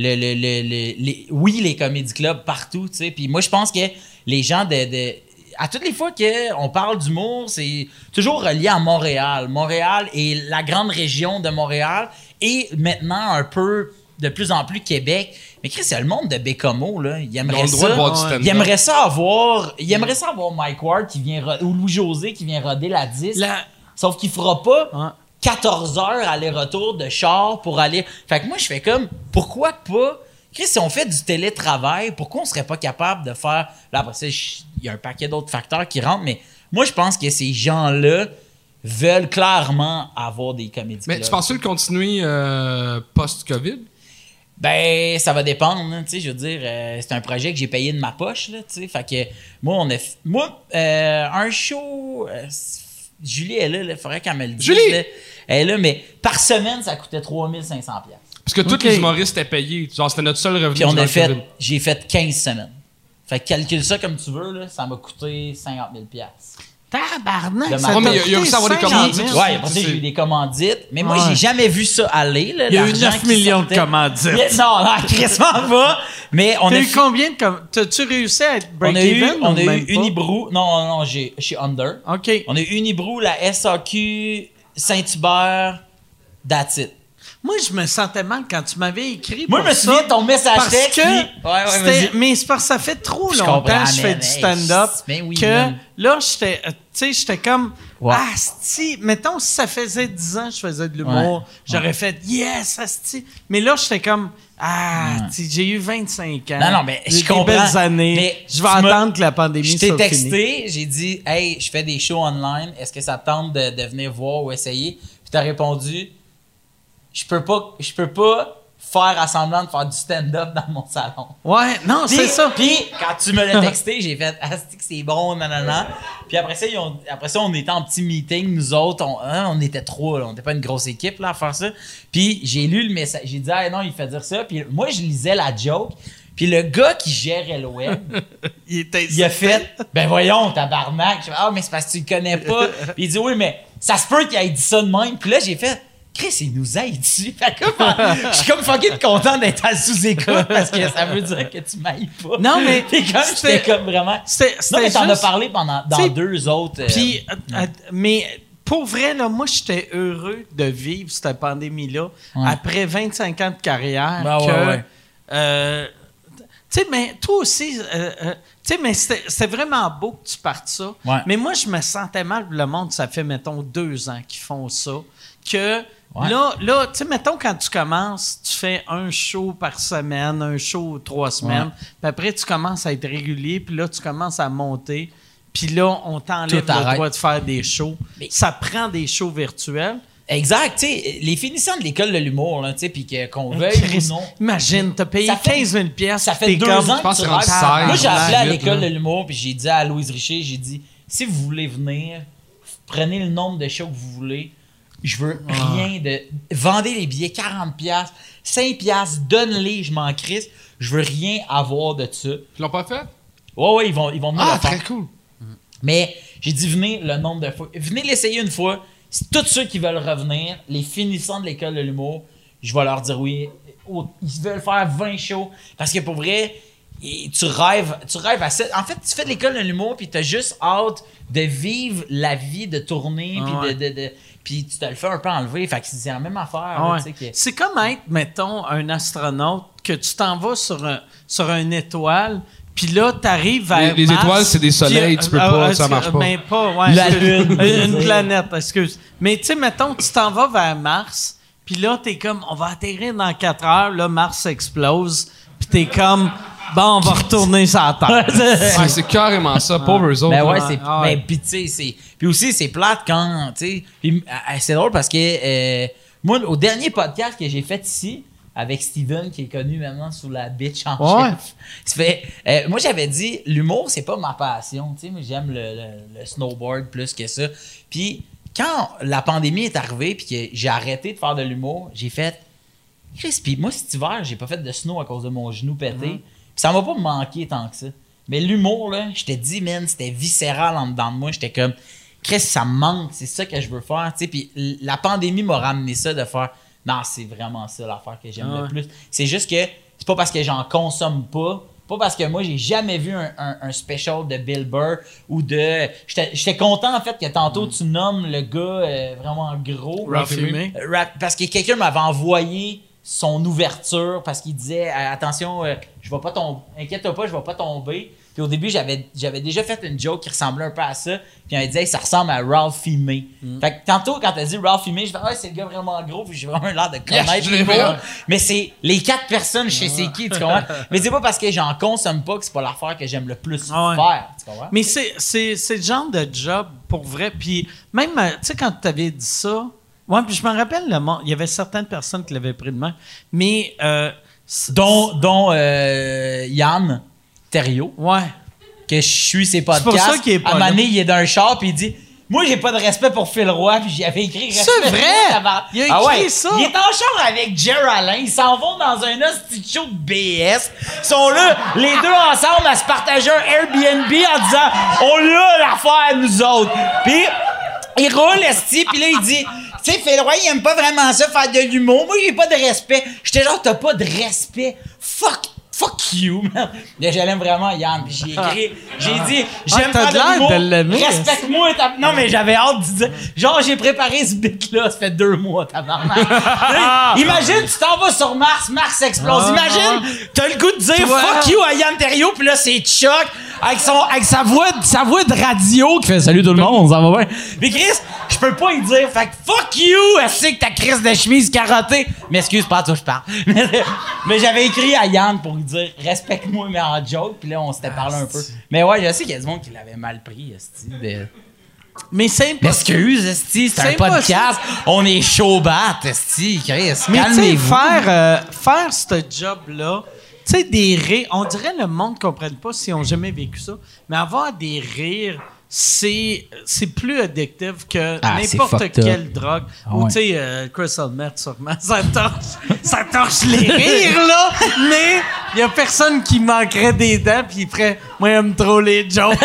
oui, les comedy clubs partout, tu sais, puis moi, je pense que les gens à toutes les fois qu'on parle d'humour, c'est toujours relié à Montréal. Montréal et la grande région de Montréal et maintenant un peu de plus en plus Québec. Mais Chris, il y a le monde de Bécomo, là. Il aimerait ça avoir Mike Ward qui vient ou Louis-José qui vient roder la 10. Sauf qu'il fera pas 14 heures aller-retour de char pour aller. Fait que moi, je fais comme, pourquoi pas? Chris, si on fait du télétravail, pourquoi on serait pas capable de faire. Là, après ça, il y a un paquet d'autres facteurs qui rentrent, mais moi, je pense que ces gens-là veulent clairement avoir des comédies. Mais tu penses-tu le continuer post-COVID? Ben, ça va dépendre, tu sais, je veux dire, c'est un projet que j'ai payé de ma poche, là, tu sais, fait que moi, un show, Julie est là, il faudrait qu'elle me le dise. Julie! Là, elle est là, mais par semaine, ça coûtait 3500$. Parce que tous les humoristes étaient payés, genre c'était notre seul revenu. Puis j'ai fait 15 semaines. Fait que calcule ça comme tu veux, là, ça m'a coûté 50 000$. Tabarnak! Mais il y a aussi avoir des commandites. Ouais, après ça, j'ai eu des commandites. Mais moi, j'ai jamais vu ça aller. Là, il y a eu 9 millions de commandites. Non, crissement pas. Mais on a eu combien de commandites? T'as-tu réussi à être break-even? On a eu Unibrou. Non, je suis under. OK. On a eu Unibrou, la SAQ, Saint-Hubert, that's it. Moi, je me sentais mal quand tu m'avais écrit. Moi, je me souviens de ton message texte. Mais c'est parce que ça fait trop longtemps que je fais du stand-up que là, j'étais comme... Asti, mettons, si ça faisait 10 ans que je faisais de l'humour, j'aurais fait « Yes, asti ». Mais là, j'étais comme j'ai eu 25 ans. Non, mais je comprends. Des belles années. Mais je vais attendre que la pandémie soit finie. Je t'ai texté, j'ai dit « Hey, je fais des shows online. Est-ce que ça te tente de venir voir ou essayer? » Puis t'as répondu « Je peux pas faire assemblant de faire du stand-up dans mon salon. » Ouais, non, c'est ça. Puis quand tu me l'as texté, j'ai fait « c'est bon, nanana. » Puis après ça, on était en petit meeting, nous autres, on était trois, là, on n'était pas une grosse équipe là, à faire ça. Puis j'ai lu le message, j'ai dit « Ah non, il fait dire ça. » Puis moi, je lisais la joke. Puis le gars qui gérait le web, il a fait « Ben voyons, tabarnak. » Je fais « Ah, mais c'est parce que tu le connais pas. » Puis il dit « Oui, mais ça se peut qu'il ait dit ça de même. » Puis là, j'ai fait Chris, il nous aide dessus. Je suis comme fucking content d'être à sous-écoute parce que ça veut dire que tu m'ailles pas. Non, mais. J'étais comme vraiment. Non, mais t'en as parlé dans deux autres. Puis, mais pour vrai, là, moi, j'étais heureux de vivre cette pandémie-là après 25 ans de carrière. Tu sais, mais toi aussi, tu sais, mais c'était vraiment beau que tu partes ça. Ouais. Mais moi, je me sentais mal. Le monde, ça fait, mettons, 2 ans qu'ils font ça. Que là, tu sais, mettons, quand tu commences, tu fais un show par semaine, un show 3 semaines. Puis après, tu commences à être régulier. Puis là, tu commences à monter. Puis là, on t'enlève le droit de faire des shows. Mais ça prend des shows virtuels. Exact, tu sais, les finissants de l'école de l'humour, là, tu sais, puis qu'on veuille ou non. Imagine, t'as payé 15 000 $. Ça fait 2 ans que tu rêves. Moi, j'ai appelé à l'école de l'humour, puis j'ai dit à Louise Richer, j'ai dit, si vous voulez venir, prenez le nombre de shows que vous voulez. Je veux rien de... Vendez les billets 40 $, 5 $, donne-les, je m'en crisse. Je veux rien avoir de ça. Ils l'ont pas fait? Ouais, ils vont venir le faire. Très cool. Mais j'ai dit, venez le nombre de fois. Venez l'essayer une fois. Tous ceux qui veulent revenir, les finissants de l'école de l'humour, je vais leur dire oui. Ils veulent faire 20 shows. Parce que pour vrai, tu rêves à ça. En fait, tu fais de l'école de l'humour, puis tu as juste hâte de vivre la vie, de tourner, puis tu te le fais un peu enlever. Fait que c'est la même affaire. Là, c'est comme être, mettons, un astronaute, que tu t'en vas sur une étoile. Puis là, t'arrives vers les Mars, étoiles, c'est des soleils, tu peux pas, ça marche pas. Mais pas, la Lune. Une planète, excuse. Mais tu sais, mettons, tu t'en vas vers Mars, puis là, t'es comme, on va atterrir dans 4 heures, là, Mars explose, puis t'es comme, bon, on va retourner sur la Terre. C'est carrément ça, pauvres autres. Ben ouais, c'est... Puis tu sais, puis aussi, c'est plate quand, tu sais... c'est drôle parce que, moi, au dernier podcast que j'ai fait ici, avec Steven, qui est connu maintenant sous la bitch en chef. Moi, j'avais dit, l'humour, c'est pas ma passion. Tu sais, moi, j'aime le snowboard plus que ça. Puis, quand la pandémie est arrivée puis que j'ai arrêté de faire de l'humour, j'ai fait... Chris, puis moi, cet hiver, j'ai pas fait de snow à cause de mon genou pété. Puis ça m'a pas manqué tant que ça. Mais l'humour, là, je te dis, man, c'était viscéral en dedans de moi. J'étais comme... Chris, ça me manque, c'est ça que je veux faire, tu sais. Puis la pandémie m'a ramené ça de faire, non, c'est vraiment ça l'affaire que j'aime le plus. C'est juste que c'est pas parce que j'en consomme pas parce que moi, j'ai jamais vu un special de Bill Burr ou de... J'étais content, en fait, que tantôt, tu nommes le gars vraiment gros. Ralph Fumé. Parce que quelqu'un m'avait envoyé son ouverture parce qu'il disait attention, je vais pas tomber, inquiète-toi pas, je vais pas tomber. Puis au début, j'avais déjà fait une joke qui ressemblait un peu à ça. Puis on disait hey, ça ressemble à Ralph Fumé. Fait que tantôt, quand t'as dit Ralph Fumé, je fais c'est le gars vraiment gros, puis j'ai vraiment l'air de connaître l'humour. Mais c'est les 4 personnes, je sais c'est qui, tu comprends? Mais c'est pas parce que j'en consomme pas que c'est pas l'affaire que j'aime le plus faire, tu comprends? Mais c'est le genre de job pour vrai. Puis même, tu sais, quand tu avais dit ça, puis je me rappelle, il y avait certaines personnes qui l'avaient pris de main, mais... dont Yann Thériault. Ouais. Que je suis ses podcasts. C'est pour ça qu'il est pas à un moment donné, il est dans un char puis il dit moi j'ai pas de respect pour Phil Roy puis j'y avais écrit respect. C'est vrai! Il a écrit ça! Il est en char avec Jer Alain, ils s'en vont dans un hostie show de BS. Ils sont là, les deux ensemble à se partager un Airbnb en disant on a l'affaire nous autres. Puis il roule esti puis là il dit tu sais, Phil Roy, il aime pas vraiment ça, faire de l'humour. Moi, j'ai pas de respect. J'étais genre, t'as pas de respect. Fuck you, man. J'aime vraiment Yann. Puis j'ai écrit, j'ai dit, j'aime pas de l'humour. Respecte-moi. Non, mais j'avais hâte de dire. Genre, j'ai préparé ce bit-là, ça fait 2 mois, tabarnak. Imagine, tu t'en vas sur Mars explose. Imagine, t'as le goût de dire fuck you à Yann Thériault, puis là, c'est Chuck avec sa voix de radio qui fait salut tout le monde, ça va bien. Mais Chris, je peux pas y dire, fait que fuck you, c'est que ta crise de chemise carottée. Mais excuse, pas à toi, je parle. Mais j'avais écrit à Yann pour lui dire respecte-moi, mais en joke, puis là, on s'était parlé un peu. Mais ouais, je sais qu'il y a du monde qui l'avait mal pris, esti. Mais c'est impossible. Excuse, esti, c'est un podcast. On est chaud bat, esti, Chris. Mais tu sais, faire ce job-là, tu sais, des rires, on dirait le monde ne comprenne pas s'ils n'ont jamais vécu ça, mais avoir des rires, c'est plus addictif que n'importe quelle drogue. Ou tu sais, Crystal Meth, sûrement, ça torche les rires, là, mais il n'y a personne qui manquerait des dents puis il ferait « Moi, j'aime trop les jokes.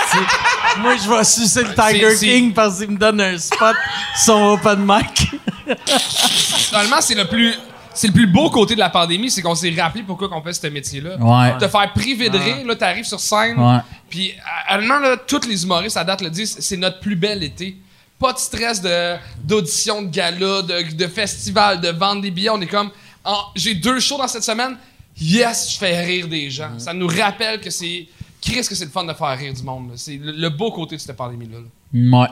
Moi, je vais sucer le Tiger King parce qu'il me donne un spot sur son open mic. » Normalement, c'est le plus beau côté de la pandémie, c'est qu'on s'est rappelé pourquoi on fait ce métier-là. Ouais. Te faire priver de rire, là, t'arrives sur scène, puis honnêtement, là, tous les humoristes à date le disent, c'est notre plus bel été. Pas de stress d'audition, de gala, de festival, de vendre des billets. On est comme, j'ai 2 shows dans cette semaine, yes, je fais rire des gens. Ça nous rappelle que c'est, Chris, que c'est le fun de faire rire du monde. Là. C'est le beau côté de cette pandémie-là. Ouais.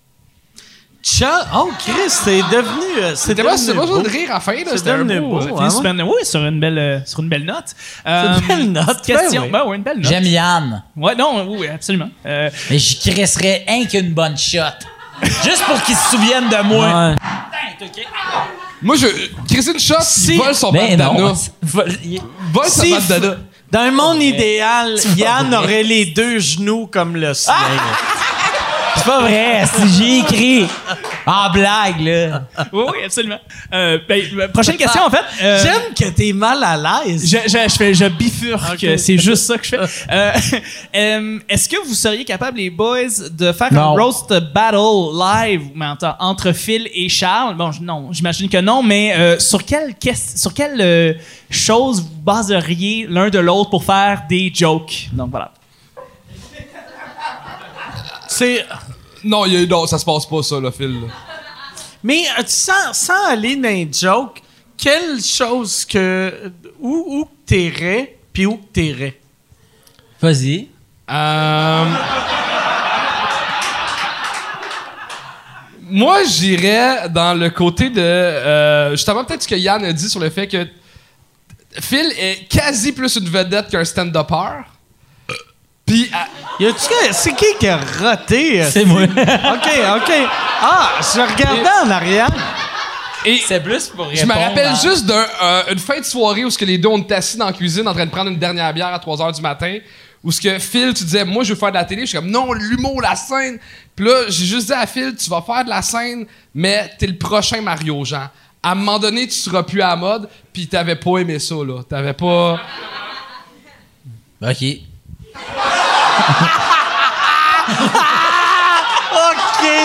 Oh, Chris, c'est devenu. C'était pas besoin de rire à la fin, là. C'était devenu beau. Oui, sur une belle note. Une belle note. Question. Ben oui, une belle note. J'aime Yann. Ouais, non, oui, absolument. Mais j'y crisserais qu'une bonne shot. Juste pour qu'il se souvienne de moi. Moi, Chris une shot, il vole son bandana. Vole son bandana. Dans un monde idéal, Yann aurait les 2 genoux comme le sien. C'est pas vrai, j'ai écrit en blague, là. Oui, absolument. Prochaine question, en fait. J'aime que t'es mal à l'aise. Je bifurque. Okay. C'est juste ça que je fais. Est-ce que vous seriez capable, les boys, de faire un roast battle live entre Phil et Charles? Bon, non, j'imagine que non, mais sur quelle chose vous baseriez l'un de l'autre pour faire des jokes? Donc, voilà. Non, ça se passe pas, ça, là, Phil. Là. Mais sans aller dans les jokes, quelle chose que... Où t'airais, puis où t'airais? Vas-y. Moi, j'irais dans le côté de... justement, peut-être ce que Yann a dit sur le fait que Phil est quasi plus une vedette qu'un stand-upper. Puis... c'est qui a roté? C'est moi. OK. Ah, je regardais en arrière. Et c'est plus pour répondre. Je me rappelle juste d'une fin de soirée où les deux, on était assis dans la cuisine en train de prendre une dernière bière à 3h du matin, où ce que Phil, tu disais, moi, je veux faire de la télé. Je suis comme, non, l'humour, la scène. Puis là, j'ai juste dit à Phil, tu vas faire de la scène, mais t'es le prochain Mario Jean. À un moment donné, tu seras plus à la mode, puis t'avais pas aimé ça, là. T'avais pas... OK. OK!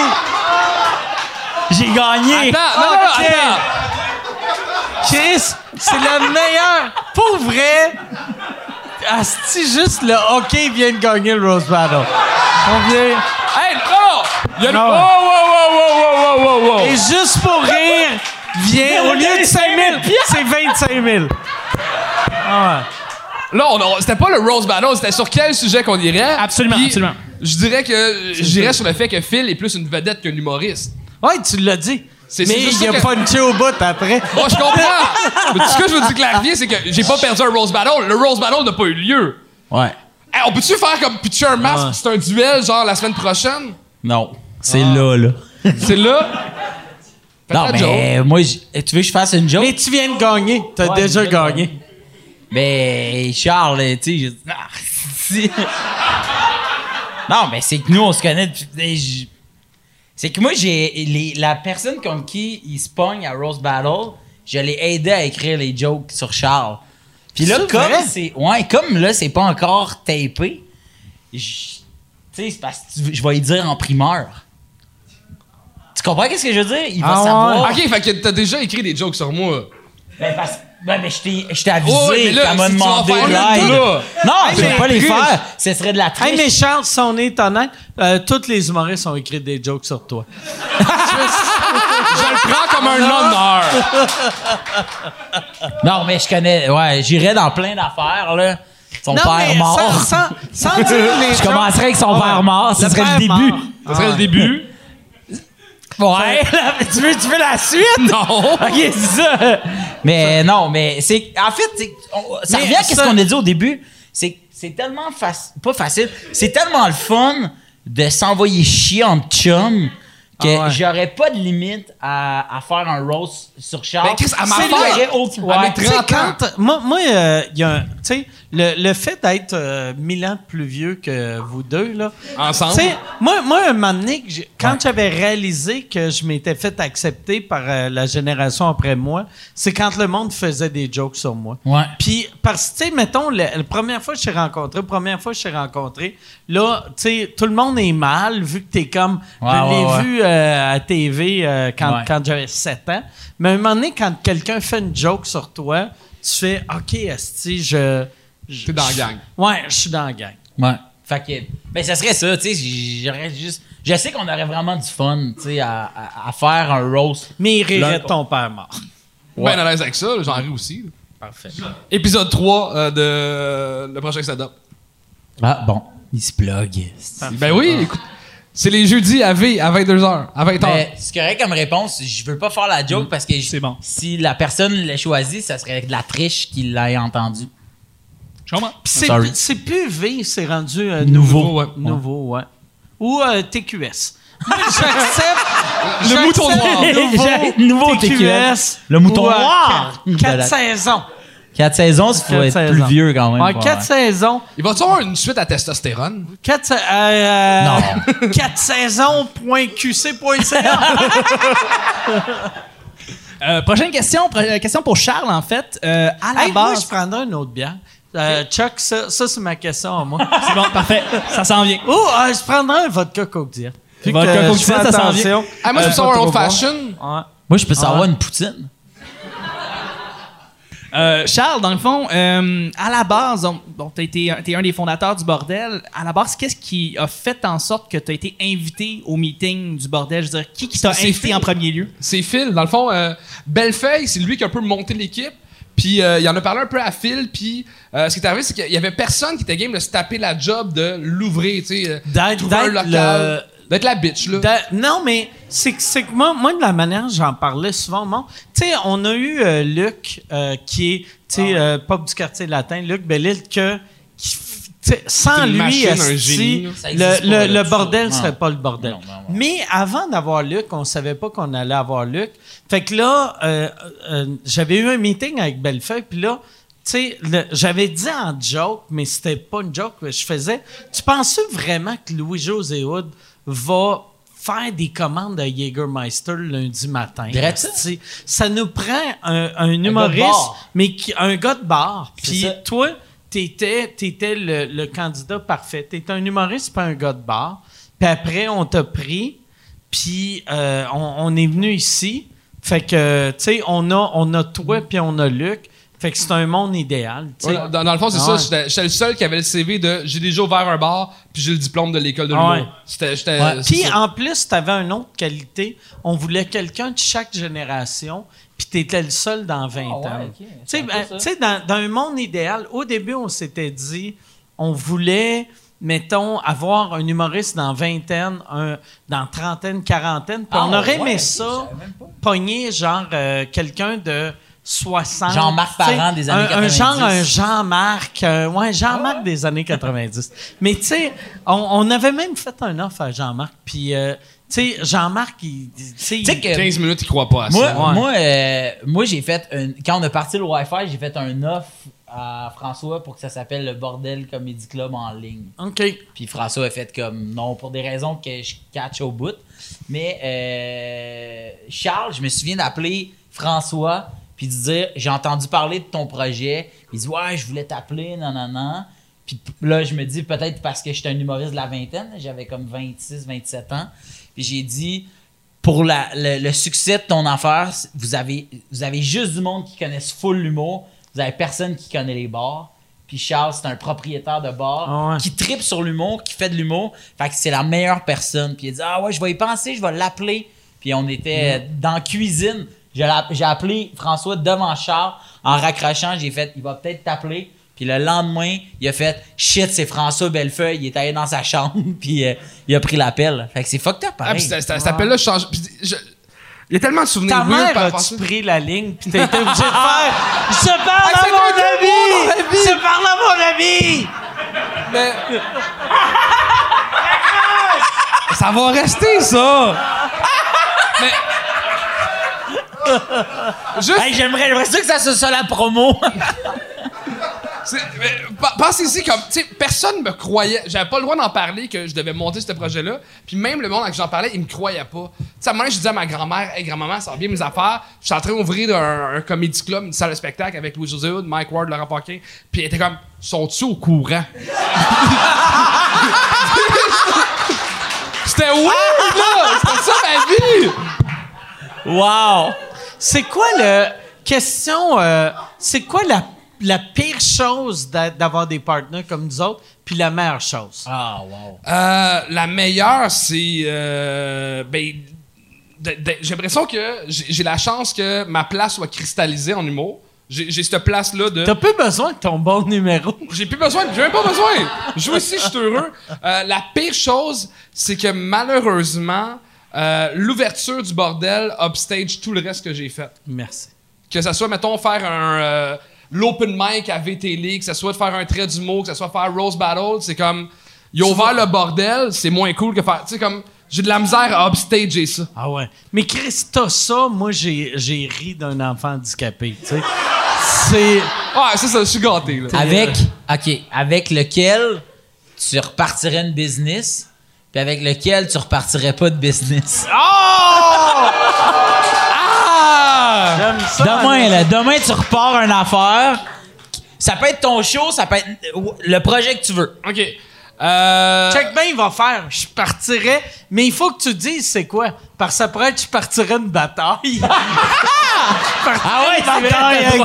J'ai gagné. Attends. Chris, c'est le meilleur. Pour vrai, asti, juste le hockey vient de gagner le Rose Battle. On vient... Hey, non! Il y a Non. Wow! Et juste pour rire, vient, au lieu de 5 000, c'est 25 000. Ah ouais. Là, c'était pas le Rose Battle, c'était sur quel sujet qu'on irait? Absolument, Puis, absolument. Je dirais que j'irais sur le fait que Phil est plus une vedette qu'un humoriste. Ouais, tu l'as dit. C'est Mais juste il a ça que- punché au bout après. Moi, je comprends! Mais tout ce que je veux dire clarifier, c'est que j'ai pas perdu un Rose Battle. Le Rose Battle n'a pas eu lieu. Ouais. Hey, on peut-tu faire comme pitcher un masque, Ouais. c'est un duel, genre la semaine prochaine? Non. C'est là. C'est là? Faites Non, la mais joke. moi, tu veux que je fasse une joke? Mais tu viens de gagner. T'as Ouais, déjà je viens de gagné. Mais Charles, tu sais, si. Non, mais c'est que nous, on se connaît depuis. C'est que moi, la personne comme qui il se pogne à Rose Battle, je l'ai aidé à écrire les jokes sur Charles. Puis là, C'est vrai? comme là, c'est pas encore tapé, tu sais, c'est parce que je vais y dire en primeur. Tu comprends qu'est-ce que je veux dire? Il va Ah ouais. savoir. Ok, fait que t'as déjà écrit des jokes sur moi. Mais je t'ai avisé Ouais, mais là, qu'elle m'a si tu vas demandé faire de le l'aide. tout, là. Non, Hey, je vais mais pas les Chris. faire. Ce serait de la triche. Hey, mais Charles, si on est honnête, tous les humoristes ont écrit des jokes sur toi. Je le prends comme un honneur. Non, mais je connais. Ouais, j'irais dans plein d'affaires, là. Son père mort. Sans dire les Je commencerais avec son Ouais. père mort. Ce Le serait père le début. mort. Ça serait le début. Ouais. tu veux la suite? Non. Ok, c'est ça. Mais non, mais c'est. En fait, ça Mais revient à ce ça- qu'on a dit au début. C'est tellement facile. Pas facile. C'est tellement le fun de s'envoyer chier en chum que Ah ouais. j'aurais pas de limite à faire un roast sur Charles. Ben, Chris, à ma C'est fête, vrai, aucun- à ouais. mes Tu sais, 30 ans. moi, il y a un. Tu sais, le fait d'être 1000 ans plus vieux que vous deux, là. Ensemble. Tu sais, moi, un moment donné, quand j'avais réalisé que je m'étais fait accepter par la génération après moi, c'est quand le monde faisait des jokes sur moi. Ouais. Puis, parce que, tu sais, mettons, la première fois que je t'ai rencontré, là, tu sais, tout le monde est mal, vu que t'es comme. Ouais, je l'ai ouais. vu à TV quand Ouais. j'avais 7 ans. Mais à un moment donné, quand quelqu'un fait une joke sur toi, tu fais OK, asti, T'es dans la gang. Ouais, je suis dans la gang. Ouais. Fait que, ben, ça serait ça, tu sais, j'aurais juste. Je sais qu'on aurait vraiment du fun, tu sais, à faire un roast. Mais il rirait Là- de ton père mort. Ben à l'aise avec ça, là, j'en ris aussi. Parfait. Épisode 3 de le prochain stand-up. Ah, bon. Il se plug. Ben oui, écoute. C'est les jeudis à 22h, à 20h. Mais c'est correct comme réponse. Je veux pas faire la joke parce que C'est bon. si la personne l'a choisi, ça serait de la triche qu'il l'ait entendu. Je comprends. Puis Sorry. c'est plus V, c'est rendu Nouveau, ouais. Nouveau, ouais. Ou TQS. Moi, j'accepte. Le mouton noir. Nouveau TQS. Le mouton ou, noir. 4 saisons. 4 saisons, il faut 4 être plus saisons. vieux quand même. Ouais, pour 4 saisons. Il va-tu avoir une suite à testostérone? 4 saisons, .qc.ca. Prochaine question. Question pour Charles, en fait. À la Hey, moi, je base. prendrais une autre bière. Chuck, ça c'est ma question à moi. C'est bon, parfait. Ça s'en vient. Oh, je prendrais un vodka Coke Diet. Vu Vodka que Coke je fais Diet, ça s'en attention. Ah, moi, je peux pas savoir un trop old boire. fashion. Ouais. Moi, je peux savoir ouais. une poutine. Charles, dans le fond, à la base, t'es un des fondateurs du bordel. À la base, qu'est-ce qui a fait en sorte que t'as été invité au meeting du bordel? Je veux dire, qui t'a C'est invité Phil. en premier lieu? C'est Phil. Dans le fond, Bellefeuille, c'est lui qui a un peu monté l'équipe. Puis il en a parlé un peu à Phil. Puis ce qui est arrivé, c'est qu'il y avait personne qui était game de se taper la job de l'ouvrir, tu sais. Trouver un local. D'être la bitch, là. Non, mais c'est que moi, de la manière j'en parlais souvent, bon, tu sais, on a eu Luc, qui est, tu sais, pop du quartier latin, Luc Bellil, sans C'est une lui, machine, un esti, génie, là. Ça existe pas, le là, tout bordel ça. serait Non. pas le bordel. Non. Mais avant d'avoir Luc, on savait pas qu'on allait avoir Luc. Fait que là, j'avais eu un meeting avec Bellefeuille, puis là, tu sais, j'avais dit en joke, mais c'était pas une joke que je faisais. Tu penses vraiment que Louis-José Hood va faire des commandes de Jägermeister lundi matin? Dirais-tu ça? Esti? Ça nous prend un gars de humoriste, bar. mais un gars de bar. C'est Puis ça. toi, t'étais le candidat parfait. T'étais un humoriste, pas un gars de bar. Puis après, on t'a pris. Puis on est venu ici. Fait que, tu sais, on a toi puis on a Luc. Fait que c'est un monde idéal. Ouais, dans le fond, c'est ça. J'étais le seul qui avait le CV de j'ai déjà ouvert un bar puis j'ai le diplôme de l'école de l'humour. Puis en plus, t'avais une autre qualité. On voulait quelqu'un de chaque génération. Puis t'étais le seul dans 20 ans. Okay. Tu sais, dans un monde idéal, au début, on s'était dit, on voulait, mettons, avoir un humoriste dans vingtaine, dans trentaine, quarantaine. Puis on aurait aimé ça, pogner genre quelqu'un de 60. Jean-Marc Parent des années 90. Un Jean-Marc. Jean-Marc des années 90. Mais tu sais, on avait même fait un offre à Jean-Marc. Puis, tu sais, Jean-Marc, il 15 minutes, il croit pas à ça. Moi, j'ai fait quand on a parti le Wi-Fi, j'ai fait un offre à François pour que ça s'appelle le Bordel Comedy Club en ligne. OK. Puis François a fait comme non, pour des raisons que je catch au bout. Mais Charles, je me souviens d'appeler François puis de dire j'ai entendu parler de ton projet. Il dit ouais, je voulais t'appeler, non. Puis là, je me dis peut-être parce que j'étais un humoriste de la vingtaine, j'avais comme 26, 27 ans. Puis j'ai dit pour le succès de ton affaire, vous avez juste du monde qui connaisse full l'humour. Vous avez personne qui connaît les bars. Puis Charles, c'est un propriétaire de bar qui tripe sur l'humour, qui fait de l'humour. Fait que c'est la meilleure personne. Puis il a dit ah ouais, je vais y penser, je vais l'appeler. Puis on était dans la cuisine. J'ai appelé François devant Charles en raccrochant. J'ai fait il va peut-être t'appeler. Puis le lendemain, il a fait shit, c'est François Bellefeuille. Il est allé dans sa chambre. Puis il a pris l'appel. Fait que c'est fucked up pareil. Cet appel-là change. Il y a tellement de souvenirs. Ta mère a-tu pris la ligne puis t'as été obligé de faire « Je parle à mon ami! Je parle à mon ami! » Mais... ça va rester, ça! Mais... Hey, j'aimerais ça que ça soit la promo. Pensez ici comme, tu sais, personne me croyait. J'avais pas le droit d'en parler que je devais monter ce projet-là. Puis même le monde avec qui j'en parlais, il me croyait pas. Tu sais, à un moment, je disais à ma grand-mère, hey, grand-maman, ça va bien mes affaires. Je suis en train d'ouvrir un comédie club, une salle de spectacle avec Louis-José Hood, Mike Ward, Laurent Paquin. Puis elle était comme, sont-ils au courant? C'était weird, là! C'était ça ma vie! Wow! C'est quoi c'est quoi la pire chose d'avoir des partenaires comme nous autres, puis la meilleure chose? Ah, wow. La meilleure, c'est... j'ai l'impression que j'ai la chance que ma place soit cristallisée en humour. J'ai cette place-là de... T'as plus besoin de ton bon numéro. J'ai même pas besoin. Je joue ici, je suis heureux. La pire chose, c'est que malheureusement, l'ouverture du bordel upstage tout le reste que j'ai fait. Merci. Que ça soit, mettons, faire l'open mic à VTL, que ça soit de faire un trait d'humour, que ça soit faire Rose Battle, c'est comme... Il a ouvert le bordel, c'est moins cool que faire... Tu sais, comme... J'ai de la misère à upstager ça. Ah ouais. Mais Chris, t'as ça, moi, j'ai ri d'un enfant handicapé, tu sais. C'est... Ouais, c'est ça, je suis gâté, là. Avec lequel tu repartirais une business, puis avec lequel tu repartirais pas de business. Oh! J'aime ça. Demain, tu repars une affaire. Ça peut être ton show, ça peut être le projet que tu veux. OK. Check bien, il va faire. Je partirais, mais il faut que tu dises c'est quoi. Parce que ça pourrait être je partirais une bataille. Ouais, une bataille avec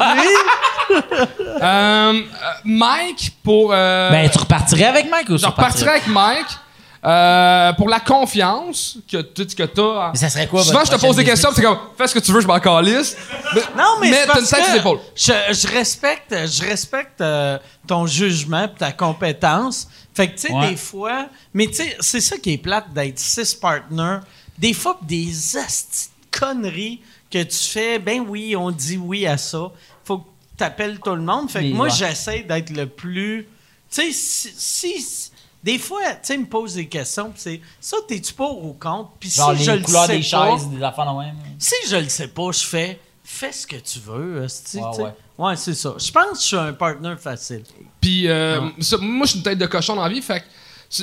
lui. Mike, pour... Ben, tu repartirais avec Mike ou je repartirais avec Mike. Pour la confiance que t'as. Mais ça serait quoi? Souvent, je te pose des questions, c'est comme, fais ce que tu veux, je m'en calisse. Non, mais t'as une tête sur l'épaule. Je respecte ton jugement et ta compétence. Fait que, tu sais, des fois... Mais, tu sais, c'est ça qui est plate d'être 6 partners. Des fois, des astis de conneries que tu fais, ben oui, on dit oui à ça. Faut que tu appelles tout le monde. Fait que moi, j'essaie d'être le plus... Tu sais, si des fois, tu sais, il me pose des questions, pis c'est ça, t'es-tu pour ou contre? Puis si je le sais des chaises, des affaires de même. Si je le sais pas, je fais ce que tu veux, ouais. Ouais, c'est ça. Je pense que je suis un partner facile. Puis, moi, je suis une tête de cochon dans la vie, fait que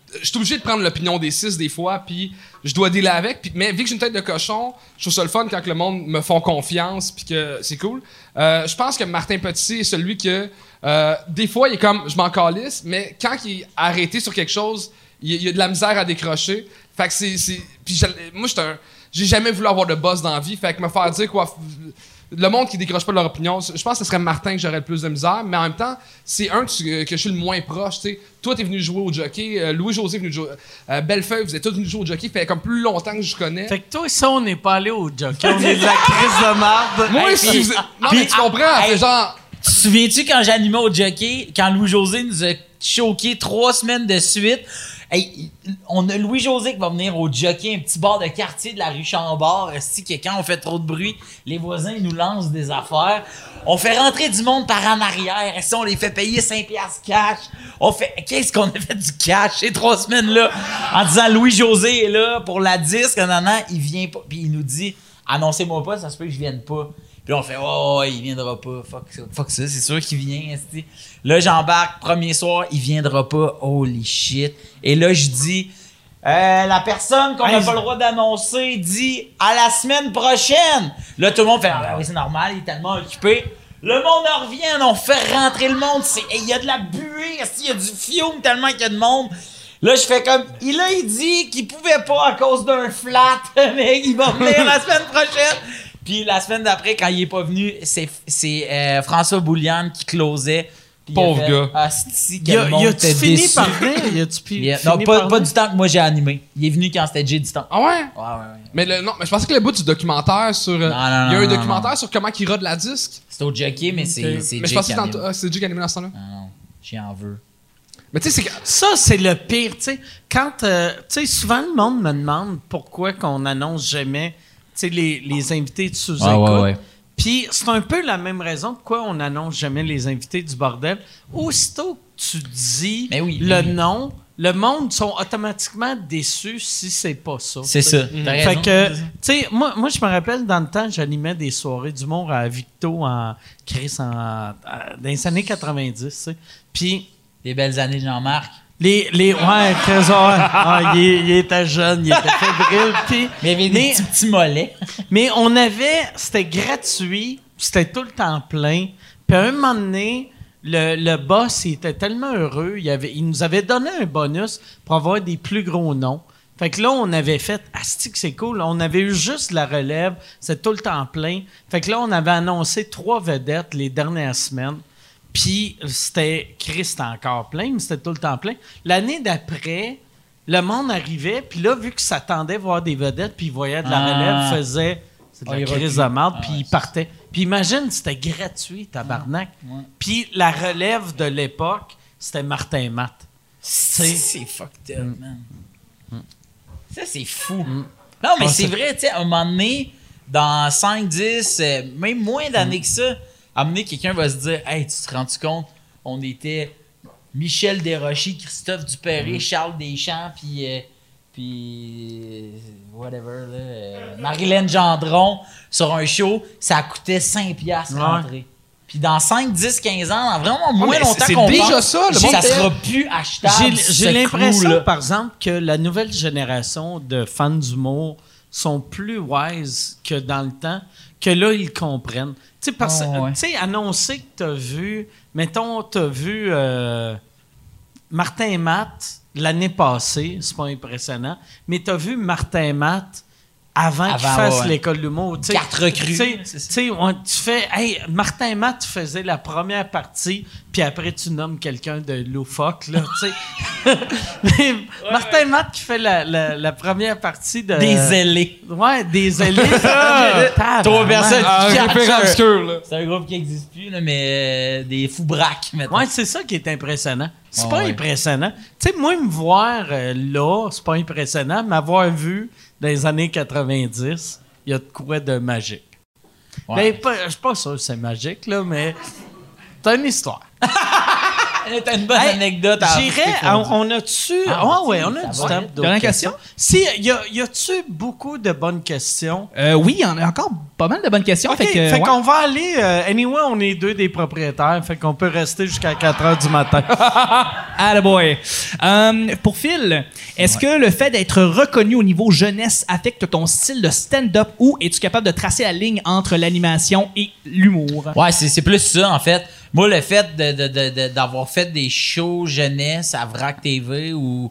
je suis obligé de prendre l'opinion des 6 des fois, puis je dois dealer avec. Mais vu que j'ai une tête de cochon, je trouve ça le fun quand que le monde me font confiance, puis que c'est cool. Je pense que Martin Petit est celui que, des fois, il est comme, je m'en calisse, mais quand il est arrêté sur quelque chose, il y a de la misère à décrocher. Fait que puis moi, j'ai jamais voulu avoir de boss dans la vie, fait que me faire dire quoi... Le monde qui décroche pas de leur opinion, je pense que ce serait Martin que j'aurais le plus de misère, mais en même temps, c'est que je suis le moins proche, tu sais. Toi, t'es venu jouer au jockey, Louis-José est venu jouer, Bellefeuille, vous êtes tous venus jouer au jockey, fait comme plus longtemps que je connais. Fait que toi, ça, on n'est pas allé au jockey, on est de la crise de marde. Moi, non, mais tu comprends, c'est genre... Tu te souviens-tu quand j'animais au jockey, quand Louis-José nous a choqué 3 semaines de suite? Hey, on a Louis-José qui va venir au jockey, un petit bar de quartier de la rue Chambord. Est-ce que quand on fait trop de bruit, les voisins ils nous lancent des affaires. On fait rentrer du monde par en arrière. Est-ce on les fait payer 5$ cash? Qu'est-ce qu'on a fait du cash ces 3 semaines-là? En disant Louis-José est là pour la disque, il vient pas. Puis il nous dit, annoncez-moi pas, ça se peut que je vienne pas. Puis là, on fait, oh, il viendra pas. Fuck ça, c'est sûr qu'il vient. Esti. Là, j'embarque, premier soir, il viendra pas. Holy shit. Et là, je dis, la personne qu'on n'a pas le droit d'annoncer dit à la semaine prochaine. Là, tout le monde fait, ah, oui, c'est normal, il est tellement occupé. Le monde en revient, on fait rentrer le monde. Il y a de la buée, il y a du fiume tellement qu'il y a de monde. Là, je fais comme, il dit qu'il pouvait pas à cause d'un flat, mais il va venir la semaine prochaine. Puis la semaine d'après, quand il est pas venu, c'est François Bouliane qui closait. Pauvre gars. Ah, Il a-tu fini par venir? Non, pas du temps que moi j'ai animé. Il est venu quand c'était Jay du temps. Ah ouais? Ouais. Mais je pensais que le bout du documentaire sur... il y a un documentaire sur comment il rode la disque. C'est au jockey, mais c'est Jay. Mais je pensais que c'est Jay qui animé dans ce temps-là. Non, j'y en veux. Mais tu sais, c'est... Ça, c'est le pire, tu sais. Quand, tu sais, souvent le monde me demande pourquoi qu'on annonce jamais, tu sais, les invités de sous-écoute. Ouais. Puis c'est un peu la même raison pourquoi on n'annonce jamais les invités du bordel. Aussitôt que tu dis le nom, le monde sont automatiquement déçus si c'est pas ça. C'est ça. Fait que, tu sais, moi, je me rappelle, dans le temps, j'animais des soirées d'humour à Victo dans les années 90, tu sais. Puis... Les belles années de Jean-Marc. Ouais, trésor. Il était jeune, il était fébrile. Puis, mais il y avait des petits mollets. Mais c'était gratuit, c'était tout le temps plein. Puis à un moment donné, le boss, il était tellement heureux, il nous avait donné un bonus pour avoir des plus gros noms. Fait que là, on avait fait « Asti que c'est cool ». On avait eu juste la relève, c'était tout le temps plein. Fait que là, on avait annoncé 3 vedettes les dernières semaines. Puis c'était encore plein, mais c'était tout le temps plein. L'année d'après, le monde arrivait, puis là, vu que s'attendait à voir des vedettes, puis il voyait de la relève, faisait c'est de la crise de marde, puis il partait. Puis imagine, c'était gratuit, tabarnak. Puis la relève de l'époque, c'était Martin Matt. C'est fucked up, man. Ça, c'est fou. Non, mais c'est vrai, tu sais, à un moment donné, dans 5, 10, même moins d'années que ça, amener quelqu'un va se dire, hey, tu te rends-tu compte, on était Michel Desrochers, Christophe Dupéré, Charles Deschamps, puis whatever, là, Marilyn Gendron sur un show, ça coûtait 5$ rentrer. Puis dans 5, 10, 15 ans, dans vraiment moins longtemps qu'on pense, déjà ça sera plus achetable. J'ai l'impression, par exemple, que la nouvelle génération de fans d'humour sont plus wise que dans le temps, que là, ils comprennent. Tu sais, annoncer que t'as vu... Mettons, t'as vu Martin Matt l'année passée, c'est pas impressionnant, mais t'as vu Martin Matt avant qu'il fasse l'école de l'humour. 4 recrues. Tu fais... Hey, Martin Matt faisait la première partie, puis après, tu nommes quelqu'un de loufoque, là, tu sais. Martin Matt qui fait la première partie de... Des ailés. Ouais, des ailés. 3 personnes qui c'est un groupe qui n'existe plus, là, mais des fous braques, maintenant. Ouais, c'est ça qui est impressionnant. C'est pas impressionnant. Tu sais, moi, me voir là, c'est pas impressionnant. M'avoir vu dans les années 90, il y a de quoi de magique. Ouais. Ben, je suis pas sûr que c'est magique, là, mais c'est une histoire. T'as une bonne anecdote à J'irais, on a-tu... ouais, on a du temps. Dernière question? Si, y a-tu beaucoup de bonnes questions? Oui, il y en a encore pas mal de bonnes questions. OK, fait qu'on va aller... anyway, on est deux des propriétaires, fait qu'on peut rester jusqu'à 4 heures du matin. Attaboy. Pour Phil, est-ce que le fait d'être reconnu au niveau jeunesse affecte ton style de stand-up ou es-tu capable de tracer la ligne entre l'animation et l'humour? Ouais, c'est plus ça, en fait. Moi, le fait d'avoir fait des shows jeunesse à VRAC TV ou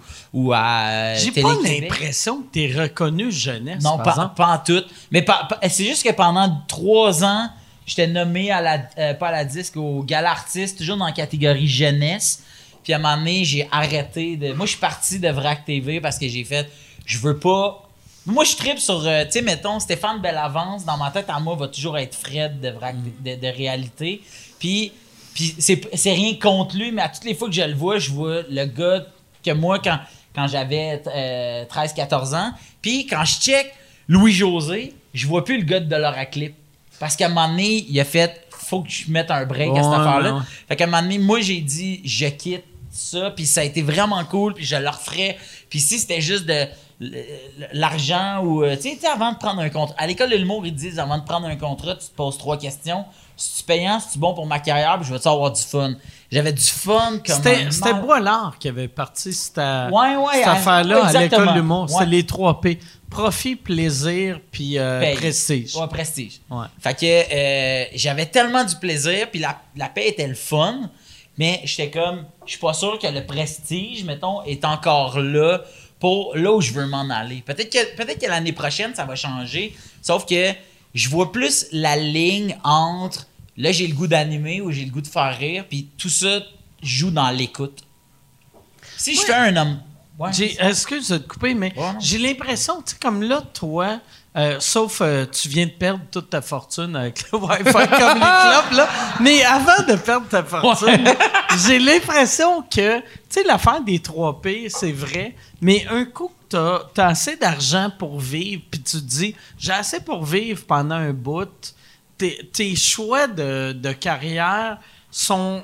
à J'ai pas l'impression que t'es reconnu jeunesse, non, par pas en tout. Mais c'est juste que pendant 3 ans, j'étais nommé pas à la disque, au Gala Artiste, toujours dans la catégorie jeunesse. Puis à un moment donné, j'ai arrêté de... Moi, je suis parti de VRAC TV parce que j'ai fait... Je veux pas... Moi, je tripe sur, tu sais, mettons, Stéphane Bellavance, dans ma tête, à moi, va toujours être Fred de réalité. Puis c'est rien contre lui, mais à toutes les fois que je le vois, je vois le gars que moi, quand j'avais 13-14 ans. Puis quand je check Louis-José, je vois plus le gars de Doloraclip. Parce qu'à un moment donné, il a fait, faut que je mette un break à cette affaire-là. Ouais. Fait qu'à un moment donné, moi, j'ai dit, je quitte ça, puis ça a été vraiment cool, puis je le referais. Puis si c'était juste de l'argent ou... tu sais, avant de prendre un contrat... À l'école de l'humour, ils disent, avant de prendre un contrat, tu te poses 3 questions. Si tu payant, si tu bon pour ma carrière, puis je vais-tu avoir du fun. J'avais du fun comme... C'était Boilard qui avait parti cette affaire-là à l'école de l'humour. C'était les 3 P. Profit, plaisir, puis prestige. Ouais, prestige. Ouais. Fait que j'avais tellement du plaisir, puis la paix était le fun, mais j'étais comme... Je suis pas sûr que le prestige, mettons, est encore là pour là où je veux m'en aller. Peut-être que l'année prochaine, ça va changer, sauf que je vois plus la ligne entre là, j'ai le goût d'animer ou j'ai le goût de faire rire, puis tout ça joue dans l'écoute. Si je fais un homme... Ouais, excuse de te couper, mais j'ai l'impression, tu sais, comme là, toi, sauf tu viens de perdre toute ta fortune avec le Wi-Fi comme les clubs, là, mais avant de perdre ta fortune, j'ai l'impression que, tu sais, l'affaire des 3 P, c'est vrai, mais un coup que t'as assez d'argent pour vivre, puis tu te dis, j'ai assez pour vivre pendant un bout, tes choix de carrière sont...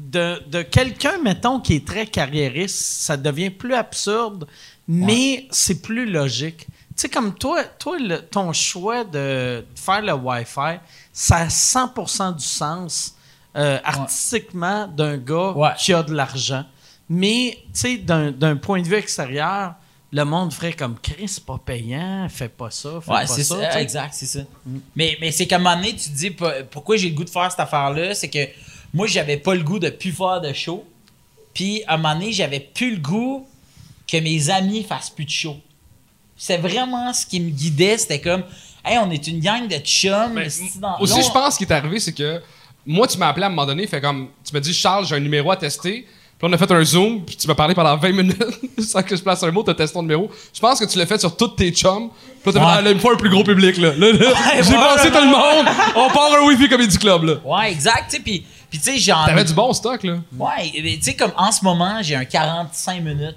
De quelqu'un, mettons, qui est très carriériste, ça devient plus absurde, mais c'est plus logique. Tu sais, comme toi ton choix de faire le Wi-Fi, ça a 100% du sens artistiquement d'un gars qui a de l'argent. Mais, tu sais, d'un point de vue extérieur, le monde ferait comme Chris, c'est pas payant, fais pas ça, fais pas ça. Ouais, exact, c'est ça. Mais c'est qu'à un moment donné, tu te dis, pourquoi j'ai le goût de faire cette affaire-là, c'est que moi, j'avais pas le goût de plus faire de show. Puis, à un moment donné, j'avais plus le goût que mes amis fassent plus de show. C'est vraiment ce qui me guidait. C'était comme, hey, on est une gang de chums. Aussi, je pense qu'il est arrivé, c'est que moi, tu m'as appelé à un moment donné, fait comme, tu m'as dit, Charles, j'ai un numéro à tester. Puis on a fait un Zoom, puis tu m'as parlé pendant 20 minutes sans que je place un mot, t'as testé ton numéro. Je pense que tu l'as fait sur tous tes chums. Puis là, t'as fait, il me faut un plus gros public, là. J'ai passé tout le monde. On part un Wi-Fi Comedy Club, là. Ouais, exact, tu sais, puis tu sais, genre... T'avais du bon stock, là. Ouais, tu sais, comme en ce moment, j'ai un 45 minutes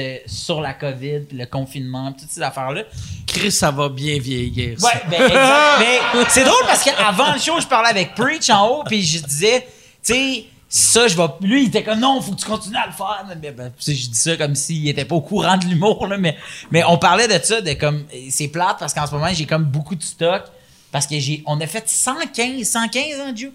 sur la COVID, puis le confinement, puis toutes ces affaires-là. Chris, ça va bien vieillir, ça. Ouais, ben exact. Mais c'est drôle parce qu'avant le show, je parlais avec Preach en haut, puis je disais, tu sais... Ça, je vais. Lui, il était comme non, faut que tu continues à le faire. Mais, je dis ça comme s'il était pas au courant de l'humour, là, mais on parlait de ça, de comme. C'est plate parce qu'en ce moment, j'ai comme beaucoup de stock. Parce que on a fait 115 hein, Dieu?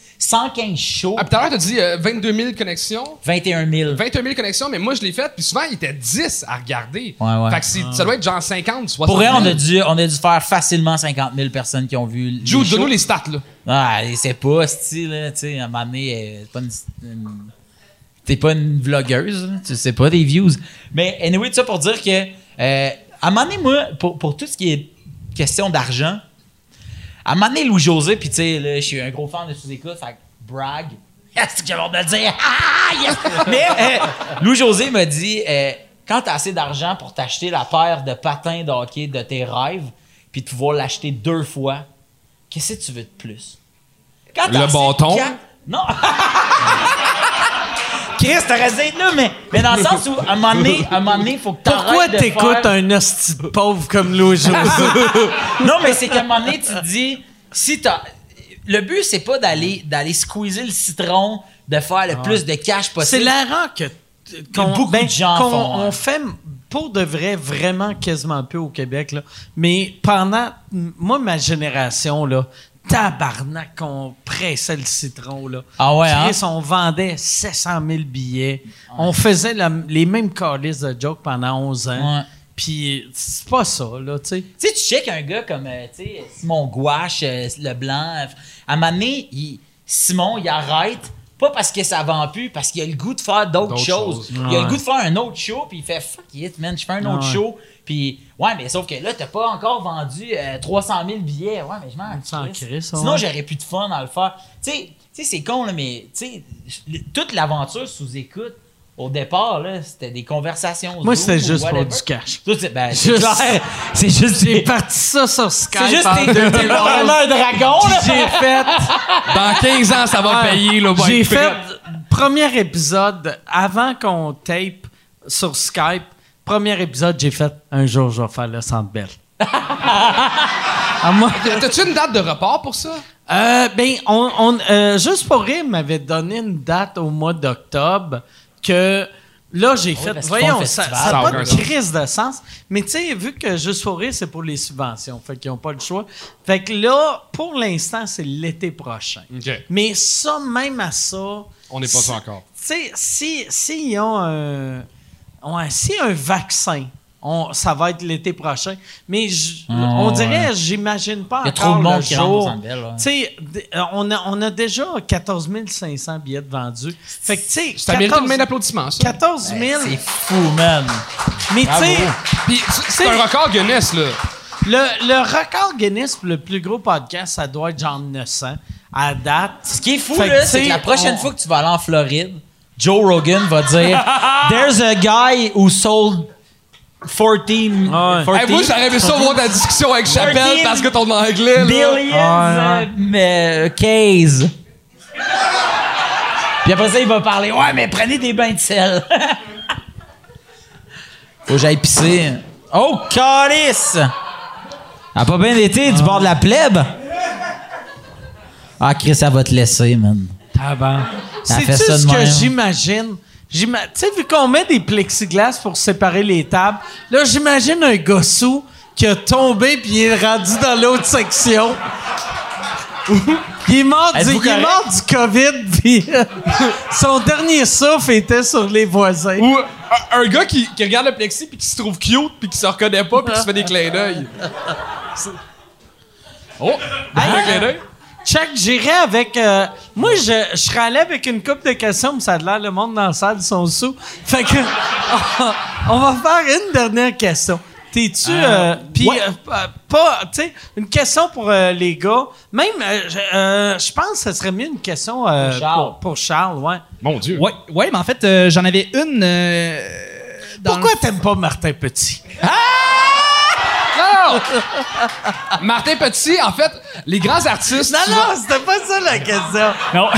115 shows. Ah, puis tout à l'heure, t'as dit 22 000 connexions. 21 000. 21 000 connexions, mais moi, je l'ai fait, puis souvent, il était 10 à regarder. Ouais. Fait que ça doit être genre 50, 60 000. Pour vrai, on a dû faire facilement 50 000 personnes qui ont vu. Jude, donne-nous les stats, là. Ah, c'est pas, style, là, tu sais, à un moment donné, t'es pas une vlogueuse, là, tu sais pas des views. Mais, anyway, tout ça pour dire que, à un moment donné, moi, pour tout ce qui est question d'argent, à un moment donné, Louis-José, puis tu sais, là, je suis un gros fan de sous-écoute, fait que brag. C'est que j'ai hâte de le dire. Yes! Mais Louis-José m'a dit, quand t'as assez d'argent pour t'acheter la paire de patins de hockey de tes rêves, puis de pouvoir l'acheter 2 fois, qu'est-ce que tu veux de plus? Quand le bâton? Non! Chris, t'aurais dû être là, mais dans le sens où, à un moment donné, il faut que t'arrêtes. Pourquoi t'écoutes un hostie de pauvre comme Louis-José? Non, mais c'est qu'à un moment donné, tu te dis, si t'as... Le but, c'est pas d'aller squeezer le citron de faire le plus de cash possible. C'est l'erreur qu'on beaucoup de gens font, on fait pour de vrai vraiment quasiment peu au Québec là. Mais pendant moi ma génération là, tabarnak qu'on pressait le citron là. Ah ouais, Chris, on vendait 700 000 billets. Ouais. On faisait les mêmes calices de jokes pendant 11 ans. Ouais. Puis c'est pas ça, là, tu sais. Tu sais, tu checkes un gars comme, tu sais, Simon Gouache, Leblanc. À un moment donné, Simon, il arrête, pas parce que ça vend plus, parce qu'il a le goût de faire d'autres choses. Il a le goût de faire un autre show, puis il fait « Fuck it, man, je fais un autre show. » Puis, ouais, mais sauf que là, t'as pas encore vendu 300 000 billets. Ouais, mais je m'en crisse. Sinon, j'aurais plus de fun à le faire. Tu sais, c'est con, là, mais, tu sais, toute l'aventure sous écoute, au départ, là, c'était des conversations. Moi, c'était juste pour du cash. C'est clair. C'est juste. J'ai parti ça sur Skype. C'est juste t'es vraiment un dragon, là. J'ai fait. Dans 15 ans, ça va payer, là. J'ai fait. Premier épisode, avant qu'on tape sur Skype, premier épisode, j'ai fait un jour, je vais faire le Centre Bell. T'as-tu une date de report pour ça? Juste pour rire, m'avait donné une date au mois d'octobre. Que là, j'ai fait. Voyons, ça n'a pas de crise de sens. Mais tu sais, vu que Juste pour rire, c'est pour les subventions. Fait qu'ils n'ont pas le choix. Fait que là, pour l'instant, c'est l'été prochain. Okay. Mais ça, même à ça. On n'est pas ça encore. Tu sais, s'ils ont un vaccin, ça va être l'été prochain. Mais on dirait, j'imagine pas encore. Il y a trop de monde qui rentre au Centre Bell. Tu sais, on a déjà 14 500 billets de vendus. Fait que, tu sais. Ça mérite une main d'applaudissement, ça. 14 000. C'est fou, man. Mais, tu sais. Puis, c'est un record Guinness, là. Le record Guinness pour le plus gros podcast, ça doit être genre 900 à date. Ce qui est fou, là, c'est que la prochaine fois que tu vas aller en Floride, Joe Rogan va dire There's a guy who sold 14. Hey, moi, j'aurais aimé ça voir ta discussion avec Chappelle parce que ton anglais. Billions case. Puis après ça, il va parler ouais, mais prenez des bains de sel. Faut que j'aille pisser. Oh, calice! A pas bien été du bord de la plèbe? Ah, Chris, ça va te laisser, man. C'est-tu ce que j'imagine? Tu sais, vu qu'on met des plexiglas pour séparer les tables, là, j'imagine un gossou qui a tombé puis il est rendu dans l'autre section. Il est mort du COVID puis son dernier souffle était sur les voisins. Ou un gars qui regarde le plexi puis qui se trouve cute puis qui se reconnaît pas puis qui se fait des clins d'œil. Oh! Un clin d'œil? Check, j'irais avec... moi, je serais allé avec une couple de questions, mais ça a l'air, le monde dans la salle sont sous. Fait que... on va faire une dernière question. T'es-tu... Puis, pas... Tu sais, une question pour les gars. Même, je pense que ce serait mieux une question pour Charles, ouais. Mon Dieu. Ouais, mais en fait, j'en avais une... Pourquoi t'aimes pas Martin Petit? Non! Martin Petit, en fait, les grands artistes... Non, c'était pas ça la question. Non.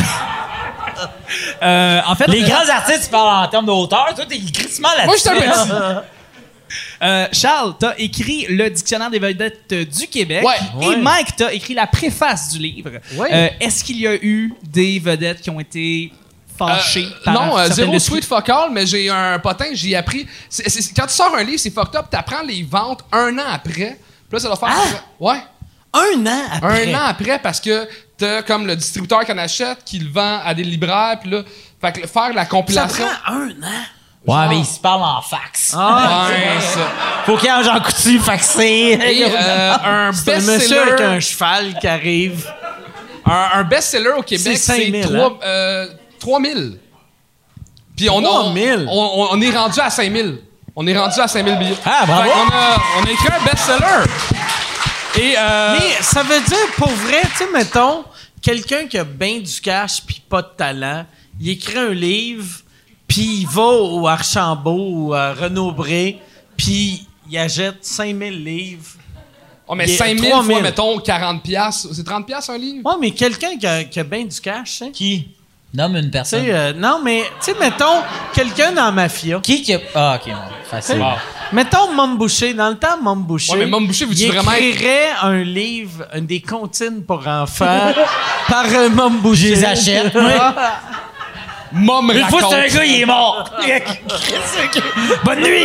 En fait... Les grands artistes, tu parles en termes de hauteur. Toi, t'es crissement là-dessus. Moi, je suis un petit. Charles, t'as écrit le Dictionnaire des vedettes du Québec. Ouais. Et Mike, t'as écrit la préface du livre. Ouais. Est-ce qu'il y a eu des vedettes qui ont été... fâché par non, zéro de sweet fuck all, mais j'ai un potin, j'ai appris. Quand tu sors un livre, c'est fucked up, t'apprends les ventes un an après. Puis là, ça va faire. Ouais. Un an après? Un an après, parce que t'as comme le distributeur qui en achète, qui le vend à des libraires, puis là, fait que faire la compilation. Ça prend un an? Ouais, mais il se parle en fax. Ouais, ça. Faut qu'il y ait un Jean Coutu faxé. Et un C'est un monsieur best-seller. avec un cheval qui arrive. Un best-seller au Québec, C'est 5 000, 3 000. Puis on est rendu à 5 000. On est rendu à 5 000 billets. Ah, bravo! On a écrit un best-seller. Et Mais ça veut dire, pour vrai, tu sais, mettons, quelqu'un qui a bien du cash puis pas de talent, il écrit un livre, puis il va au Archambault ou à Renaud-Bré, puis il achète 5 000 livres. oh, mais 5 000 fois, mettons, 40 $. C'est 30 $ un livre? Ouais, mais quelqu'un qui a bien du cash, hein? Qui? Nomme une personne. Non, mais, tu sais, mettons, quelqu'un dans la mafia. Qui a... Ah, OK, bon, facile. Mettons Mom Boucher. Dans le temps, Mom Boucher. Ouais, mais Mom Boucher, veux-tu vraiment être... Il écrirait un livre, des comptines pour enfants, par Mom Boucher. Je les achète. Moi, me Une fois, raconte. c'est un gars, il est mort. Bonne nuit.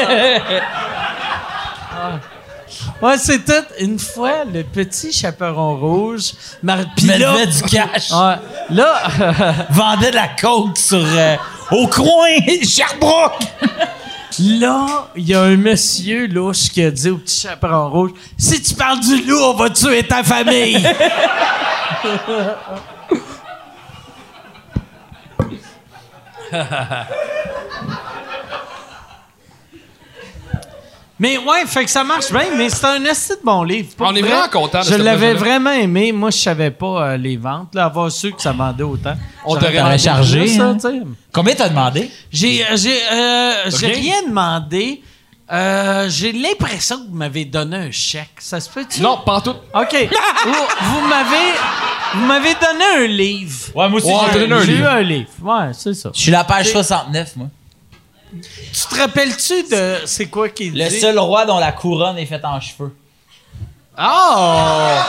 Ouais, c'est tout. Une fois, le petit chaperon rouge. Puis Me là, levait du cash. ouais, là, Vendait de la coke sur au coin Sherbrooke. là, il y a un monsieur louche qui a dit au petit chaperon rouge, si tu parles du loup, on va tuer ta famille. Mais ouais, fait que ça marche bien, mais c'est un assez de bon livre. Pour On est vrai, vraiment contents de Je ce l'avais projet-là. vraiment aimé. Moi, je savais pas les ventes. Là, avoir su que ça vendait autant. On J'aurais t'aurait demandé chargé, plus, hein. tu sais. Combien t'as demandé? J'ai Rien? rien demandé. J'ai l'impression que vous m'avez donné un chèque. Ça se peut-tu? Non, pas tout. OK. vous m'avez donné un livre. Ouais, moi aussi, Ouais, j'ai t'as donné un J'ai eu livre. un livre. Ouais, c'est ça. Je suis la page 69, moi. Tu te rappelles-tu de... C'est quoi qu'il dit? Le seul roi dont la couronne est faite en cheveux. Oh!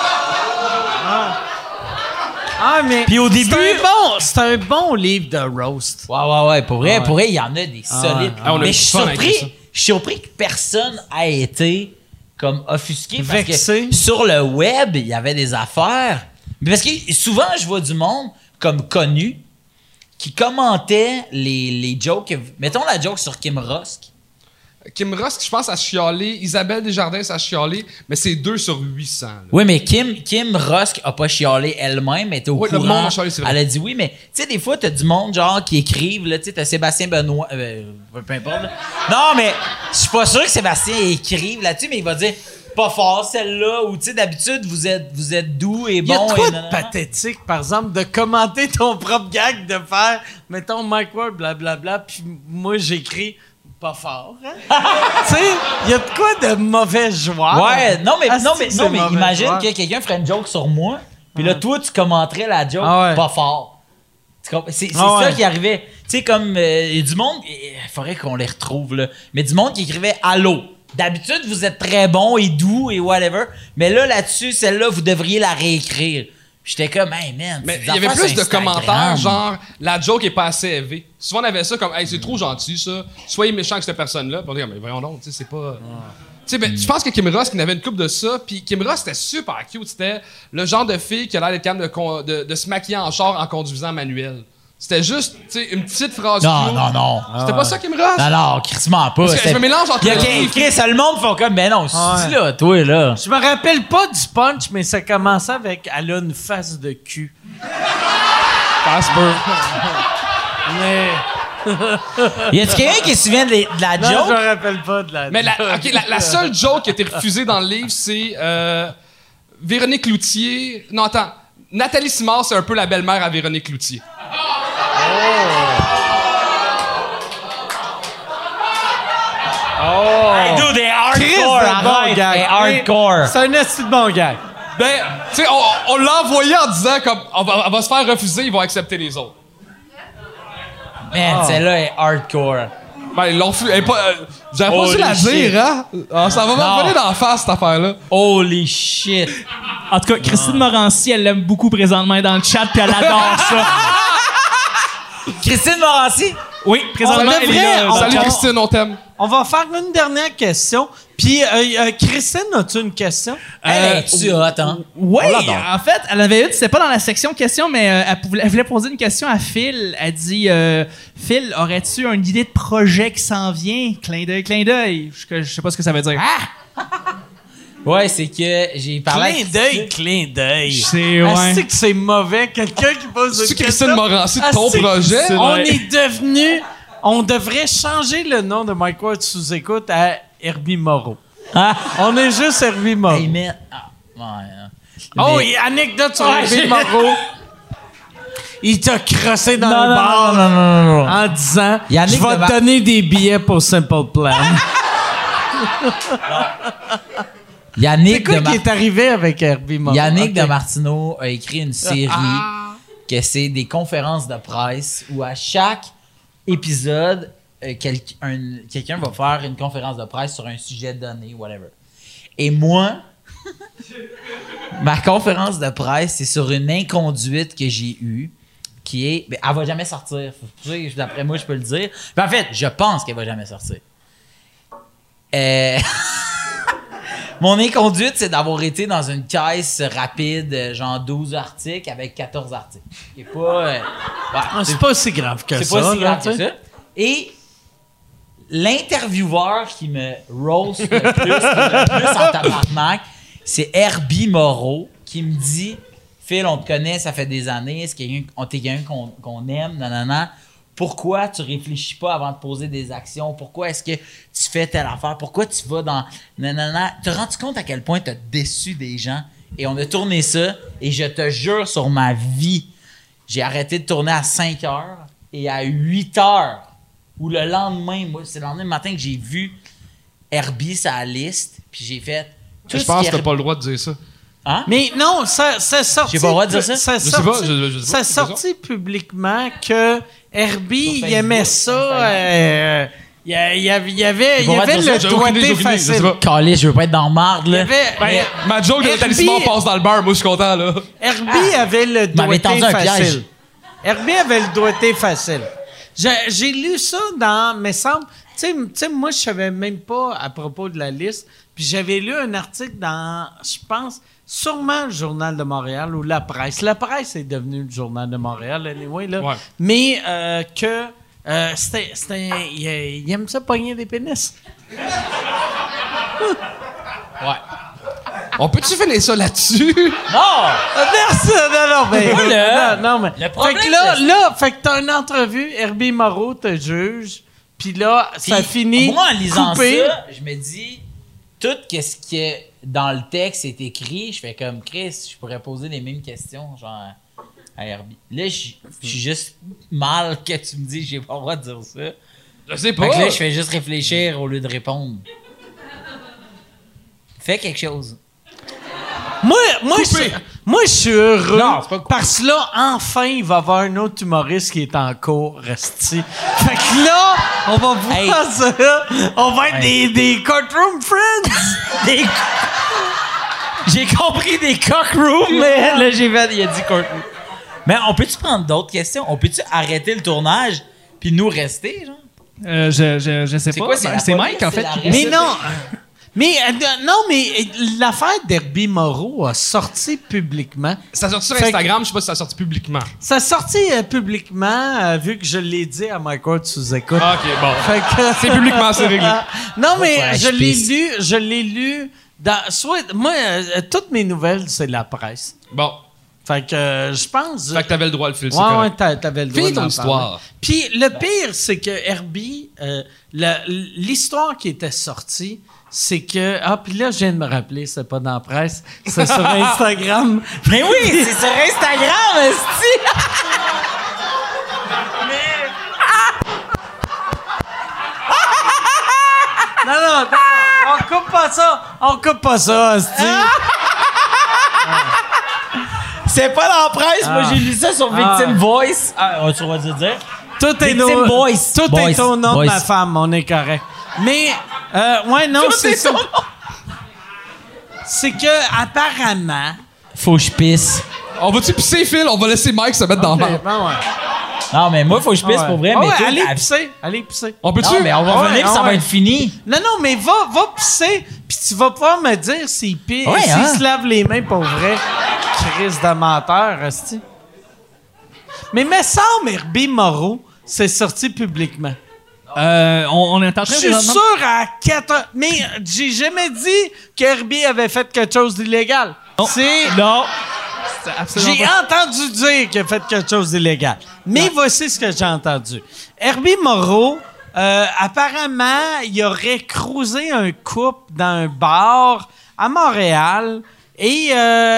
Ah, mais... Puis au début- C'est un bon livre de roast. Ouais. Pour vrai, Ouais. il y en a des solides. Ah, on a Mais eu je du suis fun avec ça. surpris que personne a été comme offusqué. Parce Vexé. que sur le web, il y avait des affaires. Mais parce que souvent, je vois du monde comme connu qui commentait les jokes. Mettons la joke sur Kim Rusk. Kim Rusk, je pense, a chialé. Isabelle Desjardins, ça a chialé. Mais c'est 2 sur 800. là. Oui, mais Kim Rusk a pas chialé elle-même, elle était au Oui, le courant. monde a chialé, c'est vrai. Elle a dit oui, mais tu sais, des fois, t'as du monde genre qui écrivent, là, tu sais, t'as Sébastien Benoît, peu importe. Là. Non, mais je suis pas sûr que Sébastien écrive là-dessus, mais il va dire pas fort celle-là, ou tu sais, d'habitude, vous êtes doux et Il y a bon. de quoi et de nanana. pathétique, par exemple, de commenter ton propre gag, de faire, mettons, Mike Ward, blablabla, puis moi, j'écris pas fort. Hein? Tu sais, il y a de quoi de mauvais joueur. Ouais, non, mais C'est mauvais imagine joueur. que quelqu'un ferait une joke sur moi, puis là, toi, tu commenterais la joke Ah ouais. pas fort. C'est Ah ça ouais. qui arrivait. Tu sais, comme il y a du monde, il faudrait qu'on les retrouve, là, mais du monde qui écrivait allô. D'habitude, vous êtes très bon et doux et whatever, mais là-dessus, celle-là, vous devriez la réécrire. J'étais comme, hey man, Mais ces il y avait affaires plus sur de Instagram. commentaires, genre, la joke est pas assez élevée. Souvent, on avait ça comme, hey, c'est trop gentil, ça. Soyez méchant avec cette personne-là. Puis on dit, mais voyons donc, tu sais, c'est pas. Tu sais, ben, je pense que Kim Ross, qui avait une coupe de ça, puis Kim Ross, c'était super cute. C'était le genre de fille qui a l'air d'être capable de se maquiller en char en conduisant manuel. C'était juste, tu sais, une petite phrase Non, cute. non. C'était pas ça, Kim Ross? Non, crissement pas. Parce que je me mélange entre Il y a le qu'un livre- Chris, le monde font comme, mais non, c'est là, toi, là. Je me rappelle pas du punch, mais ça commençait avec elle a une face de cul. Ça se peut. Mais. Y a-tu quelqu'un qui se souvient de la Non, je joke? me rappelle pas de la. Mais la seule joke qui a été refusée dans le livre, c'est Véronique Cloutier. Non, attends. Nathalie Simard, c'est un peu la belle-mère à Véronique Cloutier. Hey, dude, des Chris hardcore, de bon arrête, gag. des hardcore. C'est un esti de bon gag. Ben, tu sais, on l'a envoyé en disant comme on va se faire refuser, ils vont accepter les autres. Man, celle-là est hardcore. Ben, ils l'ont refusé. J'avais pas Holy dû la shit. dire, hein? Ah, ça va me Non. revenir d'en face, cette affaire-là. Holy shit. En tout cas, Christine Morancy, elle l'aime beaucoup présentement dans le chat, puis elle adore ça. Christine Morancy? Oui, présentement, On elle est devrait- là. on- dans le Salut chat. Christine, on t'aime. On va faire une dernière question. Puis, Christine, as-tu une question? Elle est-tu hot, hein? Oui, On l'adore. en fait, elle avait une, c'était pas dans la section questions, mais elle voulait poser une question à Phil. Elle dit Phil, aurais-tu une idée de projet qui s'en vient? Clin d'œil, clin d'œil. Je sais pas ce que ça veut dire. Ouais, c'est que j'ai parlé Clin d'œil. C'est ouais. Est-ce que c'est mauvais? Quelqu'un qui pose une C'est-tu question? Christine Morancy de ton Asti, projet? On Ouais. est devenu... On devrait changer le nom de Mike Ward sous-écoute à Herbie Moreau. Ah. On est juste Herbie Moreau. Hey, man. Ah, ouais, hein. Oh, Mais- et anecdote sur Ouais, Herbie j'ai- Moreau. Il t'a crossé dans Non, le non, bar non. en disant Yannick je vais de te donner des billets pour Simple Plan. C'est Yannick quoi de qui Mar- est arrivé avec Herbie Moreau? Yannick Ok. de Martineau a écrit une série que c'est des conférences de presse où à chaque épisode, quelqu'un va faire une conférence de presse sur un sujet donné, whatever. Et moi, ma conférence de presse, c'est sur une inconduite que j'ai eue. qui est... Ben, elle va jamais sortir. D'après moi, je peux le dire. Ben, en fait, je pense qu'elle va jamais sortir. Mon inconduite, c'est d'avoir été dans une caisse rapide, genre 12 articles avec 14 articles. C'est pas... c'est pas si grave que ça. C'est pas si grave là, que ça. Et l'intervieweur qui me roast le plus, qui est le plus en tabarnak, c'est Herbie Moreau qui me dit « Phil, on te connaît, ça fait des années, t'es quelqu'un qu'on aime, nanana. Pourquoi tu réfléchis pas avant de poser des actions? Pourquoi est-ce que tu fais telle affaire? Pourquoi tu vas dans... nanana? » Tu te rends compte à quel point tu as déçu des gens? Et on a tourné ça, et je te jure sur ma vie, j'ai arrêté de tourner à 5 heures, et à 8 heures, ou le lendemain, moi, c'est le lendemain matin que j'ai vu Herbie sur la liste, puis j'ai fait... Je pense que t'as pas le droit de dire ça. Hein? Mais non, ça sorti... J'ai pas le droit de dire ça? Ça Je sais pas, je sais pas. Ça sorti publiquement que Herbie, il aimait ça. Il y avait le doigté facile. Calé, je veux pas être dans marde, là. Ma joke de l'établissement passe dans le beurre, moi je suis content là. Herbie avait le m'avait tendu doigté un piège. facile. Herbie avait le doigté facile. J'ai lu ça dans... me semble... Tu sais, moi, je savais même pas à propos de la liste. Puis j'avais lu un article dans, je pense, sûrement le Journal de Montréal ou La Presse. La Presse est devenue le Journal de Montréal, anyway, là. Ouais. Mais il aime ça pogner des pénis. Ouais. On peut-tu finir ça là-dessus? Non! Merci! Non, mais... Voilà. Non, mais... Le problème, fait que t'as une entrevue, Herbie Moreau te juge, puis là, ça Puis, finit moi, en lisant coupé. ça, je me dis, tout ce qui est dans le texte est écrit, je fais comme Chris, je pourrais poser les mêmes questions, genre à Herbie. Là, je suis juste mal que tu me dis, j'ai pas le droit de dire ça. Je sais pas. Fait que là, je fais juste réfléchir au lieu de répondre. Fais quelque chose. Moi, je suis heureux Non, c'est pas coupé. parce que là, enfin, il va y avoir un autre humoriste qui est en cours, resti. Fait que là, on va voir Hey. ça. On va être des courtroom friends. J'ai compris des cockroom, mais là, il a dit courtroom. Mais on peut-tu prendre d'autres questions? On peut-tu arrêter le tournage puis nous rester, genre? Je sais C'est pas. quoi, c'est la C'est police, Mike, en c'est fait. la qui- Mais non. Mais l'affaire d'Herbie Moreau a sorti publiquement. Ça a sorti sur Fait que- Instagram, je sais pas si ça a sorti publiquement. Ça a sorti publiquement, vu que je l'ai dit à Mike Ward sous écoute. Ah, ok, bon. Fait que- C'est publiquement, c'est réglé. Non, mais Ouais, je je l'ai pisse. lu dans... Moi, toutes mes nouvelles, c'est la presse. Bon. Fait que je pense... Fait que t'avais le droit, le fil, c'est Ouais, correct. t'avais le droit Finis d'en ton histoire. parler. Puis le pire, c'est que Herbie, l'histoire qui était sortie, c'est que... Ah, puis là, je viens de me rappeler, c'est pas dans la presse, c'est sur Instagram. Mais oui, c'est sur Instagram, esti! Non, on coupe pas ça, hostie. C'est pas dans la presse, moi j'ai lu ça sur Victim Voice. Ah, tu vas te dire. Tout est Victim au, Boys. Tout Boys. est au nom Boys. de ma femme, on est correct. Mais, ouais, non, c'est ça. C'est que, apparemment... Faut que je pisse. On va-tu pisser, Phil? On va laisser Mike se mettre dans la merde. Bon, ouais. Non, mais moi, faut que je pisse pour vrai. Ah mais ouais, toi, allez pisser. On peut-tu? Non, mais on va Ouais, revenir, puis ça ouais. va être fini. Non, mais va pisser, puis tu vas pouvoir me dire s'il pisse, Ouais, s'il hein? se lave les mains pour vrai. Crise de menteur, esti. Mais me semble, Herbie Moreau, c'est sorti publiquement. On est en train Je suis sûr à 4... Mais j'ai jamais dit qu'Herbie avait fait quelque chose d'illégal. C'est... Non. C'est absolument J'ai pas. entendu dire qu'il a fait quelque chose d'illégal. Mais voici ce que j'ai entendu. Herbie Moreau, apparemment, il aurait cruisé un couple dans un bar à Montréal et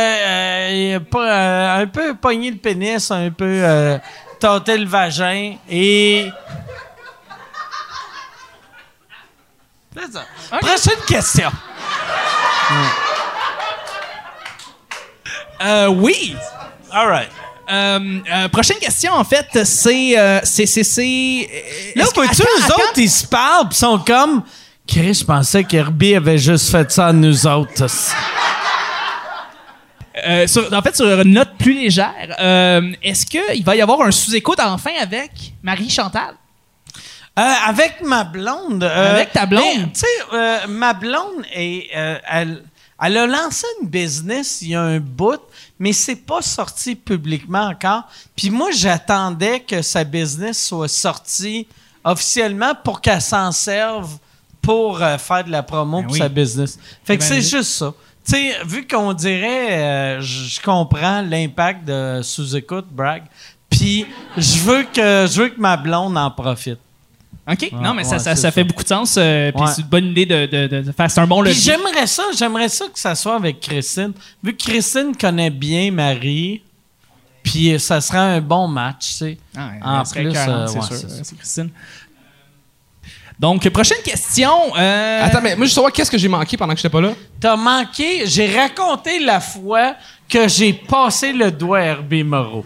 un peu pogné le pénis, un peu tâté le vagin et... C'est ça. Prochaine question. Oui. All right. Prochaine question, en fait, c'est. Là, est-ce que- vois-tu, attends, eux autres, ils se parlent pis sont comme... Chris, je pensais qu'Herbie avait juste fait ça à nous autres. sur une note plus légère, est-ce qu'il va y avoir un sous-écoute enfin avec Marie-Chantal? Avec ma blonde. Avec ta blonde? Tu sais, ma blonde, elle a lancé une business il y a un bout, mais c'est pas sorti publiquement encore. Puis moi, j'attendais que sa business soit sortie officiellement pour qu'elle s'en serve pour faire de la promo pour sa business. Fait que c'est juste ça. Tu sais, vu qu'on dirait, je comprends l'impact de sous-écoute, brag, puis je veux que ma blonde en profite. OK. Non, mais ça fait beaucoup de sens. Puis c'est une bonne idée de faire. C'est un bon levier. J'aimerais ça que ça soit avec Christine. Vu que Christine connaît bien Marie, puis ça serait un bon match, tu sais. En plus, c'est Christine. Donc, prochaine question. Attends, mais moi, je veux savoir qu'est-ce que j'ai manqué pendant que j'étais pas là? T'as manqué... J'ai raconté la fois que j'ai passé le doigt à Herbie Moreau.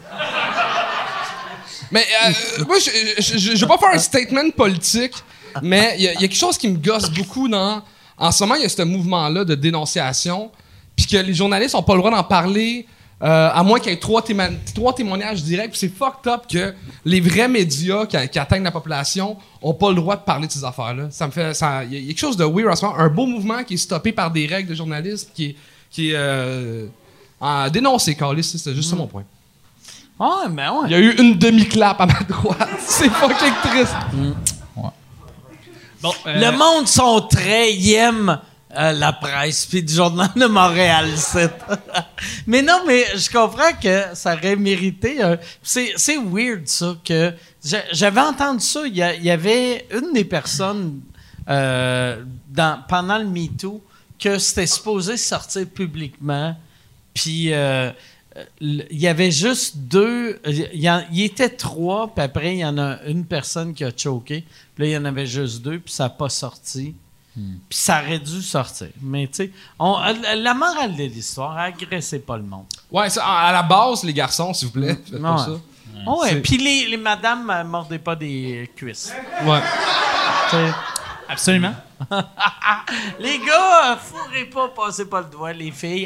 Mais moi, je veux pas faire un statement politique, mais il y a quelque chose qui me gosse beaucoup en ce moment, il y a ce mouvement-là de dénonciation, puis que les journalistes n'ont pas le droit d'en parler, à moins qu'il y ait trois témoignages directs. Puis c'est fucked up que les vrais médias qui atteignent la population n'ont pas le droit de parler de ces affaires-là. Il y a quelque chose de weird en ce moment. Un beau mouvement qui est stoppé par des règles de journalisme, qui est dénoncé, Carlis. C'est juste ça mon point. Ah, mais ouais. Il y a eu une demi-clap à ma droite. C'est fucking triste. Ouais. Bon, le monde sont très... Ils aiment la presse puis du Journal de Montréal. Mais non, mais je comprends que ça aurait mérité... c'est weird, ça, que... J'avais entendu ça. Il y avait une des personnes pendant le MeToo que c'était supposé sortir publiquement. Puis... il y avait juste deux... Il était trois, puis après, il y en a une personne qui a choqué. Puis là, il y en avait juste deux, puis ça n'a pas sorti. Puis ça aurait dû sortir. Mais tu sais, la morale de l'histoire, agressez pas le monde. Ouais, ça, à la base, les garçons, s'il vous plaît, faites pas ça. Ouais, puis les madames, mordez pas des cuisses. Ouais. T'sais. Absolument. Les gars, fourrez pas, passez pas le doigt. Les filles,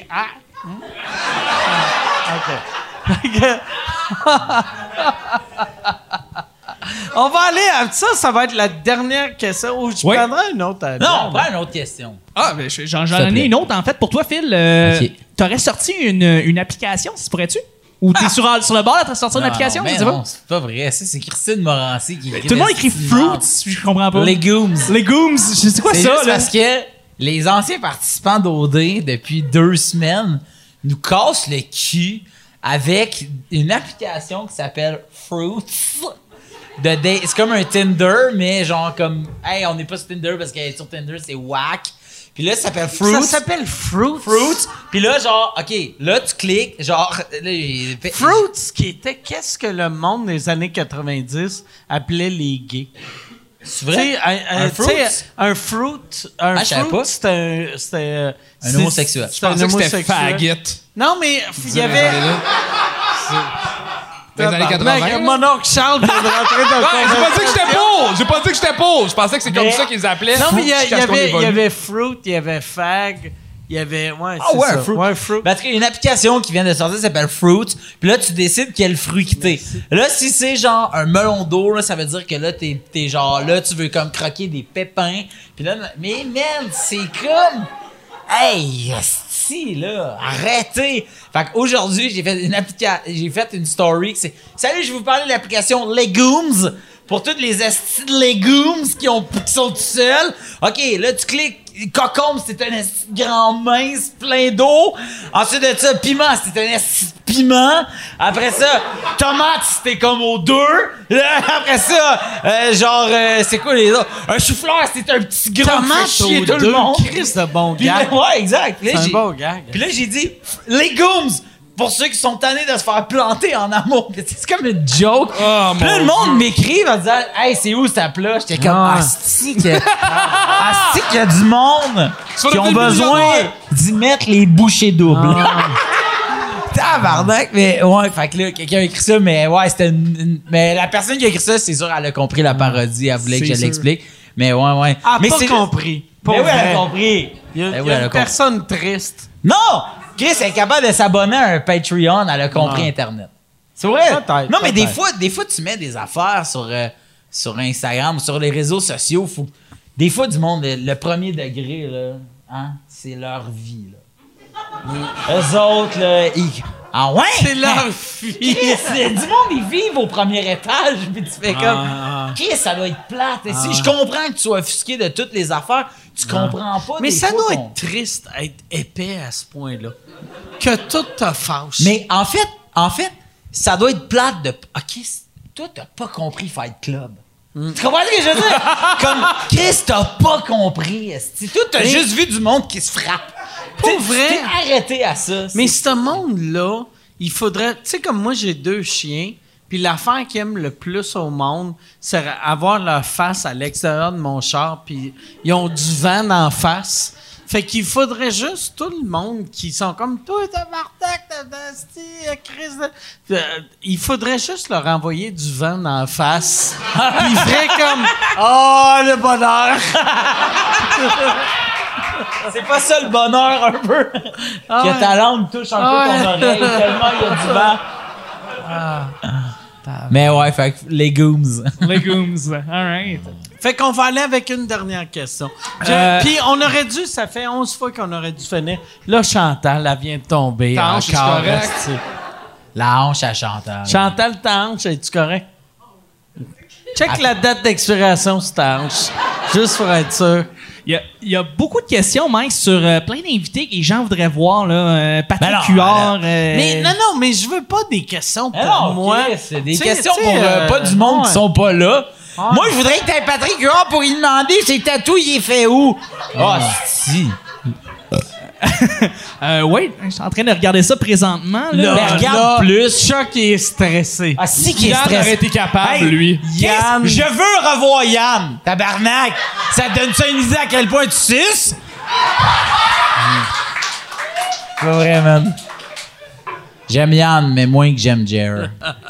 OK. On va aller à ça va être la dernière question. Ou je prendrai une autre. Non, on prend une autre question. Ah, ben j'en ai une autre en fait. Pour toi, Phil, okay. T'aurais sorti une application, si pourrais-tu? Ou t'es sur le bord de sortir une application? Mais non, c'est pas vrai. C'est Christine Morancy qui écrit. Tout le monde écrit Fruits, je comprends pas. Legumes. C'est quoi ça? C'est parce que les anciens participants d'OD, depuis 2 semaines, nous cassent le cul avec une application qui s'appelle Fruits. C'est comme un Tinder, mais genre comme, hey, on n'est pas sur Tinder parce qu'elle est sur Tinder, c'est whack. Puis là, ça s'appelle Fruits. Ça s'appelle Fruits. Puis là, genre, OK, là, tu cliques, genre... Fruits, qui était qu'est-ce que le monde des années 90 appelait les gays. C'est vrai? Un fruit, c'était un homosexuel. C'était un homosexuel. C'était faggot. Non, mais il y avait... Dans les années 80. Mon oncle Charles vient de rentrer dans le j'ai pas dit que j'étais pour. Je pensais que c'est comme ça qu'ils appelaient. Non, mais il y avait Fruit, il y avait Fag, il y avait... Ouais, c'est ça. Fruit. Ouais, Fruit. Parce qu'il y a une application qui vient de sortir, ça s'appelle Fruit. Puis là, tu décides quel fruit que t'es. Là, si c'est genre un melon d'eau, là, ça veut dire que là, t'es genre... Là, tu veux comme croquer des pépins. Puis là... Mais merde, c'est comme... Hey, si là, arrêtez. Fait qu'aujourd'hui, j'ai fait une story qui c'est salut, je vais vous parler de l'application Legumes pour toutes les estis de légumes qui sont tout seuls. OK, là tu cliques cocombe, c'est un esti grand mince plein d'eau. Ensuite de ça, piment, c'est un esti piment. Après ça, tomate, c'était comme aux 2. Après ça, c'est quoi les autres? Un chou-fleur, c'est un petit gros tomate chier aux tout le monde. Chris de bon gag. Ouais, exact. C'est un bon gag. Puis là, j'ai dit légumes pour ceux qui sont tannés de se faire planter en amour. C'est comme une joke. Oh, puis là, le monde m'écrit en disant hey, c'est où cette app-là? J'étais comme asti qu'il y a du monde qui ont besoin d'y mettre les bouchées doubles. Tabarnak, mais ouais, fait que là, quelqu'un a écrit ça, mais ouais, c'était mais la personne qui a écrit ça, c'est sûr, elle a compris la parodie, elle voulait que je l'explique. Mais ouais. Ah, mais pas compris. Mais oui, elle a compris. Il y a une personne triste. Non! Chris est capable de s'abonner à un Patreon, elle a compris Internet. C'est vrai? Peut-être, Non, mais des peut-être. fois, tu mets des affaires sur Instagram ou sur les réseaux sociaux. Des fois, du monde, le premier degré, là, hein, c'est leur vie. Là. Eux autres, là, ah ouais? C'est leur vie. Chris, du monde, ils vivent au premier étage, puis tu fais comme... Chris, ça doit être plate. Si je comprends que tu sois offusqué de toutes les affaires, tu comprends pas. Mais des ça fois doit qu'on- être triste d'être épais à ce point-là. Que tout te fâche. Mais en fait, ça doit être plate de... OK, toi, t'as pas compris Fight Club. Tu comprends ce que je veux dire? Comme, Chris, t'as pas compris. Toi, t'as juste vu du monde qui se frappe. Pour T'es- vrai? T'es arrêté à ça. Mais ce monde-là, il faudrait... Tu sais, comme moi, j'ai 2 chiens, puis l'affaire qu'ils aiment le plus au monde, c'est avoir leur face à l'extérieur de mon char, puis ils ont du vent d'en face. Fait qu'il faudrait juste tout le monde qui sont comme toi, t'as Martac, t'as Chris. Il faudrait juste leur envoyer du vent d'en face. Puis ils feraient comme oh le bonheur. C'est pas ça le bonheur, un peu? Ah Que ouais. ta langue touche un Ah peu ton ouais. oreille, tellement il y a du vent. Mais ouais, fait que legumes. Legumes. All right. Fait qu'on va aller avec une dernière question. Puis on aurait dû, ça fait 11 fois qu'on aurait dû finir. Là, Chantal, elle vient de tomber. Ta hanche, encore. c'est correct? esti. La hanche à Chantal. Chantal, ta hanche, es-tu correct? Check la date d'expiration sur ta hanche. Juste pour être sûr. Il y a beaucoup de questions, Mike, sur plein d'invités que les gens voudraient voir. Là, Patrick Ben non, Huard. Mais non, mais je veux pas des questions pour Non, moi. Chris, c'est des T'sais, questions t'sais, pour pas du monde ouais. qui sont pas là. Moi, je voudrais que t'aies Patrick Huard pour lui demander ses tatous, il est fait où? Ah, si. Oui, je suis en train de regarder ça présentement. Là. Mais regarde plus. Chuck il est stressé. Ah, si qu'il est Yann aurait stressé. été capable, Hey, lui. Yann. Chris, je veux revoir Yann. Tabarnak. Ça te donne ça une idée à quel point tu suces? Pas vrai, man. J'aime Yann, mais moins que j'aime Jer.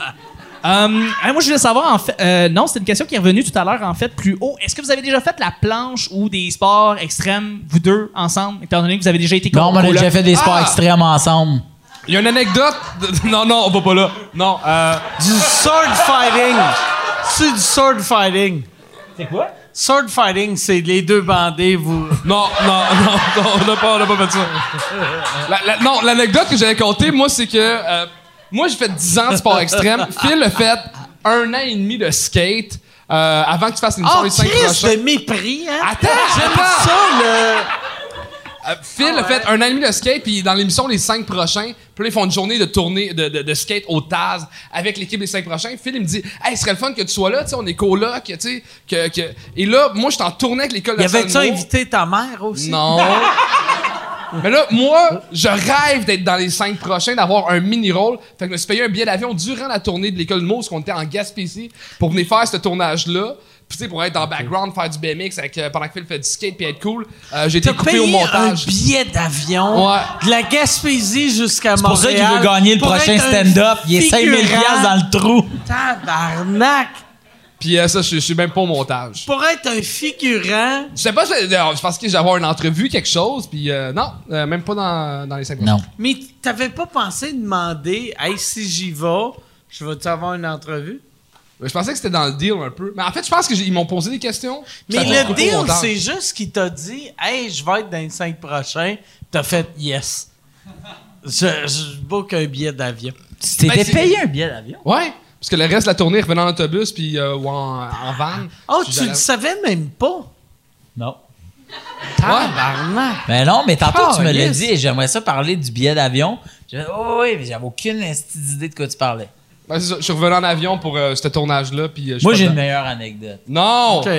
Moi, je voulais savoir, en fait... non, c'est une question qui est revenue tout à l'heure, en fait, plus haut. Est-ce que vous avez déjà fait la planche ou des sports extrêmes, vous deux, ensemble, étant donné que vous avez déjà été Non, mais on a coloc? déjà fait des sports extrêmes ensemble. Il y a une anecdote. Non, on va pas là. Non, Du sword fighting. C'est du sword fighting. C'est quoi? Sword fighting, c'est les deux bandés, vous. Non, on n'a pas fait ça. Non, l'anecdote que j'avais contée, moi, c'est que moi, j'ai fait 10 ans de sport extrême. Phil a fait 1 an et demi de skate avant que tu fasses l'émission Oh, les 5 Chris prochains. de mépris, hein? Attends! Ça, le... Phil a fait 1 an et demi de skate, puis dans l'émission les 5 prochains, puis là, ils font une journée de tournée de skate au Taz avec l'équipe des 5 prochains. Phil, il me dit, hey, ce serait le fun que tu sois là, tu sais, on est coloc, tu sais. Et là, moi, je t'en tournais avec l'école de Y avait-tu Salmo. invité ta mère aussi? Non. Mais là, moi, je rêve d'être dans les 5 prochains, d'avoir un mini-rôle. Fait que je me suis payé un billet d'avion durant la tournée de l'école de Mots, parce qu'on était en Gaspésie, pour venir faire ce tournage-là. Puis tu sais, pour être en background, faire du BMX avec, pendant que Phil fait du skate puis être cool. J'ai été T'as coupé au payé montage. un billet d'avion Ouais. de la Gaspésie jusqu'à Montréal. C'est pour ça qu'il veut gagner le pour prochain être un stand-up. Il est 5000 figurant. piastres dans le trou. Tabarnak! Puis ça, je suis même pas au montage. Pour être un figurant... Je sais pas, je pensais que j'allais avoir une entrevue, quelque chose, puis non, même pas dans les 5 Non. Mais t'avais pas pensé demander « Hey, si j'y vais, je vais-tu avoir une entrevue? » Je pensais que c'était dans le deal un peu. Mais en fait, je pense qu'ils m'ont posé des questions. Mais Ça m'a le coupé au deal, montage. c'est juste qu'il t'a dit « Hey, je vais être dans les 5 prochains. » T'as fait « Yes. » Je book un billet d'avion. Tu t'étais Ben, c'est- payé un billet d'avion? Ouais, parce que le reste de la tournée revenait en autobus puis ou en van. Oh, Puis tu j'allais- le savais même pas? Non. Tabarnak! Mais non, mais tantôt, tu me l'as Calisse. dit et j'aimerais ça parler du billet d'avion. J'ai dit, oh oui, mais j'avais aucune idée de quoi tu parlais. Ben, c'est ça, je suis revenu en avion pour ce tournage-là. Puis, je suis Moi, pas j'ai une dedans. meilleure anecdote. Non! OK.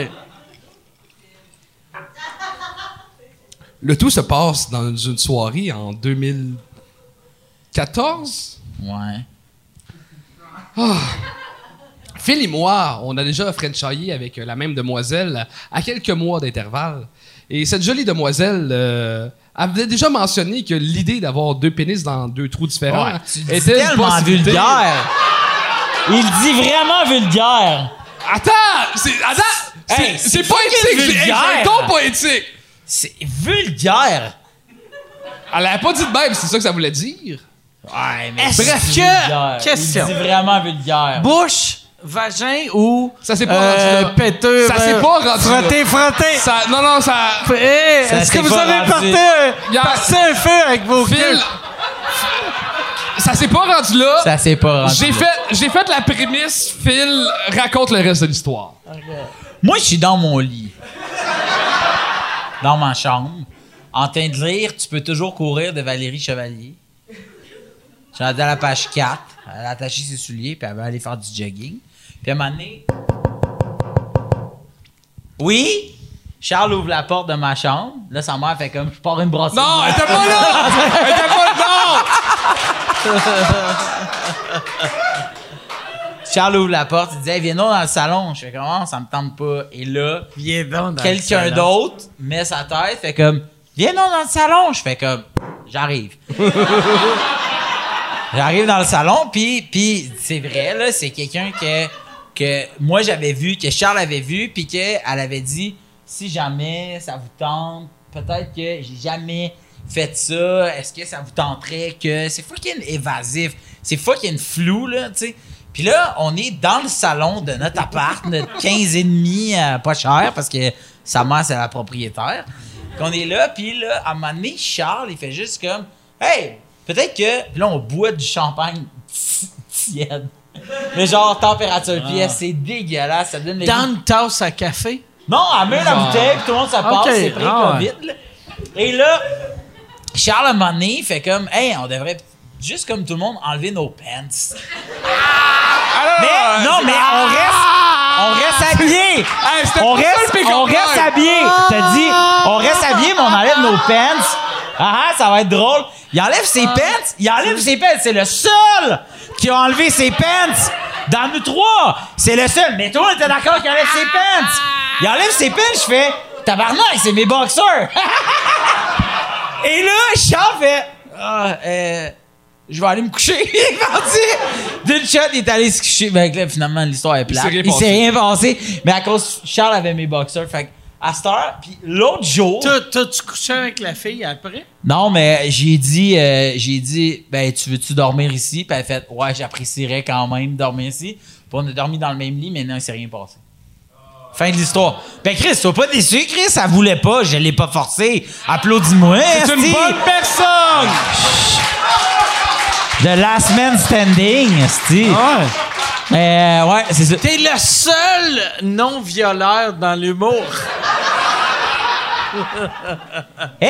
Le tout se passe dans une soirée en 2014. Ouais. Phil et moi, on a déjà frenchaillé avec la même demoiselle à quelques mois d'intervalle. Et cette jolie demoiselle avait déjà mentionné que l'idée d'avoir 2 pénis dans 2 trous différents Ouais, tu dis était une tellement possibilité. vulgaire. Il dit vraiment vulgaire. Attends! Hey, C'est c'est poétique! fucking J'ai vulgaire. un ton poétique! C'est vulgaire. Elle avait pas dit de même, c'est ça que ça voulait dire. Ouais, mais Est-ce c'est que- vulgaire. question. Il dit vraiment vulgaire. Bouche, vagin ou Ça s'est pas rendu là. péteur, Ça s'est pas rendu frotter, frotter. Ça, non, ça... Hey, Ça est-ce que s'est vous pas avez rendu. passé un feu avec vos Phil... queues? Ça s'est pas rendu là. Ça s'est pas rendu. J'ai fait la prémisse, Phil raconte le reste de l'histoire. Moi, je suis dans mon lit. Dans ma chambre. En train de lire Tu peux toujours courir de Valérie Chevalier. Je suis rendu à la page 4. Elle a attaché ses souliers, puis elle va aller faire du jogging. Puis à un moment donné... Oui? Charles ouvre la porte de ma chambre. Là, sa mère fait comme, je pars une brosse. Non, elle était pas là! Elle était pas là! Charles ouvre la porte, il dit hey, viens donc dans le salon. Je fais comment ça me tente pas. Et là, Viens donc dans quelqu'un le salon. d'autre met sa tête, fait comme viens donc dans le salon. Je fais comme j'arrive. J'arrive dans le salon, puis c'est vrai là, c'est quelqu'un que moi j'avais vu, que Charles avait vu, puis qu'elle avait dit si jamais ça vous tente, peut-être que j'ai jamais fait ça. Est-ce que ça vous tenterait que c'est fucking évasif, c'est fucking flou là, tu sais. Puis là, on est dans le salon de notre appart, notre 15,5 pas cher parce que sa mère, c'est la propriétaire. Qu'on est là, puis là, à un moment donné, Charles, il fait juste comme hey, peut-être que. Puis là, on boit du champagne tiède. Mais genre, température pièce, c'est dégueulasse. Ça donne les. Dans une tasse à café? Non, elle met la bouteille, puis tout le monde se passe, Ok, c'est ah pré-COVID. Là. Et là, Charles, à un moment donné, fait comme hey, on devrait juste comme tout le monde enlever nos pants. Mais non, mais on reste habillés. c'était On pas ça, le pick-up on reste line. habillés. T'as dit, on reste habillés, mais on enlève nos pants. Ah, ça va être drôle. Il enlève ses pants. Il enlève ses pants. C'est le seul qui a enlevé ses pants. Dans nous trois, c'est le seul. Mais toi, on était d'accord qu'il enlève ses pants. Il enlève ses pants. Je fais, tabarnak, c'est mes boxers. Et là, Charles fait, je vais aller me coucher. Il est parti. D'une shot, il est allé se coucher. Ben, là, finalement, l'histoire est plate. Il s'est rien passé. Mais à cause, Charles avait mes boxers. Fait à cette heure, puis l'autre jour. T'as-tu couché avec la fille après? Non, mais j'ai dit, ben, tu veux-tu dormir ici? Puis elle a fait, ouais, j'apprécierais quand même dormir ici. Puis on a dormi dans le même lit, mais non, il s'est rien passé. Fin de l'histoire. Ben, Chris, sois pas déçu, Chris, elle voulait pas, je l'ai pas forcé. Applaudis-moi, C'est une esti. bonne personne! The last man standing, esti. Ouais, c'est ça. T'es le seul non-violeur dans l'humour. Eh?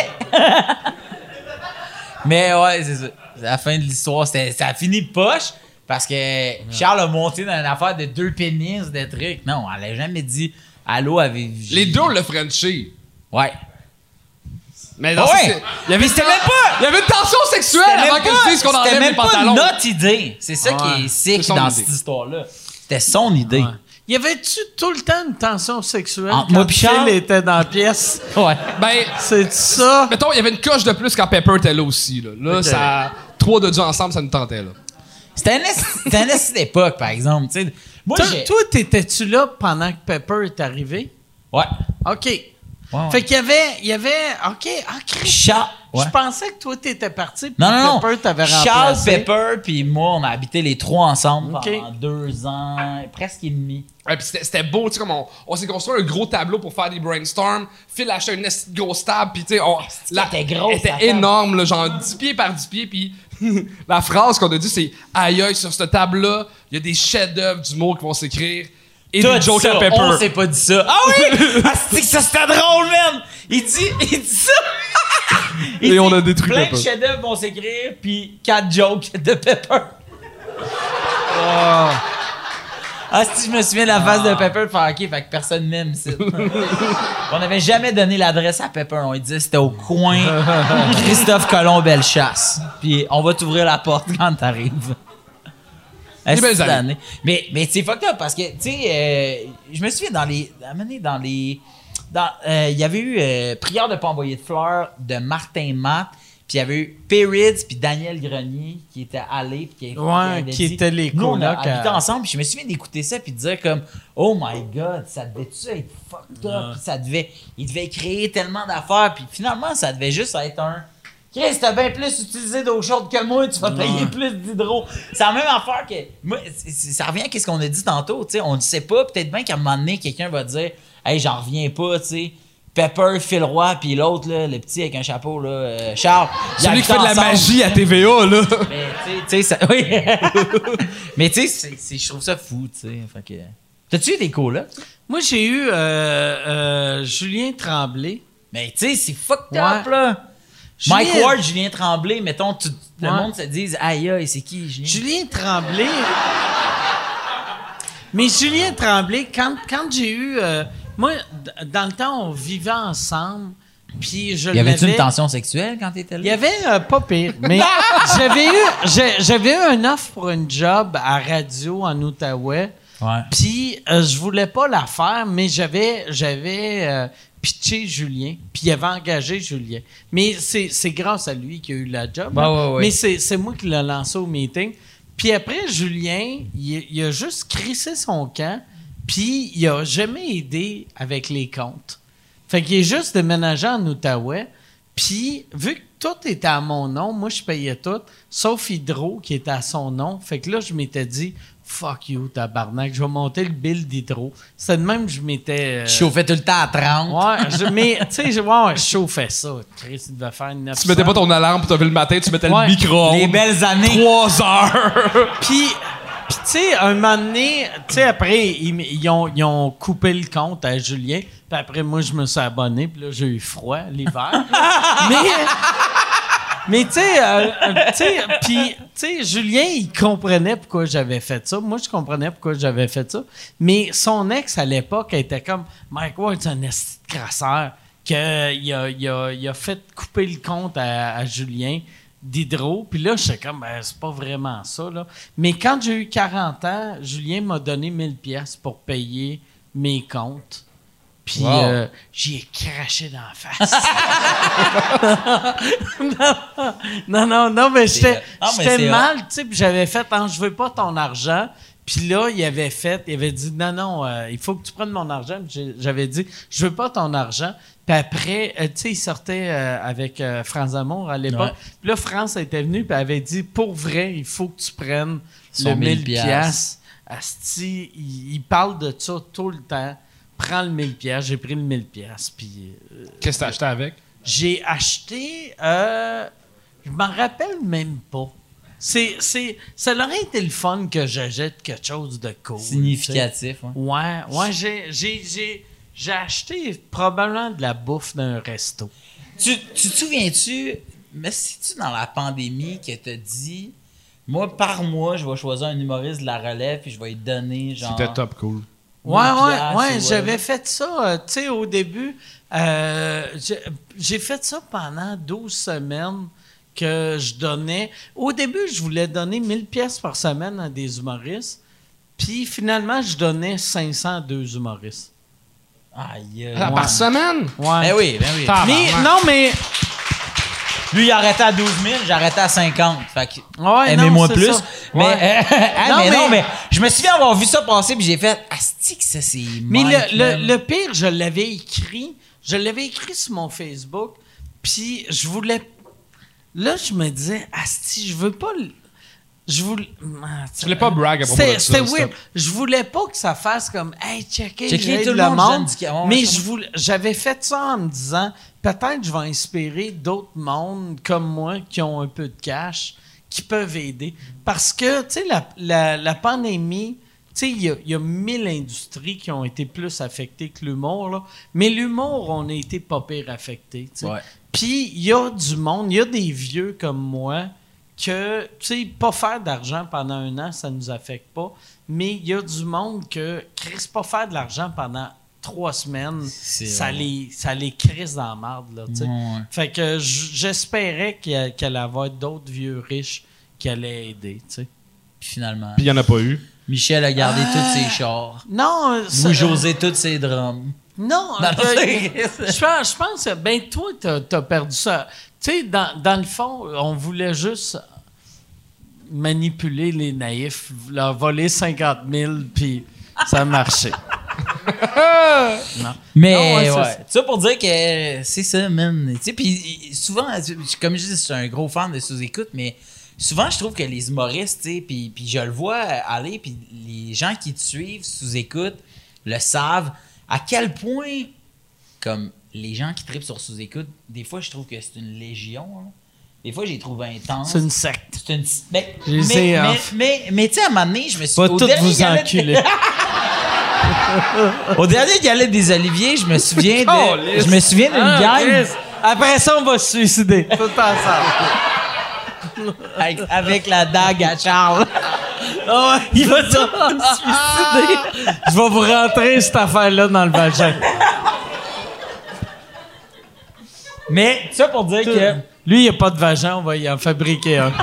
Mais ouais, c'est ça. C'est la fin de l'histoire. Ça a fini poche parce que Charles a monté dans une affaire de 2 pénis, de trucs. Non, elle a jamais dit allô, avez Les deux, on l'a Frenché. Ouais. Mais non, Ouais. il y avait C'était même pas. Il y avait une tension sexuelle avant que je dise qu'on C'était enlève les même pas pantalons. notre idée. C'est ça qui est sick C'est son dans idée. cette histoire-là. C'était son idée. Y avait-tu tout le temps une tension sexuelle Entre quand moi pis Charles? Phil était dans la pièce? Ouais. Ben, C'est ça? mettons, il y avait une coche de plus quand Pepper était là aussi. Là, Ok. ça, 3 de Dieu ensemble, ça nous tentait. Là. C'était une esti d'époque, par exemple. Tu sais. Moi, Toi, t'étais-tu là pendant que Pepper est arrivé? Ouais. OK. Ouais. Fait qu'il y avait... OK. Ah, Christ. Charles. Ouais. Je pensais que toi, t'étais parti puis Non. Pepper t'avait Charles, remplacé. Pepper, puis moi, on a habité les trois ensemble Ok. pendant 2 ans, presque et demi. Ouais, puis c'était beau, tu sais, comme on s'est construit un gros tableau pour faire des brainstorms. Phil a acheté une esti de grosse table, puis tu sais, était grosse, elle était la table. énorme, là, genre 10 pieds par 10 pieds, puis la phrase qu'on a dit, c'est « Aïe, aïe, sur cette table-là, il y a des chefs-d'œuvre d'humour qui vont s'écrire. » Et T'as des dit jokes ça, à Pepper. on s'est pas dit ça. Ah oui! Ah, c'est que ça, c'était drôle, man! Il dit ça! Il Et dit, on a détruit plein Pepper. de chefs-d'œuvre vont s'écrire, puis 4 jokes de Pepper. Ah, si je me souviens de la face de Pepper, de faire OK, fait que personne m'aime, c'est. On n'avait jamais donné l'adresse à Pepper. On lui disait c'était au coin Christophe Colomb Bellechasse. Puis on va t'ouvrir la porte quand t'arrives. Des belles années. Mais c'est fucked up parce que, tu sais, je me souviens il y avait eu Prière de pas envoyer de fleurs de Martin Matt, puis il y avait eu Perrids puis Daniel Grenier qui étaient allés, puis Qui étaient les nous, on a colocs habité à- ensemble, puis je me souviens d'écouter ça puis de dire comme oh my god, ça devait-tu être fucked up, puis il devait créer tellement d'affaires, puis finalement ça devait juste être un Chris, t'as bien plus utilisé d'eau chaude que moi, tu vas payer plus d'hydro. C'est la même affaire que. Moi, ça revient à ce qu'on a dit tantôt, tu sais. On ne sait pas, peut-être bien qu'à un moment donné, quelqu'un va dire hey, j'en reviens pas, tu sais. Pepper, Phil Roy, puis l'autre, là, le petit avec un chapeau, là, Charles. Celui qui fait de la magie à TVA, là. Mais, tu sais, ça. Oui. Mais, tu sais, je trouve ça fou, tu sais. Fait que. T'as-tu eu des colocs? Moi, j'ai eu Julien Tremblay. Mais, tu sais, c'est fucked up, là. Mike Ward, Julien Tremblay, mettons, le monde se dise aïe, aïe, c'est qui, Julien? Julien Tremblay. Mais Julien Tremblay, quand j'ai eu. Moi, dans le temps, on vivait ensemble. Puis je l'avais. Y avait-tu une tension sexuelle quand t'étais là? Il y avait pas pire. Mais j'avais eu un offre pour une job à radio en Outaouais. Ouais. Puis je voulais pas la faire, mais j'avais pitché Julien. Puis il avait engagé Julien. Mais c'est grâce à lui qu'il a eu la job. Ouais. Mais c'est moi qui l'ai lancé au meeting. Puis après, Julien, il a juste crissé son camp. Puis il a jamais aidé avec les comptes. Fait qu'il est juste déménagé en Outaouais. Puis vu que tout était à mon nom, moi je payais tout, sauf Hydro qui était à son nom. Fait que là, je m'étais dit fuck you, tabarnak, je vais monter le bill d'Hydro. C'était de même que je m'étais. Je chauffais tout le temps à 30. Ouais, mais tu sais, je chauffais ça. Chris, il devait faire 900. Tu mettais pas ton alarme pour te lever le matin, tu mettais Ouais. le micro-ondes. Les belles années. 3 heures. Puis tu sais, un moment donné, tu sais, après, ils ont coupé le compte à Julien. Puis après, moi, je me suis abonné. Puis là, j'ai eu froid l'hiver. mais tu sais, Julien, il comprenait pourquoi j'avais fait ça. Moi, je comprenais pourquoi j'avais fait ça. Mais son ex, à l'époque, était comme Mike Ward, c'est un esti de crasseur. Qu'il a fait couper le compte à Julien d'Hydro. Puis là, j'étais comme, c'est pas vraiment ça, là. Mais quand j'ai eu 40 ans, Julien m'a donné 1000$ pour payer mes comptes. Puis j'y ai craché dans la face. non, mais j'étais mal, tu sais, puis j'avais fait, je veux pas ton argent. Puis là, il avait dit, non, il faut que tu prennes mon argent. Puis j'avais dit, je veux pas ton argent. Puis après, tu sais, il sortait avec France Amour à l'époque. Ouais. Puis là, France était venue puis avait dit, pour vrai, il faut que tu prennes Son le 1000$. Asti, il parle de ça tout le temps. Prends le 1000$. J'ai pris le 1000$. Puis Qu'est-ce que t'as acheté avec? j'ai acheté, je m'en rappelle même pas. Ça aurait été le fun que j'achète quelque chose de cool. Significatif, ouais. Ouais, j'ai acheté probablement de la bouffe d'un resto. Tu te souviens-tu, mais c'est-tu dans la pandémie que t'as dit, moi, par mois, je vais choisir un humoriste de la relève puis je vais lui donner, genre... C'était top cool. Ouais, piastres, j'avais fait ça, tu sais, au début, j'ai fait ça pendant 12 semaines que je donnais. Au début, je voulais donner 1000$ par semaine à des humoristes, puis finalement, je donnais 500 à 2 humoristes. Aïe. Par semaine? Ouais. Ben oui. Mais Lui, il arrêtait à 12 000, j'arrêtais à 50. Fait que, ouais, aimez-moi non, plus. ça. Mais, Ouais. mais je me souviens avoir vu ça passer, puis j'ai fait, asti que ça, c'est Mais Mike, le pire, je l'avais écrit sur mon Facebook, puis je voulais... Là, je me disais, asti, je veux pas... Je voulais... Tu voulais pas brag à propos de ça. C'était weird. Je voulais pas que ça fasse comme « Hey, checker Checker tout le le monde, monde. j'aime du- Mais j'avais fait ça en me disant « Peut-être je vais inspirer d'autres mondes comme moi qui ont un peu de cash, qui peuvent aider. » Parce que, tu sais, la pandémie... Tu sais, il y a 1000 industries qui ont été plus affectées que l'humour, là. Mais l'humour, on a été pas pire affectés, tu sais. Ouais. Puis, il y a du monde, il y a des vieux comme moi que, tu sais, pas faire d'argent pendant 1 an, ça nous affecte pas. Mais il y a du monde que, Chris, pas faire de l'argent pendant 3 semaines, ça les crisse dans la marde, là, tu sais. Ouais. Fait que j'espérais qu'elle allait avoir d'autres vieux riches qui allaient aider, tu sais. Puis finalement, Puis il y en a pas eu. Michel a gardé tous ses chars. Non, Louis-José, tous ses drums. Non, je pense, ben toi, t'as perdu ça. Tu sais, dans le fond, on voulait juste manipuler les naïfs, leur voler 50 000, puis ça marchait. Mais Non, ouais, ouais, ça pour dire que c'est ça, man. Tu sais, puis souvent, comme je dis, je suis un gros fan de sous-écoute, mais souvent, je trouve que les humoristes, tu sais, puis je le vois aller, puis les gens qui te suivent sous-écoute le savent, à quel point, comme les gens qui trippent sur sous-écoute, des fois, je trouve que c'est une légion, hein. Des fois, j'ai trouvé intense. C'est une secte. C'est une... Mais Je sais, mais tu sais, à un moment donné, je me suis... Pas au toutes dernier vous gala- enculer. Au dernier galet des Oliviers, je me souviens d'une gang Après ça, on va se suicider. Tout ensemble. avec la dague à Charles. Il va se suicider. Je vais vous rentrer cette affaire-là dans le vagin. Mais ça pour dire que... Lui, il n'y a pas de vagin, on va y en fabriquer un.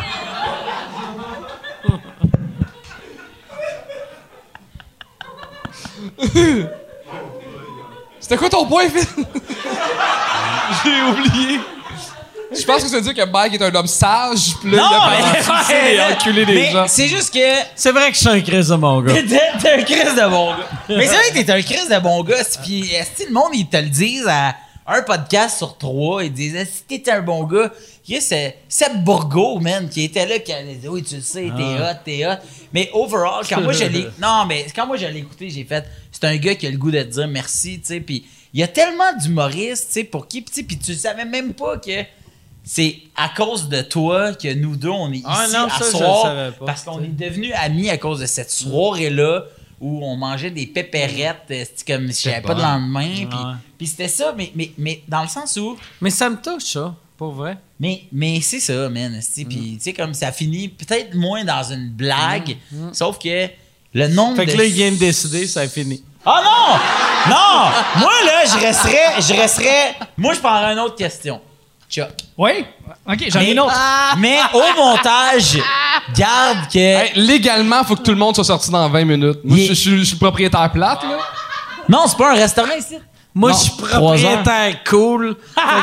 C'était quoi ton point, Phil? J'ai oublié. Je pense que ça veut dire que Mike est un homme sage, pis là, il a pas et enculé des mais gens. c'est juste que... C'est vrai que je suis un Chris de mon gars. T'es un Chris de bon gars. Mais c'est vrai que t'es un Chris de bon gars. Pis est-ce que le monde, ils te le disent à un podcast sur 3, ils disent est-ce que t'es un bon gars? C'est Seb Bourgault, man, qui était là, qui allait dire oui, tu le sais, t'es hot. Mais overall, quand moi je l'ai écouté, j'ai fait c'est un gars qui a le goût de te dire merci, tu sais. Puis il y a tellement d'humoristes, tu sais, pour qui, puis tu savais même pas que c'est à cause de toi que nous deux, on est ici à ça, je soir. le savais pas, Parce qu'on est devenus amis à cause de cette soirée-là où on mangeait des péperettes, c'était comme si j'avais pas de lendemain. Puis c'était ça, mais dans le sens où... Mais ça me touche, ça, pour vrai. Mais c'est ça, man. Puis tu sais, comme ça finit peut-être moins dans une blague, sauf que le nombre Fait que là, il vient de décider, ça a fini. Ah non! Non! Moi, là, je resterais... Moi, je prendrais une autre question. Chuck. Oui? OK, j'en ai une autre. Mais au montage, garde que... Hey, légalement, il faut que tout le monde soit sorti dans 20 minutes. Moi, je suis le propriétaire plate, là. Non, c'est pas un restaurant ici. Moi, Non, je suis 3 propriétaire cool.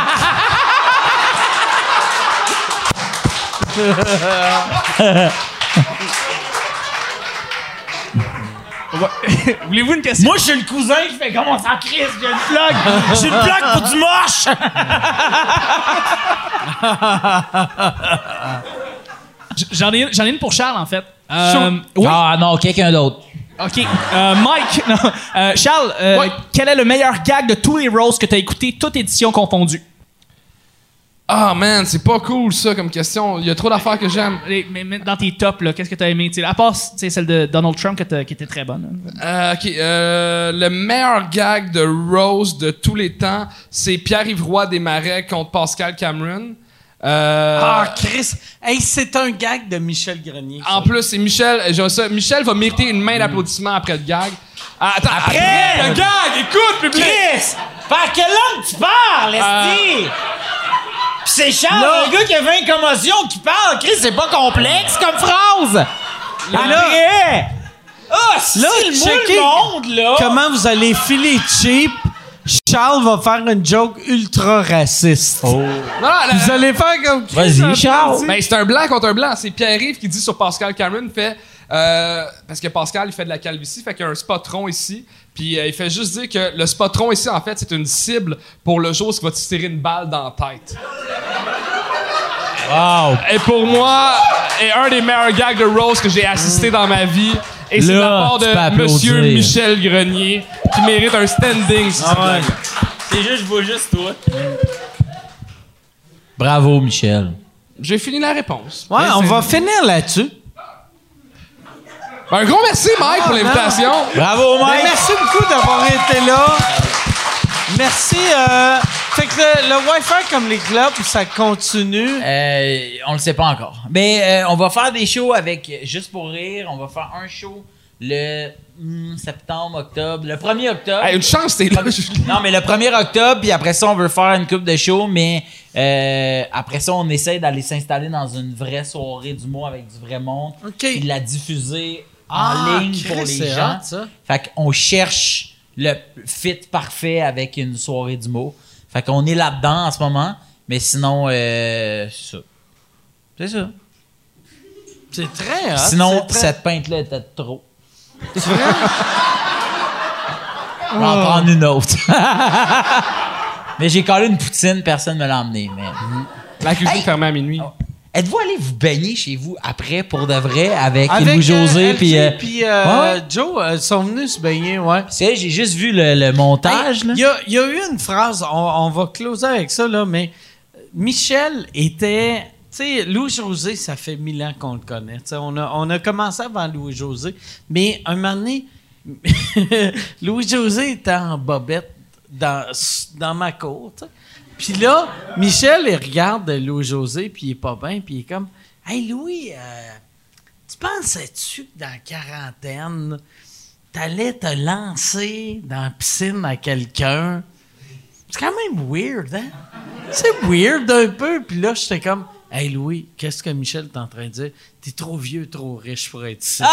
Voulez-vous une question? Moi, je suis le cousin, je fais comme on s'en crisse, j'ai une plug. J'ai une plug pour du moche. J'en ai une pour Charles, en fait. Oui. Ah non, quelqu'un d'autre. OK. Mike, non. Charles, quel est le meilleur gag de tous les roasts que tu as écouté, toute édition confondue? Ah, man, c'est pas cool, ça, comme question. Il y a trop d'affaires que j'aime. Mais dans tes tops, là, qu'est-ce que tu as aimé? T'sais, à part celle de Donald Trump qui était très bonne. OK. Le meilleur gag de Rose de tous les temps, c'est Pierre-Yves Roy Desmarais contre Pascal Cameron. Chris! Hey, c'est un gag de Michel Grenier. En plus, c'est Michel. Michel va mériter une main d'applaudissement après le gag. Attends, après le gag! Écoute, public! Chris! Par quelle langue tu parles, esti? Pis c'est Charles, un gars qui a 20 commotions qui parle. Chris, c'est pas complexe comme phrase. Après! C'est checkez le monde, là! comment vous allez filer cheap. Charles va faire une joke ultra raciste. Non, Vous allez faire comme... Vas-y, Charles. Ben, c'est un blanc contre un blanc. C'est Pierre-Yves qui dit sur Pascal Cameron, fait... parce que Pascal, il fait de la calvitie, fait qu'il y a un spot-rond ici. Puis il fait juste dire que le spot-rond ici, en fait, c'est une cible pour le jour où il va te tirer une balle dans la tête. Wow! Et pour moi, est un des meilleurs gags de Rose que j'ai assisté dans ma vie. Et c'est de la part tu peux de applaudir. Monsieur Michel Grenier, qui mérite un standing. C'est juste, je vois juste toi. Bravo, Michel. J'ai fini la réponse. Ouais, on va finir là-dessus. Un gros merci, Mike, pour l'invitation. Bravo, Ben, Mike! merci beaucoup d'avoir été là. Merci. Fait que le Wi-Fi comme les clubs, ça continue. On le sait pas encore. Mais on va faire des shows avec Juste pour rire. On va faire un show le septembre, octobre. Le 1er octobre. Hey, une chance, t'es là. Non, mais le 1er octobre, puis après ça, on veut faire une couple de shows, mais après ça, on essaie d'aller s'installer dans une vraie soirée d'humour avec du vrai monde. OK. Puis de la diffuser en ligne pour les c'est gens. hot, ça. Fait qu'on cherche le fit parfait avec une soirée d'humour. Fait qu'on est là-dedans en ce moment, mais sinon, c'est ça. C'est ça. C'est très hot. Sinon, c'est très... cette pinte-là était trop. Je vais en prendre une autre. Mais j'ai collé une poutine, personne ne me l'a emmené. Mais... La cuisine fermée à minuit. Êtes-vous allé vous baigner chez vous après, pour de vrai, avec Louis-José? Puis ouais. Joe, ils sont venus se baigner, ouais. C'est j'ai juste vu le montage. Il y a eu une phrase, on va closer avec ça, là, mais Michel était... Tu sais, Louis-José, ça fait 1000 ans qu'on le connaît. T'sais, on a commencé avant Louis-José, mais un moment donné, Louis-José était en bobette dans ma cour, t'sais. Puis là, Michel, il regarde Louis-José, puis il est pas bien, puis il est comme « Hey Louis, tu pensais-tu que dans la quarantaine, t'allais te lancer dans la piscine à quelqu'un? » C'est quand même weird, hein? C'est weird un peu. Puis là, j'étais comme « Hey Louis, qu'est-ce que Michel est en train de dire? T'es trop vieux, trop riche pour être ici. »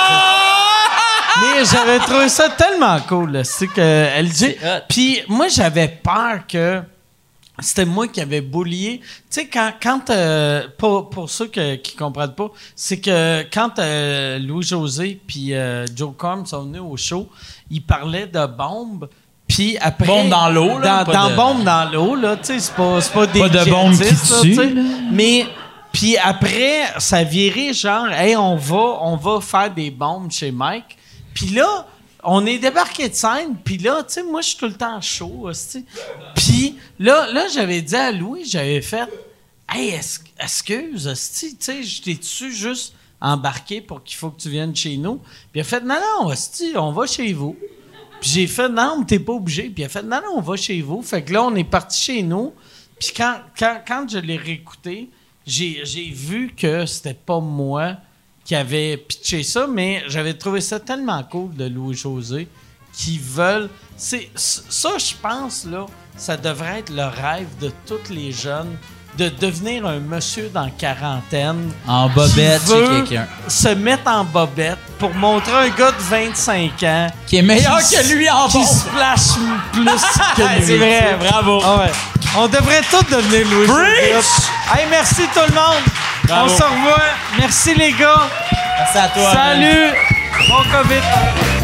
Mais j'avais trouvé ça tellement cool, là. C'est que elle dit... Puis moi, j'avais peur que... C'était moi qui avais bullié. Tu sais, quand pour ceux qui comprennent pas, c'est que quand Louis-José puis Joe Corm sont venus au show, ils parlaient de bombes. Puis après... Bombe dans l'eau, là? Bombe dans l'eau, là. Tu sais, c'est pas des... Pas de bombe qui tue, là. Mais... Puis après, ça virait genre, hey, on va faire des bombes chez Mike. Puis là... On est débarqué de scène, puis là, tu sais, moi, je suis tout le temps chaud, hostie. Puis là, j'avais dit à Louis, j'avais fait « Hey, excuse, hostie, tu sais, je t'ai-tu juste embarqué pour qu'il faut que tu viennes chez nous? » Puis il a fait « Non, hostie, on va chez vous. » Puis j'ai fait « Non, mais t'es pas obligé. » Puis il a fait « Non, on va chez vous. » Fait que là, on est parti chez nous. Puis quand je l'ai réécouté, j'ai vu que c'était pas moi qui avait pitché ça, mais j'avais trouvé ça tellement cool de Louis-José qui veulent... Ça, je pense, là, ça devrait être le rêve de tous les jeunes, de devenir un monsieur dans la quarantaine. En bobette chez quelqu'un. Se mettre en bobette pour montrer un gars de 25 ans... Qui est meilleur que lui en Qui bombe. splash plus que lui. C'est vrai, bravo. Ah ouais. On devrait tous devenir Louis-José. Hey, merci tout le monde. Bravo. On se revoit. Merci les gars. Merci à toi. Salut. Bon COVID.